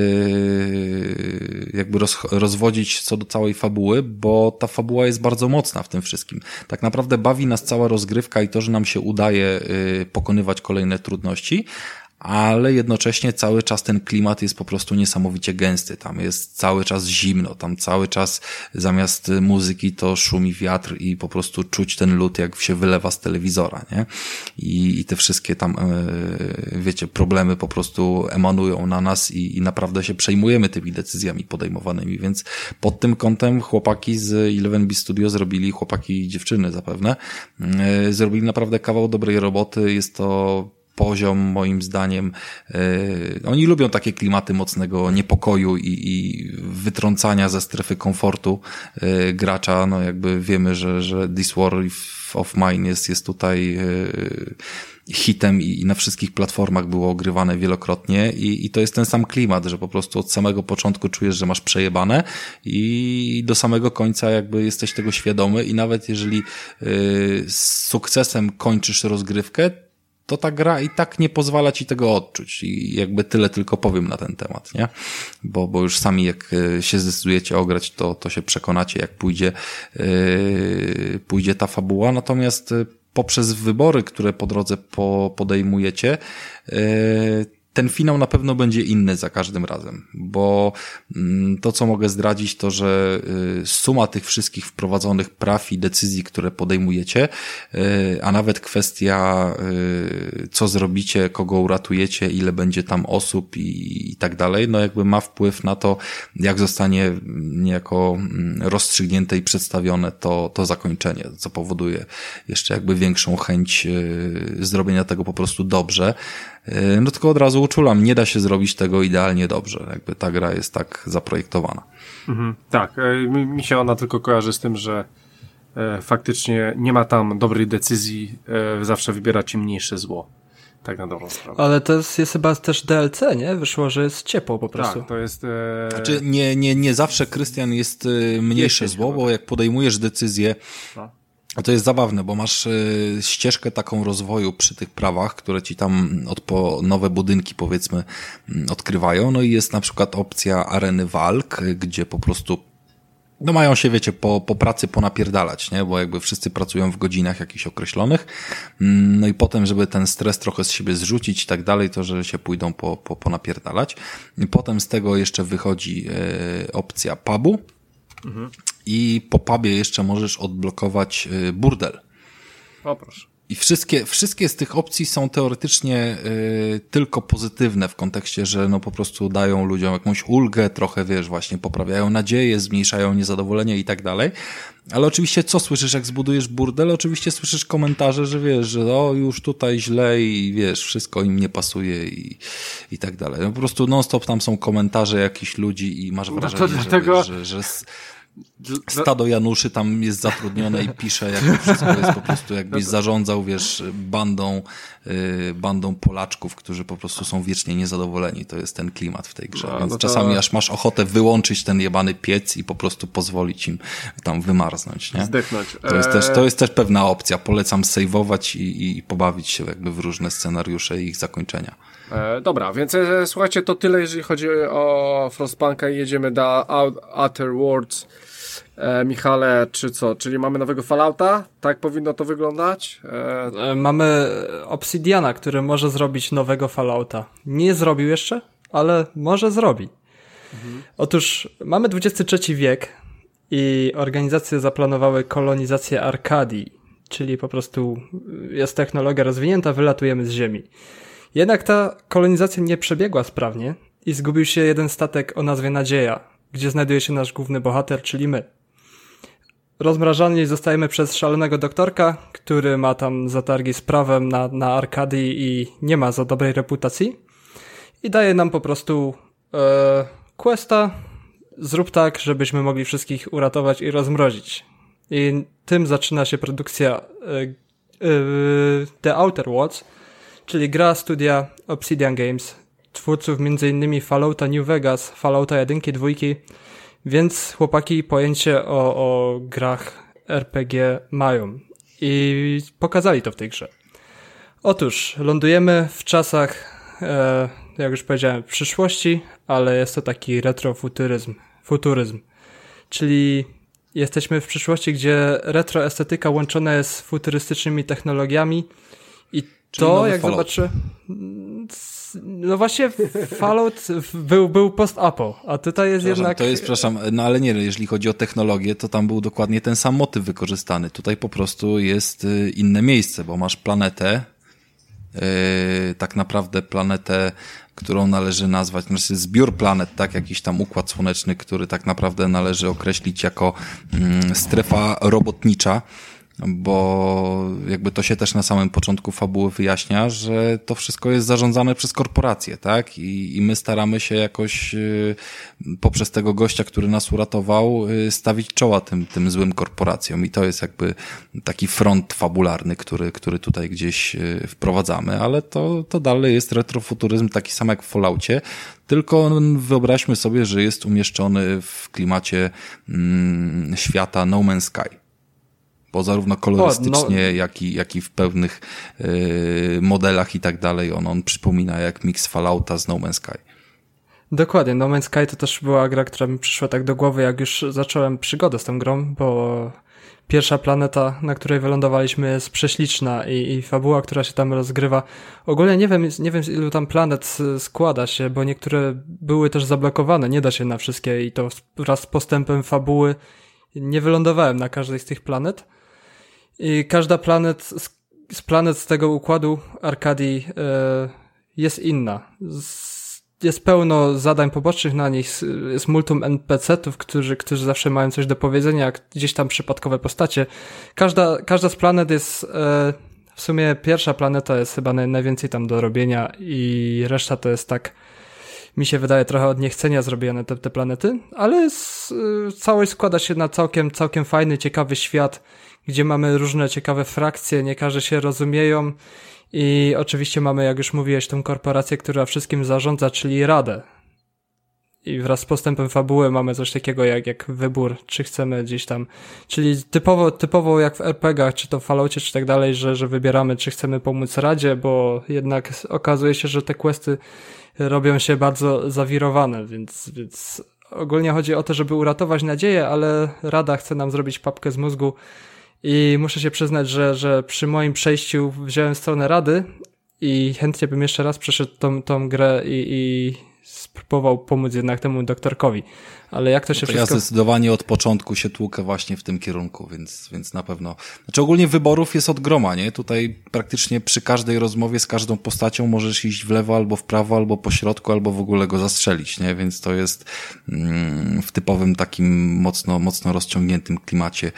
jakby roz, rozwodzić co do całej fabuły, bo ta fabuła jest bardzo mocna w tym wszystkim. Tak naprawdę bawi nas cała rozgrywka i to, że nam się udaje yy, pokonywać kolejne trudności, ale jednocześnie cały czas ten klimat jest po prostu niesamowicie gęsty. Tam jest cały czas zimno, tam cały czas zamiast muzyki to szumi wiatr i po prostu czuć ten lód, jak się wylewa z telewizora, nie? I, i te wszystkie tam, yy, wiecie, problemy po prostu emanują na nas i, i naprawdę się przejmujemy tymi decyzjami podejmowanymi, więc pod tym kątem chłopaki z Eleven Beat Studio zrobili, chłopaki i dziewczyny zapewne, yy, zrobili naprawdę kawał dobrej roboty. Jest to poziom, moim zdaniem, yy, oni lubią takie klimaty mocnego niepokoju i, i wytrącania ze strefy komfortu yy, gracza. No jakby wiemy, że, że This War of Mine jest, jest tutaj yy, hitem i, i na wszystkich platformach było ogrywane wielokrotnie i, i to jest ten sam klimat, że po prostu od samego początku czujesz, że masz przejebane i do samego końca jakby jesteś tego świadomy i nawet jeżeli yy, z sukcesem kończysz rozgrywkę, to ta gra i tak nie pozwala ci tego odczuć i jakby tyle tylko powiem na ten temat, nie? Bo, bo już sami jak się zdecydujecie ograć, to, to się przekonacie, jak pójdzie, yy, pójdzie ta fabuła, natomiast poprzez wybory, które po drodze po, podejmujecie, yy, ten finał na pewno będzie inny za każdym razem, bo to, co mogę zdradzić, to, że suma tych wszystkich wprowadzonych praw i decyzji, które podejmujecie, a nawet kwestia, co zrobicie, kogo uratujecie, ile będzie tam osób i, i tak dalej, no jakby ma wpływ na to, jak zostanie niejako rozstrzygnięte i przedstawione to, to zakończenie, co powoduje jeszcze jakby większą chęć zrobienia tego po prostu dobrze. No tylko od razu uczulam, nie da się zrobić tego idealnie dobrze. Jakby ta gra jest tak zaprojektowana. Mhm, tak, mi, mi się ona tylko kojarzy z tym, że e, faktycznie nie ma tam dobrej decyzji, e, zawsze wybieracie mniejsze zło. Tak na dobrą sprawę. Ale to jest, jest chyba też D L C, nie? Wyszło, że jest ciepło po prostu. Tak, to jest... E... Znaczy nie, nie, nie zawsze, Krystian, jest mniejsze jest zło, bo jak podejmujesz decyzję, no. To jest zabawne, bo masz y, ścieżkę taką rozwoju przy tych prawach, które ci tam odpo, nowe budynki powiedzmy y, odkrywają, no i jest na przykład opcja areny walk, y, gdzie po prostu no mają się, wiecie, po, po pracy ponapierdalać, nie? Bo jakby wszyscy pracują w godzinach jakichś określonych, y, no i potem, żeby ten stres trochę z siebie zrzucić i tak dalej, to że się pójdą po, po, ponapierdalać. I potem z tego jeszcze wychodzi y, opcja pubu. Mhm. I po pubie jeszcze możesz odblokować y, burdel. O proszę. I wszystkie, wszystkie z tych opcji są teoretycznie y, tylko pozytywne w kontekście, że no po prostu dają ludziom jakąś ulgę, trochę wiesz, właśnie poprawiają nadzieję, zmniejszają niezadowolenie i tak dalej. Ale oczywiście co słyszysz, jak zbudujesz burdel? Oczywiście słyszysz komentarze, że wiesz, że o już tutaj źle i wiesz, wszystko im nie pasuje i, i tak dalej. No po prostu non stop tam są komentarze jakichś ludzi i masz wrażenie, no to dlatego... że, wiesz, że, że stado Januszy tam jest zatrudnione i pisze, jak wszystko jest po prostu jakbyś zarządzał, wiesz, bandą, yy, bandą Polaczków, którzy po prostu są wiecznie niezadowoleni. To jest ten klimat w tej grze. No, Więc no to... czasami aż masz ochotę wyłączyć ten jebany piec i po prostu pozwolić im tam wymarznąć, nie? Zdechnąć. To jest też, to jest też pewna opcja. Polecam sejwować i, i pobawić się jakby w różne scenariusze i ich zakończenia. E, dobra, więc e, słuchajcie, to tyle, jeżeli chodzi o Frostpunka i jedziemy do Outer Worlds. E, Michale, czy co? Czyli mamy nowego Fallouta? Tak powinno to wyglądać? E... Mamy Obsidiana, który może zrobić nowego Fallouta. Nie zrobił jeszcze, ale może zrobi. Mhm. Otóż mamy dwudziesty trzeci wiek i organizacje zaplanowały kolonizację Arkadii, czyli po prostu jest technologia rozwinięta, wylatujemy z Ziemi. Jednak ta kolonizacja nie przebiegła sprawnie i zgubił się jeden statek o nazwie Nadzieja, gdzie znajduje się nasz główny bohater, czyli my. Rozmrażani zostajemy przez szalonego doktorka, który ma tam zatargi z prawem na, na Arkadii i nie ma za dobrej reputacji. I daje nam po prostu e, questa, zrób tak, żebyśmy mogli wszystkich uratować i rozmrozić. I tym zaczyna się produkcja e, e, The Outer Worlds, czyli gra studia Obsidian Games, twórców między innymi Fallouta New Vegas, Fallouta jeden, dwa, więc chłopaki pojęcie o, o grach R P G mają i pokazali to w tej grze. Otóż lądujemy w czasach, e, jak już powiedziałem, przyszłości, ale jest to taki retrofuturyzm, futuryzm, czyli jesteśmy w przyszłości, gdzie retroestetyka łączona jest z futurystycznymi technologiami i czyli to, jak Fallout. Zobaczę, no właśnie Fallout był, był post-apo, a tutaj jest jednak... To jest, przepraszam, no ale nie, jeżeli chodzi o technologię, to tam był dokładnie ten sam motyw wykorzystany. Tutaj po prostu jest inne miejsce, bo masz planetę, yy, tak naprawdę planetę, którą należy nazwać, znaczy zbiór planet, tak, jakiś tam układ słoneczny, który tak naprawdę należy określić jako mm, strefa robotnicza, bo jakby to się też na samym początku fabuły wyjaśnia, że to wszystko jest zarządzane przez korporacje, tak? I, i my staramy się jakoś y, poprzez tego gościa, który nas uratował, y, stawić czoła tym, tym złym korporacjom i to jest jakby taki front fabularny, który, który tutaj gdzieś y, wprowadzamy, ale to, to dalej jest retrofuturyzm taki sam jak w Falloutie, tylko wyobraźmy sobie, że jest umieszczony w klimacie mm, świata No Man's Sky. Bo zarówno kolorystycznie, o, no. jak, i, jak i w pewnych y, modelach i tak dalej, on, on przypomina jak mix Fallouta z No Man's Sky. Dokładnie, No Man's Sky to też była gra, która mi przyszła tak do głowy, jak już zacząłem przygodę z tą grą, bo pierwsza planeta, na której wylądowaliśmy, jest prześliczna i, i fabuła, która się tam rozgrywa. Ogólnie nie wiem, nie wiem, z ilu tam planet składa się, bo niektóre były też zablokowane, nie da się na wszystkie i to wraz z postępem fabuły nie wylądowałem na każdej z tych planet. I każda planet, z, z planet z tego układu Arkadii y, jest inna. Z, jest pełno zadań pobocznych na nich, jest multum en pe ce ów, którzy, którzy zawsze mają coś do powiedzenia, jak gdzieś tam przypadkowe postacie. Każda, każda z planet jest, y, w sumie pierwsza planeta jest chyba naj, najwięcej tam do robienia i reszta to jest tak, mi się wydaje, trochę od niechcenia zrobione te, te planety, ale z, y, całość składa się na całkiem, całkiem fajny, ciekawy świat, gdzie mamy różne ciekawe frakcje, nie każdy się rozumieją i oczywiście mamy, jak już mówiłeś, tą korporację, która wszystkim zarządza, czyli Radę. I wraz z postępem fabuły mamy coś takiego jak, jak wybór, czy chcemy gdzieś tam, czyli typowo, typowo jak w er pe gach, czy to w Falloutie, czy tak dalej, że, że wybieramy, czy chcemy pomóc Radzie, bo jednak okazuje się, że te questy robią się bardzo zawirowane, więc, więc ogólnie chodzi o to, żeby uratować nadzieję, ale Rada chce nam zrobić papkę z mózgu i muszę się przyznać, że, że przy moim przejściu wziąłem stronę Rady i chętnie bym jeszcze raz przeszedł tą, tą grę i, i spróbował pomóc jednak temu doktorkowi. Ale jak to się no to wszystko... Ja zdecydowanie od początku się tłukę właśnie w tym kierunku, więc, więc na pewno... Znaczy ogólnie wyborów jest od groma, nie? Tutaj praktycznie przy każdej rozmowie z każdą postacią możesz iść w lewo albo w prawo, albo po środku, albo w ogóle go zastrzelić, nie? Więc to jest mm, w typowym takim mocno, mocno rozciągniętym klimacie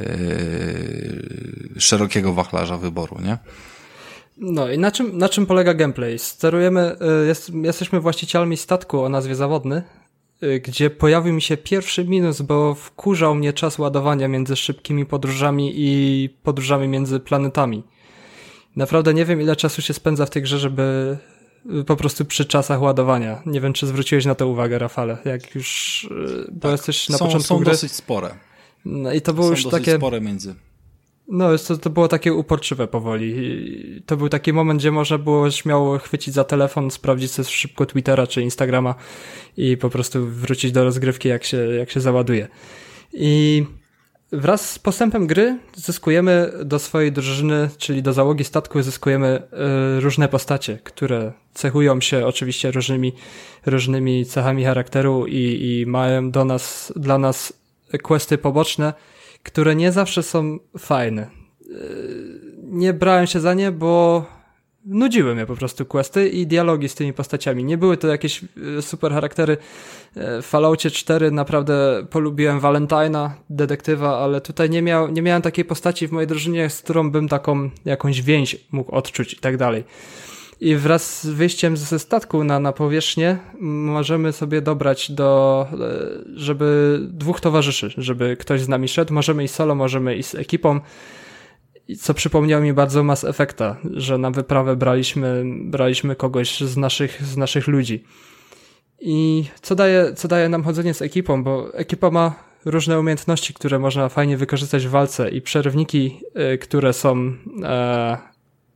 yy, szerokiego wachlarza wyboru, nie? No i na czym, na czym polega gameplay? Sterujemy, jest, jesteśmy właścicielami statku o nazwie Zawodny, gdzie pojawił mi się pierwszy minus, bo wkurzał mnie czas ładowania między szybkimi podróżami i podróżami między planetami. Naprawdę nie wiem, ile czasu się spędza w tej grze, żeby po prostu przy czasach ładowania. Nie wiem, czy zwróciłeś na to uwagę, Rafale, jak już, bo tak, jesteś na są, początku są gry. dosyć spore. No i to było są już dosyć takie... spore między... No, to, to było takie uporczywe powoli. I to był taki moment, gdzie można było śmiało chwycić za telefon, sprawdzić sobie szybko Twittera czy Instagrama i po prostu wrócić do rozgrywki, jak się, jak się załaduje. I wraz z postępem gry zyskujemy do swojej drużyny, czyli do załogi statku, zyskujemy y, różne postacie, które cechują się oczywiście różnymi, różnymi cechami charakteru i, i mają do nas, dla nas questy poboczne, które nie zawsze są fajne. Nie brałem się za nie, bo nudziły mnie po prostu questy i dialogi z tymi postaciami. Nie były to jakieś super charaktery. W Falloutie cztery naprawdę polubiłem Valentina, detektywa, ale tutaj nie, miał, nie miałem takiej postaci w mojej drużynie, z którą bym taką jakąś więź mógł odczuć i tak dalej. I wraz z wyjściem ze statku na, na powierzchnię możemy sobie dobrać do, żeby dwóch towarzyszy, żeby ktoś z nami szedł. Możemy iść solo, możemy iść z ekipą. Co przypomniało mi bardzo Mass Effecta, że na wyprawę braliśmy, braliśmy kogoś z naszych, z naszych ludzi. I co daje, co daje nam chodzenie z ekipą, bo ekipa ma różne umiejętności, które można fajnie wykorzystać w walce i przerywniki, y, które są... E,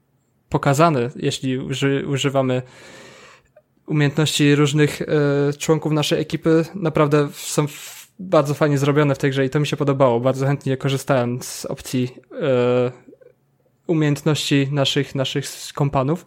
pokazane, jeśli uży, używamy umiejętności różnych e, członków naszej ekipy, naprawdę są w, bardzo fajnie zrobione w tej grze i to mi się podobało. Bardzo chętnie korzystałem z opcji e, umiejętności naszych, naszych kompanów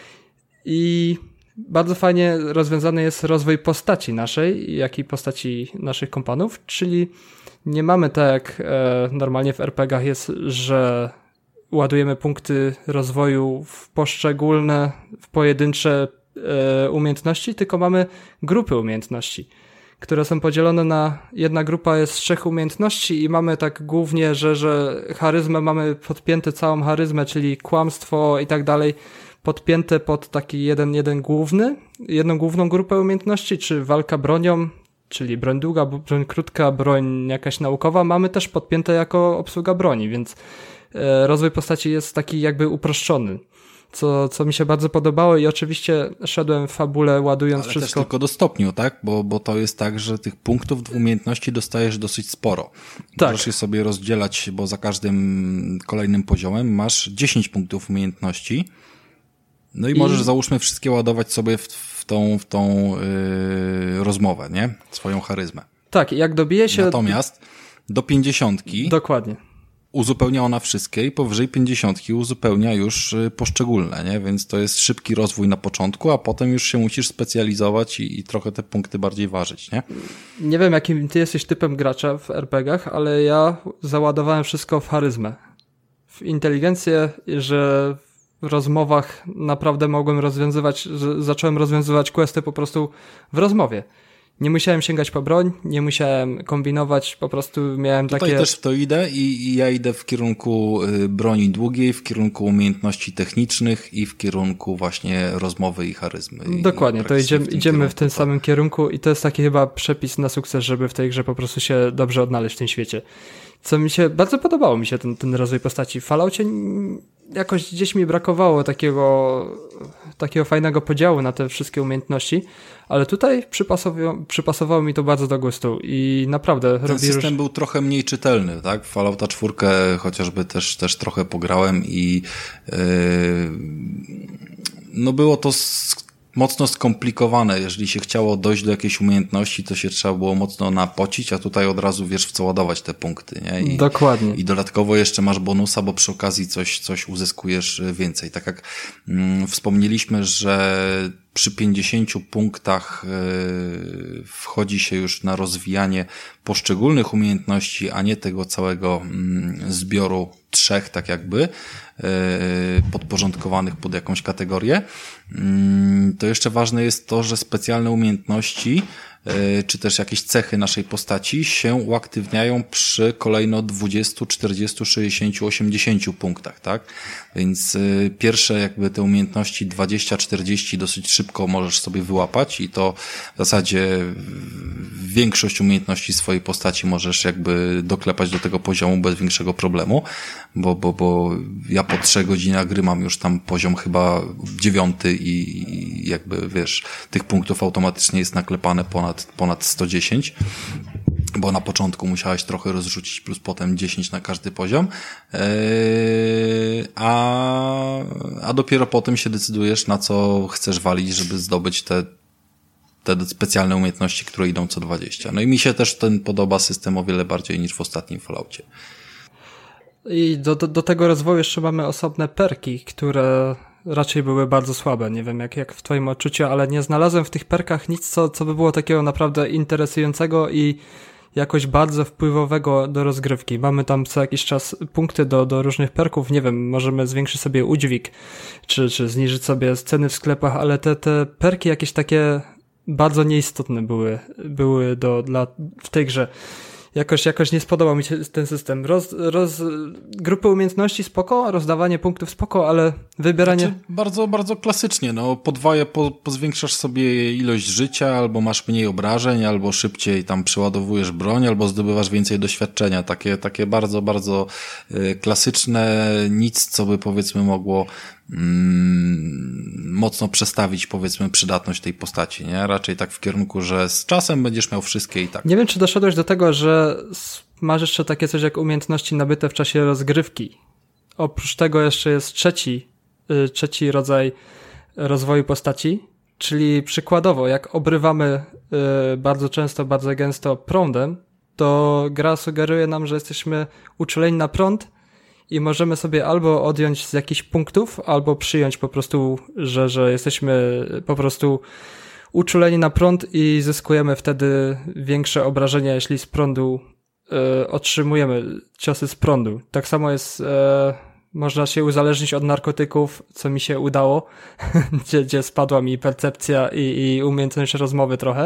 i bardzo fajnie rozwiązany jest rozwój postaci naszej, jak i postaci naszych kompanów, czyli nie mamy tak jak e, normalnie w er pe gach jest, że ładujemy punkty rozwoju w poszczególne, w pojedyncze e, umiejętności, tylko mamy grupy umiejętności, które są podzielone na, jedna grupa jest z trzech umiejętności i mamy tak głównie, że, że charyzmę mamy podpięte całą charyzmę, czyli kłamstwo i tak dalej, podpięte pod taki jeden, jeden główny, jedną główną grupę umiejętności, czy walka bronią, czyli broń długa, broń krótka, broń jakaś naukowa, mamy też podpięte jako obsługa broni, więc e, rozwój postaci jest taki jakby uproszczony, co, co mi się bardzo podobało i oczywiście szedłem w fabule ładując Ale wszystko. też tylko do stopniu, tak? Bo, bo to jest tak, że tych punktów w umiejętności dostajesz dosyć sporo. Tak. Możesz je sobie rozdzielać, bo za każdym kolejnym poziomem masz dziesięć punktów umiejętności. No i, I... możesz, załóżmy, wszystkie ładować sobie w, w tą, w tą yy, rozmowę, nie? Swoją charyzmę. Tak, jak dobije się... Natomiast do pięćdziesiątki... Dokładnie. Uzupełnia ona wszystkie i powyżej pięćdziesiątki uzupełnia już poszczególne, nie? Więc to jest szybki rozwój na początku, a potem już się musisz specjalizować i, i trochę te punkty bardziej ważyć, nie? Nie wiem, jakim ty jesteś typem gracza w er pe gach, ale ja załadowałem wszystko w charyzmę. W inteligencję, że w rozmowach naprawdę mogłem rozwiązywać, że zacząłem rozwiązywać questy po prostu w rozmowie. Nie musiałem sięgać po broń, nie musiałem kombinować, po prostu miałem Tutaj takie... Tutaj też w to idę i, i ja idę w kierunku broni długiej, w kierunku umiejętności technicznych i w kierunku właśnie rozmowy i charyzmy. Dokładnie, I to idziemy, w idziemy w tym to. samym kierunku i to jest taki chyba przepis na sukces, żeby w tej grze po prostu się dobrze odnaleźć w tym świecie. Co mi się, bardzo podobało mi się ten, ten rozwój postaci. W Falloutie jakoś gdzieś mi brakowało takiego, takiego fajnego podziału na te wszystkie umiejętności, ale tutaj przypasowało, przypasowało mi to bardzo do gustu i naprawdę ten robi system róż... był trochę mniej czytelny, tak? W Fallouta czwórkę chociażby też, też trochę pograłem i yy, no było to z, mocno skomplikowane. Jeżeli się chciało dojść do jakiejś umiejętności, to się trzeba było mocno napocić, a tutaj od razu wiesz, w co ładować te punkty, nie? I, Dokładnie. I dodatkowo jeszcze masz bonusa, bo przy okazji coś, coś uzyskujesz więcej. Tak jak mm, wspomnieliśmy, że przy pięćdziesięciu punktach yy, wchodzi się już na rozwijanie poszczególnych umiejętności, a nie tego całego yy, zbioru trzech, tak jakby, yy, podporządkowanych pod jakąś kategorię. Yy, to jeszcze ważne jest to, że specjalne umiejętności czy też jakieś cechy naszej postaci się uaktywniają przy kolejno dwudziestu, czterdziestu, sześćdziesięciu, osiemdziesięciu punktach, tak? Więc y, pierwsze jakby te umiejętności dwadzieścia czterdzieści dosyć szybko możesz sobie wyłapać i to w zasadzie większość umiejętności swojej postaci możesz jakby doklepać do tego poziomu bez większego problemu, bo, bo, bo ja po trzech godzinach gry mam już tam poziom chyba dziewiąty i, i jakby wiesz, tych punktów automatycznie jest naklepane ponad ponad sto dziesięć, bo na początku musiałeś trochę rozrzucić, plus potem dziesięć na każdy poziom, yy, a, a dopiero potem się decydujesz, na co chcesz walić, żeby zdobyć te, te specjalne umiejętności, które idą co dwadzieścia. No i mi się też ten podoba system o wiele bardziej niż w ostatnim Falloutie. I do, do, do tego rozwoju jeszcze mamy osobne perki, które raczej były bardzo słabe. Nie wiem jak, jak w twoim odczuciu, ale nie znalazłem w tych perkach nic, co, co by było takiego naprawdę interesującego i jakoś bardzo wpływowego do rozgrywki. Mamy tam co jakiś czas punkty do, do różnych perków, nie wiem, możemy zwiększyć sobie udźwig, czy, czy zniżyć sobie ceny w sklepach, ale te, te perki jakieś takie bardzo nieistotne były, były do, dla, w tej grze. Jakoś, jakoś nie spodobał mi się ten system. Roz, roz, grupy umiejętności spoko, rozdawanie punktów spoko, ale wybieranie... Znaczy, bardzo, bardzo klasycznie. No, podwaja, po, pozwiększasz sobie ilość życia, albo masz mniej obrażeń, albo szybciej tam przeładowujesz broń, albo zdobywasz więcej doświadczenia. Takie, takie bardzo, bardzo y, klasyczne, nic, co by powiedzmy mogło Mm, mocno przestawić, powiedzmy, przydatność tej postaci, nie? Raczej tak w kierunku, że z czasem będziesz miał wszystkie i tak. Nie wiem, czy doszedłeś do tego, że masz jeszcze takie coś jak umiejętności nabyte w czasie rozgrywki. Oprócz tego jeszcze jest trzeci trzeci rodzaj rozwoju postaci, czyli przykładowo, jak obrywamy bardzo często, bardzo gęsto prądem, to gra sugeruje nam, że jesteśmy uczuleni na prąd i możemy sobie albo odjąć z jakichś punktów, albo przyjąć po prostu, że, że jesteśmy po prostu uczuleni na prąd i zyskujemy wtedy większe obrażenia, jeśli z prądu e, otrzymujemy ciosy z prądu. Tak samo jest, e, można się uzależnić od narkotyków, co mi się udało, gdzie, gdzie spadła mi percepcja i, i umiejętność rozmowy trochę.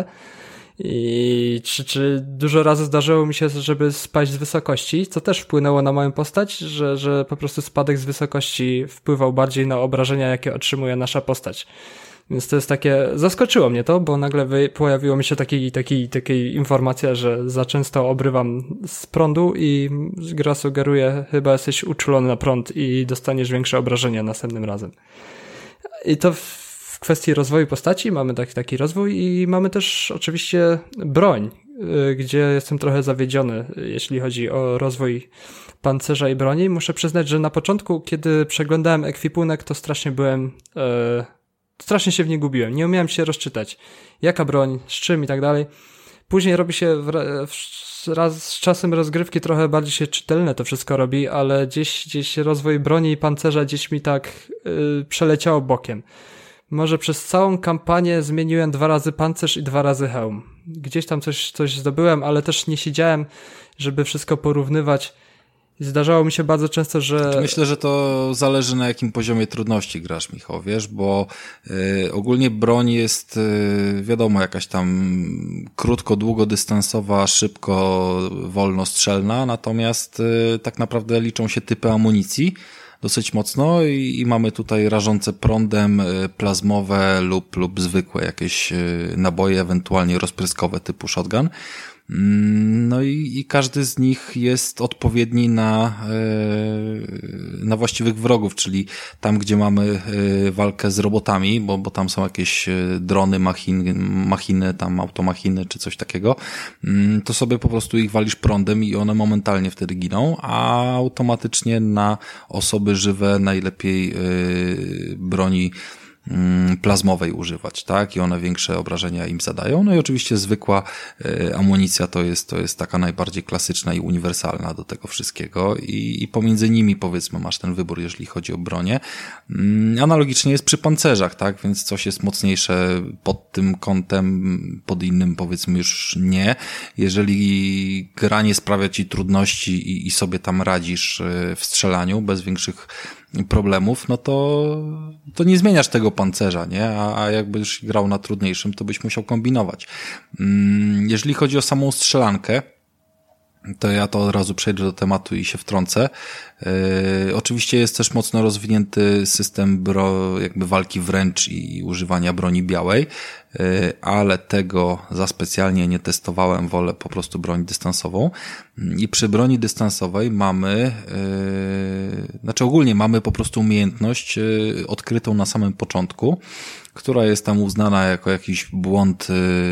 I czy, czy dużo razy zdarzyło mi się, żeby spaść z wysokości, co też wpłynęło na moją postać, że, że po prostu spadek z wysokości wpływał bardziej na obrażenia, jakie otrzymuje nasza postać. Więc to jest takie, zaskoczyło mnie to, bo nagle wy, pojawiło mi się taki, taki, taki informacja, że za często obrywam z prądu i gra sugeruje, chyba jesteś uczulony na prąd i dostaniesz większe obrażenia następnym razem. I to w W kwestii rozwoju postaci mamy taki, taki rozwój i mamy też oczywiście broń, gdzie jestem trochę zawiedziony, jeśli chodzi o rozwój pancerza i broni. Muszę przyznać, że na początku, kiedy przeglądałem ekwipunek, to strasznie byłem, e, strasznie się w nie gubiłem. Nie umiałem się rozczytać, jaka broń, z czym i tak dalej. Później robi się w, w, raz z czasem rozgrywki trochę bardziej się czytelne to wszystko robi, ale gdzieś, gdzieś rozwój broni i pancerza gdzieś mi tak e, przeleciało bokiem. Może przez całą kampanię zmieniłem dwa razy pancerz i dwa razy hełm. Gdzieś tam coś, coś zdobyłem, ale też nie siedziałem, żeby wszystko porównywać. I zdarzało mi się bardzo często, że... Myślę, że to zależy na jakim poziomie trudności grasz, Michał, wiesz, bo y, ogólnie broń jest y, wiadomo jakaś tam krótko, długodystansowa, szybko, wolnostrzelna, natomiast y, tak naprawdę liczą się typy amunicji dosyć mocno i, i mamy tutaj rażące prądem, plazmowe lub, lub zwykłe jakieś naboje, ewentualnie rozpryskowe typu shotgun. No i, i każdy z nich jest odpowiedni na, na właściwych wrogów, czyli tam, gdzie mamy walkę z robotami, bo, bo tam są jakieś drony, machiny, machiny, tam automachiny czy coś takiego, to sobie po prostu ich walisz prądem i one momentalnie wtedy giną, a automatycznie na osoby żywe najlepiej broni plazmowej używać, tak? I one większe obrażenia im zadają. No i oczywiście zwykła y, amunicja to jest, to jest taka najbardziej klasyczna i uniwersalna do tego wszystkiego i, i pomiędzy nimi powiedzmy masz ten wybór, jeżeli chodzi o bronię. Mm, analogicznie jest przy pancerzach, tak? Więc coś jest mocniejsze pod tym kątem, pod innym powiedzmy już nie. Jeżeli gra nie sprawia ci trudności i, i sobie tam radzisz w strzelaniu bez większych problemów, no to, to nie zmieniasz tego pancerza, nie? A, a jakbyś grał na trudniejszym, to byś musiał kombinować. Jeżeli chodzi o samą strzelankę, to ja to od razu przejdę do tematu i się wtrącę. Yy, oczywiście jest też mocno rozwinięty system bro, jakby walki wręcz i używania broni białej, yy, ale tego za specjalnie nie testowałem, wolę po prostu broń dystansową. Yy, I przy broni dystansowej mamy, yy, znaczy ogólnie mamy po prostu umiejętność yy, odkrytą na samym początku, która jest tam uznana jako jakiś błąd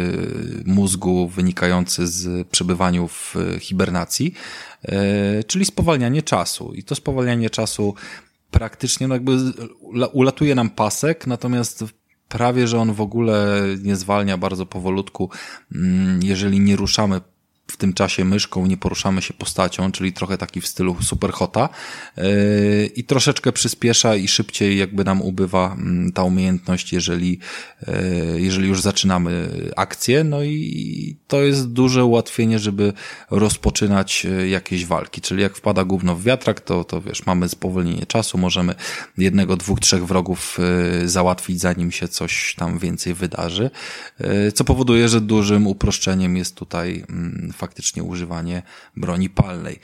mózgu wynikający z przebywania w hibernacji, czyli spowalnianie czasu. I to spowalnianie czasu praktycznie no jakby ulatuje nam pasek, natomiast prawie, że on w ogóle nie zwalnia, bardzo powolutku, jeżeli nie ruszamy w tym czasie myszką, nie poruszamy się postacią, czyli trochę taki w stylu Superhota yy, i troszeczkę przyspiesza i szybciej jakby nam ubywa ta umiejętność, jeżeli, yy, jeżeli już zaczynamy akcję, no i to jest duże ułatwienie, żeby rozpoczynać jakieś walki, czyli jak wpada gówno w wiatrak, to, to wiesz, mamy spowolnienie czasu, możemy jednego, dwóch, trzech wrogów yy, załatwić, zanim się coś tam więcej wydarzy, yy, co powoduje, że dużym uproszczeniem jest tutaj yy, faktycznie używanie broni palnej.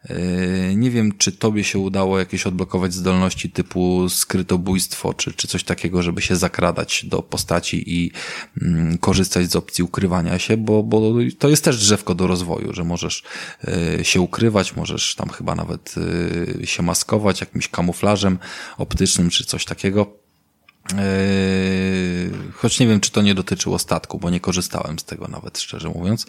Nie wiem, czy tobie się udało jakieś odblokować zdolności typu skrytobójstwo, czy, czy coś takiego, żeby się zakradać do postaci i mm, korzystać z opcji ukrywania się, bo, bo to jest też drzewko do rozwoju, że możesz y, się ukrywać, możesz tam chyba nawet y, się maskować jakimś kamuflażem optycznym, czy coś takiego. choć nie wiem, czy to nie dotyczyło statku, bo nie korzystałem z tego nawet, szczerze mówiąc.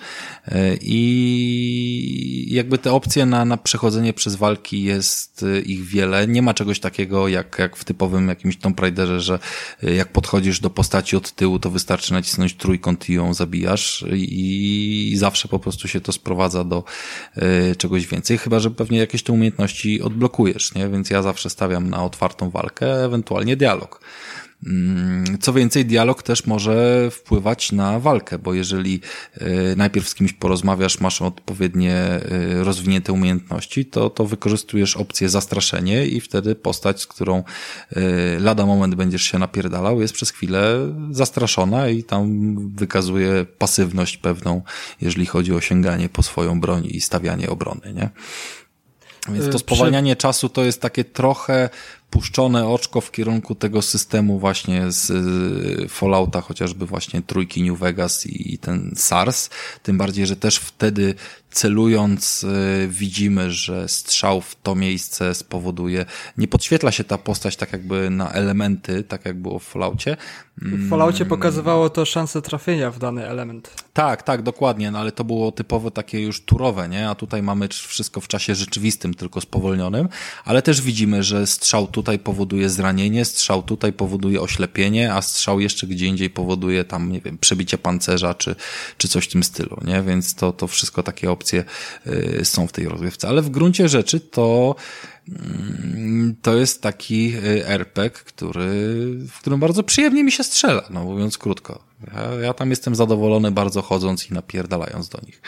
I jakby te opcje na, na przechodzenie przez walki jest ich wiele. Nie ma czegoś takiego jak, jak w typowym jakimś Tomb Raiderze, że jak podchodzisz do postaci od tyłu, to wystarczy nacisnąć trójkąt i ją zabijasz i zawsze po prostu się to sprowadza do czegoś więcej, chyba że pewnie jakieś te umiejętności odblokujesz, nie? Więc ja zawsze stawiam na otwartą walkę, ewentualnie dialog. Co więcej, dialog też może wpływać na walkę, bo jeżeli najpierw z kimś porozmawiasz, masz odpowiednie rozwinięte umiejętności, to, to wykorzystujesz opcję zastraszenie i wtedy postać, z którą lada moment będziesz się napierdalał, jest przez chwilę zastraszona i tam wykazuje pasywność pewną, jeżeli chodzi o sięganie po swoją broń i stawianie obrony, nie? Więc to spowalnianie Przy... czasu to jest takie trochę puszczone oczko w kierunku tego systemu właśnie z Fallouta, chociażby właśnie trójki New Vegas i ten SARS. Tym bardziej, że też wtedy celując widzimy, że strzał w to miejsce spowoduje, nie podświetla się ta postać tak jakby na elementy, tak jak było w Falloutie. W Falloutie pokazywało to szansę trafienia w dany element. Tak, tak, dokładnie, no ale to było typowo takie już turowe, nie? A tutaj mamy wszystko w czasie rzeczywistym, tylko spowolnionym, ale też widzimy, że strzał tutaj powoduje zranienie, strzał tutaj powoduje oślepienie, a strzał jeszcze gdzie indziej powoduje tam, nie wiem, przebicie pancerza, czy, czy coś w tym stylu, nie? Więc to, to wszystko takie opcje y, są w tej rozgrywce, ale w gruncie rzeczy to to jest taki er pe gie, który, w którym bardzo przyjemnie mi się strzela, no mówiąc krótko. Ja, ja tam jestem zadowolony bardzo chodząc i napierdalając do nich.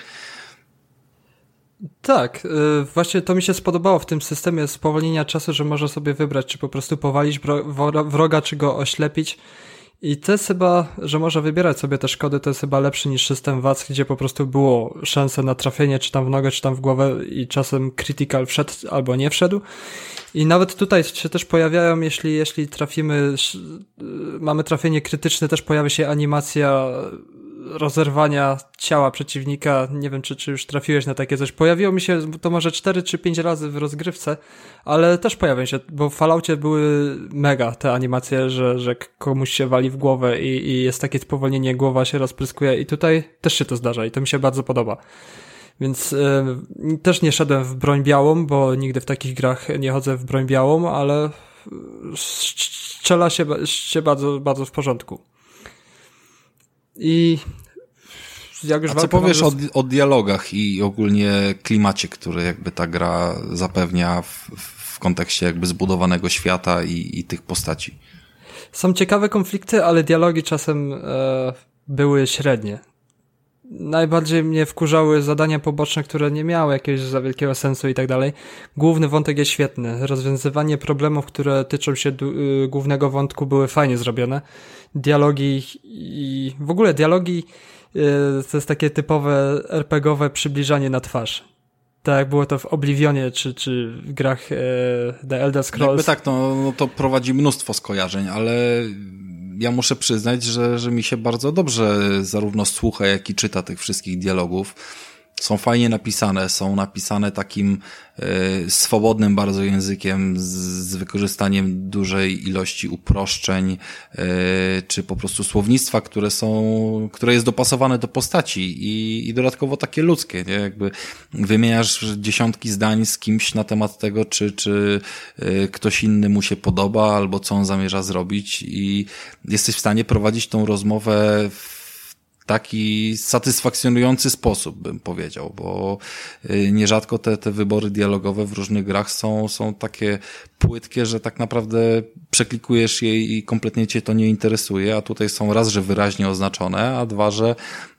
Tak, yy, właśnie to mi się spodobało w tym systemie spowolnienia czasu, że można sobie wybrać, czy po prostu powalić bro- wroga, czy go oślepić. I to jest chyba, że można wybierać sobie te szkody, to jest chyba lepszy niż system W A C, gdzie po prostu było szanse na trafienie, czy tam w nogę, czy tam w głowę i czasem critical wszedł albo nie wszedł. I nawet tutaj się też pojawiają, jeśli, jeśli trafimy, mamy trafienie krytyczne, też pojawia się animacja rozerwania ciała przeciwnika. Nie wiem, czy, czy już trafiłeś na takie coś. Pojawiło mi się to może cztery czy pięć razy w rozgrywce, ale też pojawią się, bo w Falloutie były mega te animacje, że, że komuś się wali w głowę i, i jest takie spowolnienie, głowa się rozpryskuje i tutaj też się to zdarza i to mi się bardzo podoba. Więc y, też nie szedłem w broń białą, bo nigdy w takich grach nie chodzę w broń białą, ale strzela się, się bardzo, bardzo w porządku. I jak już A co powiesz o, o dialogach i ogólnie klimacie, który jakby ta gra zapewnia w, w kontekście jakby zbudowanego świata i, i tych postaci? Są ciekawe konflikty, ale dialogi czasem e, były średnie. Najbardziej mnie wkurzały zadania poboczne, które nie miały jakiegoś za wielkiego sensu i tak dalej. Główny wątek jest świetny. Rozwiązywanie problemów, które tyczą się du- y, głównego wątku, były fajnie zrobione. Dialogi i w ogóle dialogi y, to jest takie typowe er pe gie owe przybliżanie na twarz. Tak jak było to w Oblivionie, czy, czy w grach y, The Elder Scrolls. Jakby tak, no, no to prowadzi mnóstwo skojarzeń, ale ja muszę przyznać, że, że mi się bardzo dobrze zarówno słucha, jak i czyta tych wszystkich dialogów. Są fajnie napisane, są napisane takim y, swobodnym bardzo językiem, z, z wykorzystaniem dużej ilości uproszczeń, y, czy po prostu słownictwa, które są, które jest dopasowane do postaci i, i dodatkowo takie ludzkie, nie? Jakby wymieniasz dziesiątki zdań z kimś na temat tego, czy, czy y, ktoś inny mu się podoba, albo co on zamierza zrobić i jesteś w stanie prowadzić tą rozmowę w taki satysfakcjonujący sposób, bym powiedział, bo nierzadko te, te wybory dialogowe w różnych grach są, są takie płytkie, że tak naprawdę przeklikujesz je i kompletnie cię to nie interesuje, a tutaj są raz, że wyraźnie oznaczone, a dwa, że,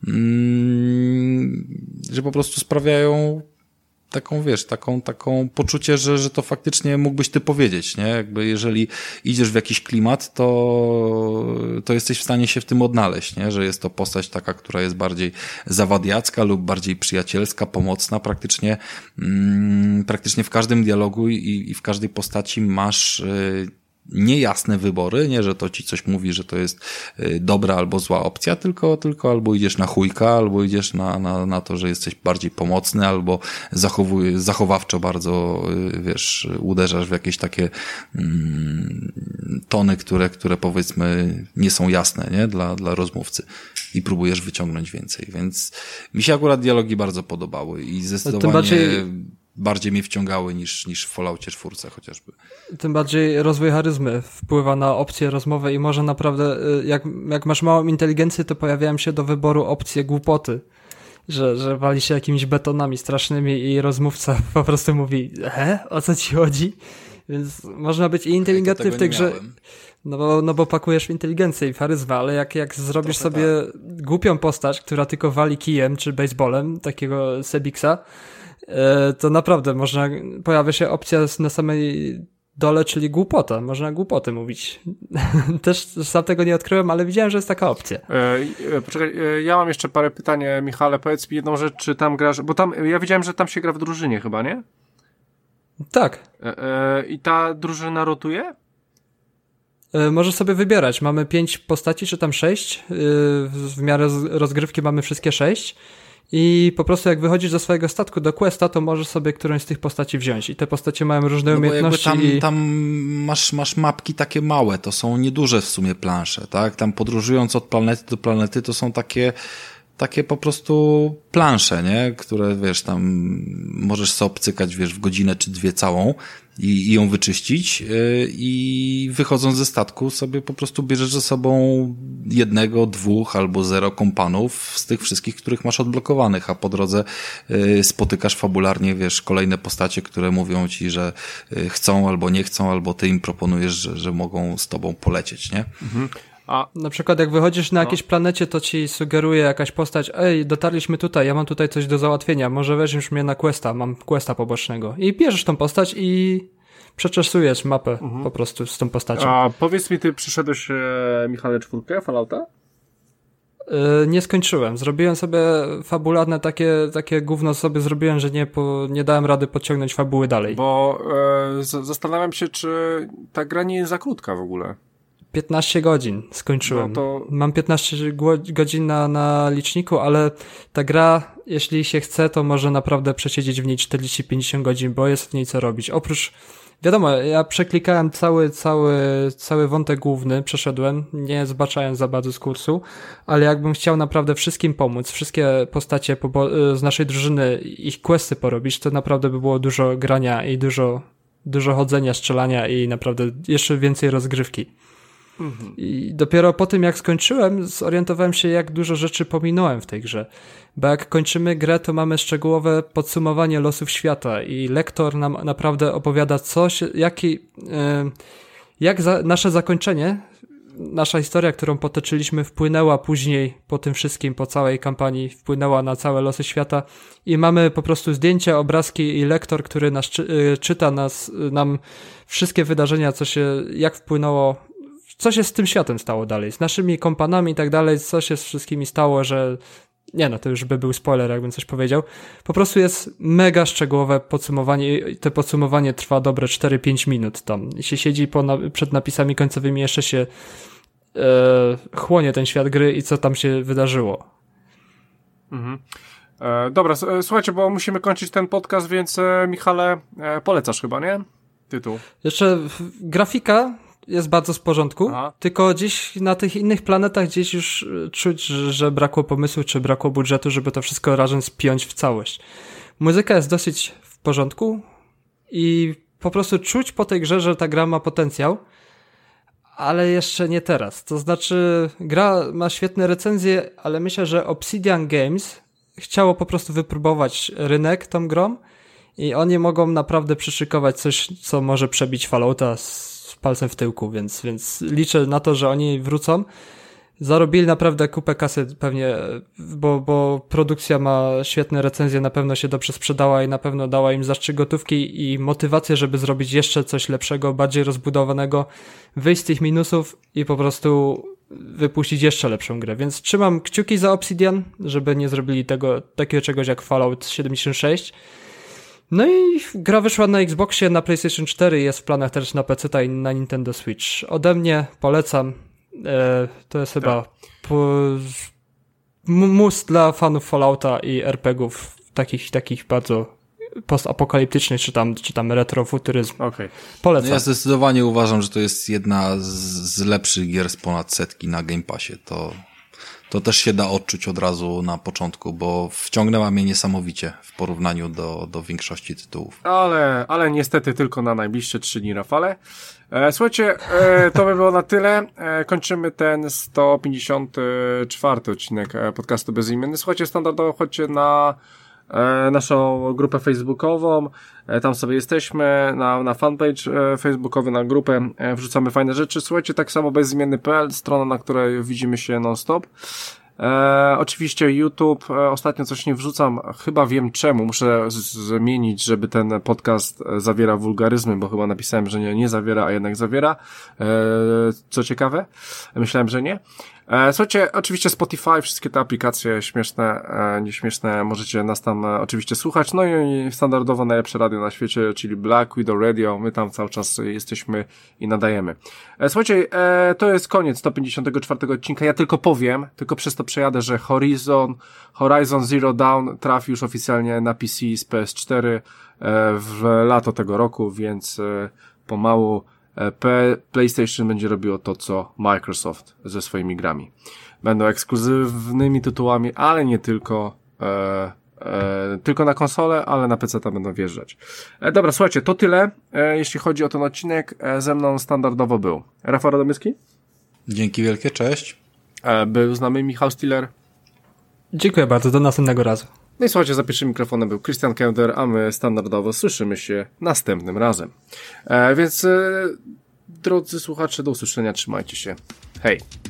mm, że po prostu sprawiają taką, wiesz, taką, taką poczucie, że, że to faktycznie mógłbyś ty powiedzieć, nie? Jakby jeżeli idziesz w jakiś klimat, to, to jesteś w stanie się w tym odnaleźć, nie? Że jest to postać taka, która jest bardziej zawadiacka lub bardziej przyjacielska, pomocna, praktycznie, mm, praktycznie w każdym dialogu i, i w każdej postaci masz y, niejasne wybory, nie, że to ci coś mówi, że to jest dobra albo zła opcja, tylko, tylko albo idziesz na chujka, albo idziesz na, na, na to, że jesteś bardziej pomocny, albo zachowuj, zachowawczo bardzo, wiesz, uderzasz w jakieś takie mm, tony, które, które powiedzmy nie są jasne, nie, dla, dla rozmówcy i próbujesz wyciągnąć więcej, więc mi się akurat dialogi bardzo podobały i zdecydowanie bardziej... bardziej mnie wciągały niż, niż w Falloutie czwórce chociażby. Tym bardziej rozwój charyzmy wpływa na opcje rozmowy i może naprawdę, jak, jak masz małą inteligencję, to pojawiają się do wyboru opcje głupoty, że, że wali się jakimiś betonami strasznymi i rozmówca po prostu mówi, he? O co ci chodzi? Więc można być i inteligentny w tej grze, no bo, no bo pakujesz w inteligencję i w charyzmę, ale jak, jak zrobisz Trochę sobie tak. głupią postać, która tylko wali kijem czy baseballem, takiego Sebiksa, to naprawdę można, pojawia się opcja na samej dole, czyli głupota. Można głupoty mówić. Też sam tego nie odkryłem, ale widziałem, że jest taka opcja. E, poczekaj, e, ja mam jeszcze parę pytań, Michale, powiedz mi jedną rzecz, czy tam grasz, bo tam, ja widziałem, że tam się gra w drużynie chyba, nie? Tak. E, e, I ta drużyna rotuje? E, możesz sobie wybierać. Mamy pięć postaci, czy tam sześć. E, w miarę rozgrywki mamy wszystkie sześć. I po prostu jak wychodzisz do swojego statku, do questa, to możesz sobie którąś z tych postaci wziąć. I te postacie mają różne no umiejętności. Tam, i... tam masz, masz mapki takie małe, to są nieduże w sumie plansze, tak? Tam podróżując od planety do planety, to są takie, takie po prostu plansze, nie? Które, wiesz, tam możesz sobie obcykać, wiesz, w godzinę czy dwie całą i, i ją wyczyścić yy, i wychodząc ze statku sobie po prostu bierzesz ze sobą jednego, dwóch albo zero kompanów z tych wszystkich, których masz odblokowanych, a po drodze yy, spotykasz fabularnie, wiesz, kolejne postacie, które mówią ci, że yy, chcą albo nie chcą, albo ty im proponujesz, że, że mogą z tobą polecieć, nie? Mhm. A na przykład jak wychodzisz na jakiejś planecie, to ci sugeruje jakaś postać, ej, dotarliśmy tutaj, ja mam tutaj coś do załatwienia, może weźmiesz mnie na questa, mam questa pobocznego. I bierzesz tą postać i przeczesujesz mapę mhm. po prostu z tą postacią. A powiedz mi, ty przyszedłeś, e, Michale, czwórkę Fallouta? Yy, nie skończyłem. Zrobiłem sobie fabularne takie, takie gówno sobie zrobiłem, że nie, po, nie dałem rady podciągnąć fabuły dalej. Bo e, z- zastanawiam się, czy ta gra nie jest za krótka w ogóle. piętnaście godzin skończyłem. No to... Mam piętnaście godzin na, na liczniku, ale ta gra, jeśli się chce, to może naprawdę przesiedzieć w niej czterdzieści pięćdziesiąt godzin, bo jest w niej co robić. Oprócz, wiadomo, ja przeklikałem cały, cały, cały wątek główny, przeszedłem, nie zbaczając za bardzo z kursu, ale jakbym chciał naprawdę wszystkim pomóc, wszystkie postacie z naszej drużyny, ich questy porobić, to naprawdę by było dużo grania i dużo, dużo chodzenia, strzelania i naprawdę jeszcze więcej rozgrywki. Mhm. I dopiero po tym, jak skończyłem, zorientowałem się, jak dużo rzeczy pominąłem w tej grze. Bo jak kończymy grę, to mamy szczegółowe podsumowanie losów świata i lektor nam naprawdę opowiada coś, jaki, yy, jak za, nasze zakończenie, nasza historia, którą potoczyliśmy, wpłynęła później po tym wszystkim, po całej kampanii, wpłynęła na całe losy świata i mamy po prostu zdjęcia, obrazki i lektor, który nas czy, yy, czyta nas, yy, nam wszystkie wydarzenia, co się, jak wpłynęło, co się z tym światem stało dalej, z naszymi kompanami i tak dalej, co się z wszystkimi stało, że nie no, to już by był spoiler, jakbym coś powiedział. Po prostu jest mega szczegółowe podsumowanie i to podsumowanie trwa dobre cztery pięć minut tam. I się siedzi po na, przed napisami końcowymi, jeszcze się e, chłonie ten świat gry i co tam się wydarzyło. Mhm. E, dobra, s- słuchajcie, bo musimy kończyć ten podcast, więc e, Michale, e, polecasz chyba, nie? Tytuł. Jeszcze grafika jest bardzo w porządku, Aha. tylko gdzieś na tych innych planetach gdzieś już czuć, że brakło pomysłu, czy brakło budżetu, żeby to wszystko razem spiąć w całość. Muzyka jest dosyć w porządku i po prostu czuć po tej grze, że ta gra ma potencjał, ale jeszcze nie teraz. To znaczy, gra ma świetne recenzje, ale myślę, że Obsidian Games chciało po prostu wypróbować rynek tą grą i oni mogą naprawdę przyszykować coś, co może przebić Fallouta z palcem w tyłku, więc, więc liczę na to, że oni wrócą. Zarobili naprawdę kupę kasy pewnie, bo, bo produkcja ma świetne recenzje, na pewno się dobrze sprzedała i na pewno dała im zastrzyk gotówki i motywację, żeby zrobić jeszcze coś lepszego, bardziej rozbudowanego, wyjść z tych minusów i po prostu wypuścić jeszcze lepszą grę. Więc trzymam kciuki za Obsidian, żeby nie zrobili tego takiego czegoś jak Fallout siedemdziesiąt sześć. No i gra wyszła na Xboxie, na PlayStation cztery, jest w planach też na P C i na Nintendo Switch. Ode mnie polecam. E, to jest chyba po, mus dla fanów Fallouta i er pe gie ów takich, takich bardzo postapokaliptycznych, czy tam, czy tam retrofuturyzm. Okay. Polecam. No ja zdecydowanie uważam, że to jest jedna z, z lepszych gier z ponad setki na Game Passie. To, to też się da odczuć od razu na początku, bo wciągnęła mnie niesamowicie w porównaniu do, do większości tytułów. Ale, ale niestety tylko na najbliższe trzy dni, Rafale. E, słuchajcie, e, to by było na tyle. E, kończymy ten sto pięćdziesiąty czwarty odcinek podcastu Bezimienny. Słuchajcie, standardowo chodźcie na e, naszą grupę facebookową. E, tam sobie jesteśmy, na, na fanpage e, facebookowy, na grupę. E, wrzucamy fajne rzeczy. Słuchajcie, tak samo bezimienny kropka pe el, strona, na której widzimy się non-stop. E, oczywiście YouTube, e, ostatnio coś nie wrzucam, chyba wiem czemu, muszę z- zmienić, żeby ten podcast e, zawiera wulgaryzmy, bo chyba napisałem, że nie, nie zawiera, a jednak zawiera, e, co ciekawe, myślałem, że nie. E, słuchajcie, oczywiście Spotify, wszystkie te aplikacje śmieszne, e, nieśmieszne, możecie nas tam e, oczywiście słuchać, no i standardowo najlepsze radio na świecie, czyli Black Widow Radio, my tam cały czas jesteśmy i nadajemy. E, słuchajcie, e, to jest koniec sto pięćdziesiątego czwartego odcinka, ja tylko powiem, tylko przez to przejadę, że Horizon, Horizon Zero Dawn trafi już oficjalnie na P C z P S cztery e, w lato tego roku, więc e, pomału P- PlayStation będzie robiło to, co Microsoft ze swoimi grami. Będą ekskluzywnymi tytułami, ale nie tylko, e, e, tylko na konsolę, ale na P C ta będą wjeżdżać. E, dobra, słuchajcie, to tyle, e, jeśli chodzi o ten odcinek. E, ze mną standardowo był Rafał Radomyski. Dzięki wielkie, cześć. E, był z nami Michał Stiller. Dziękuję bardzo, do następnego razu. No i słuchajcie, za pierwszym mikrofonem był Christian Kender, a my standardowo słyszymy się następnym razem. E, więc, e, drodzy słuchacze, do usłyszenia, trzymajcie się. Hej!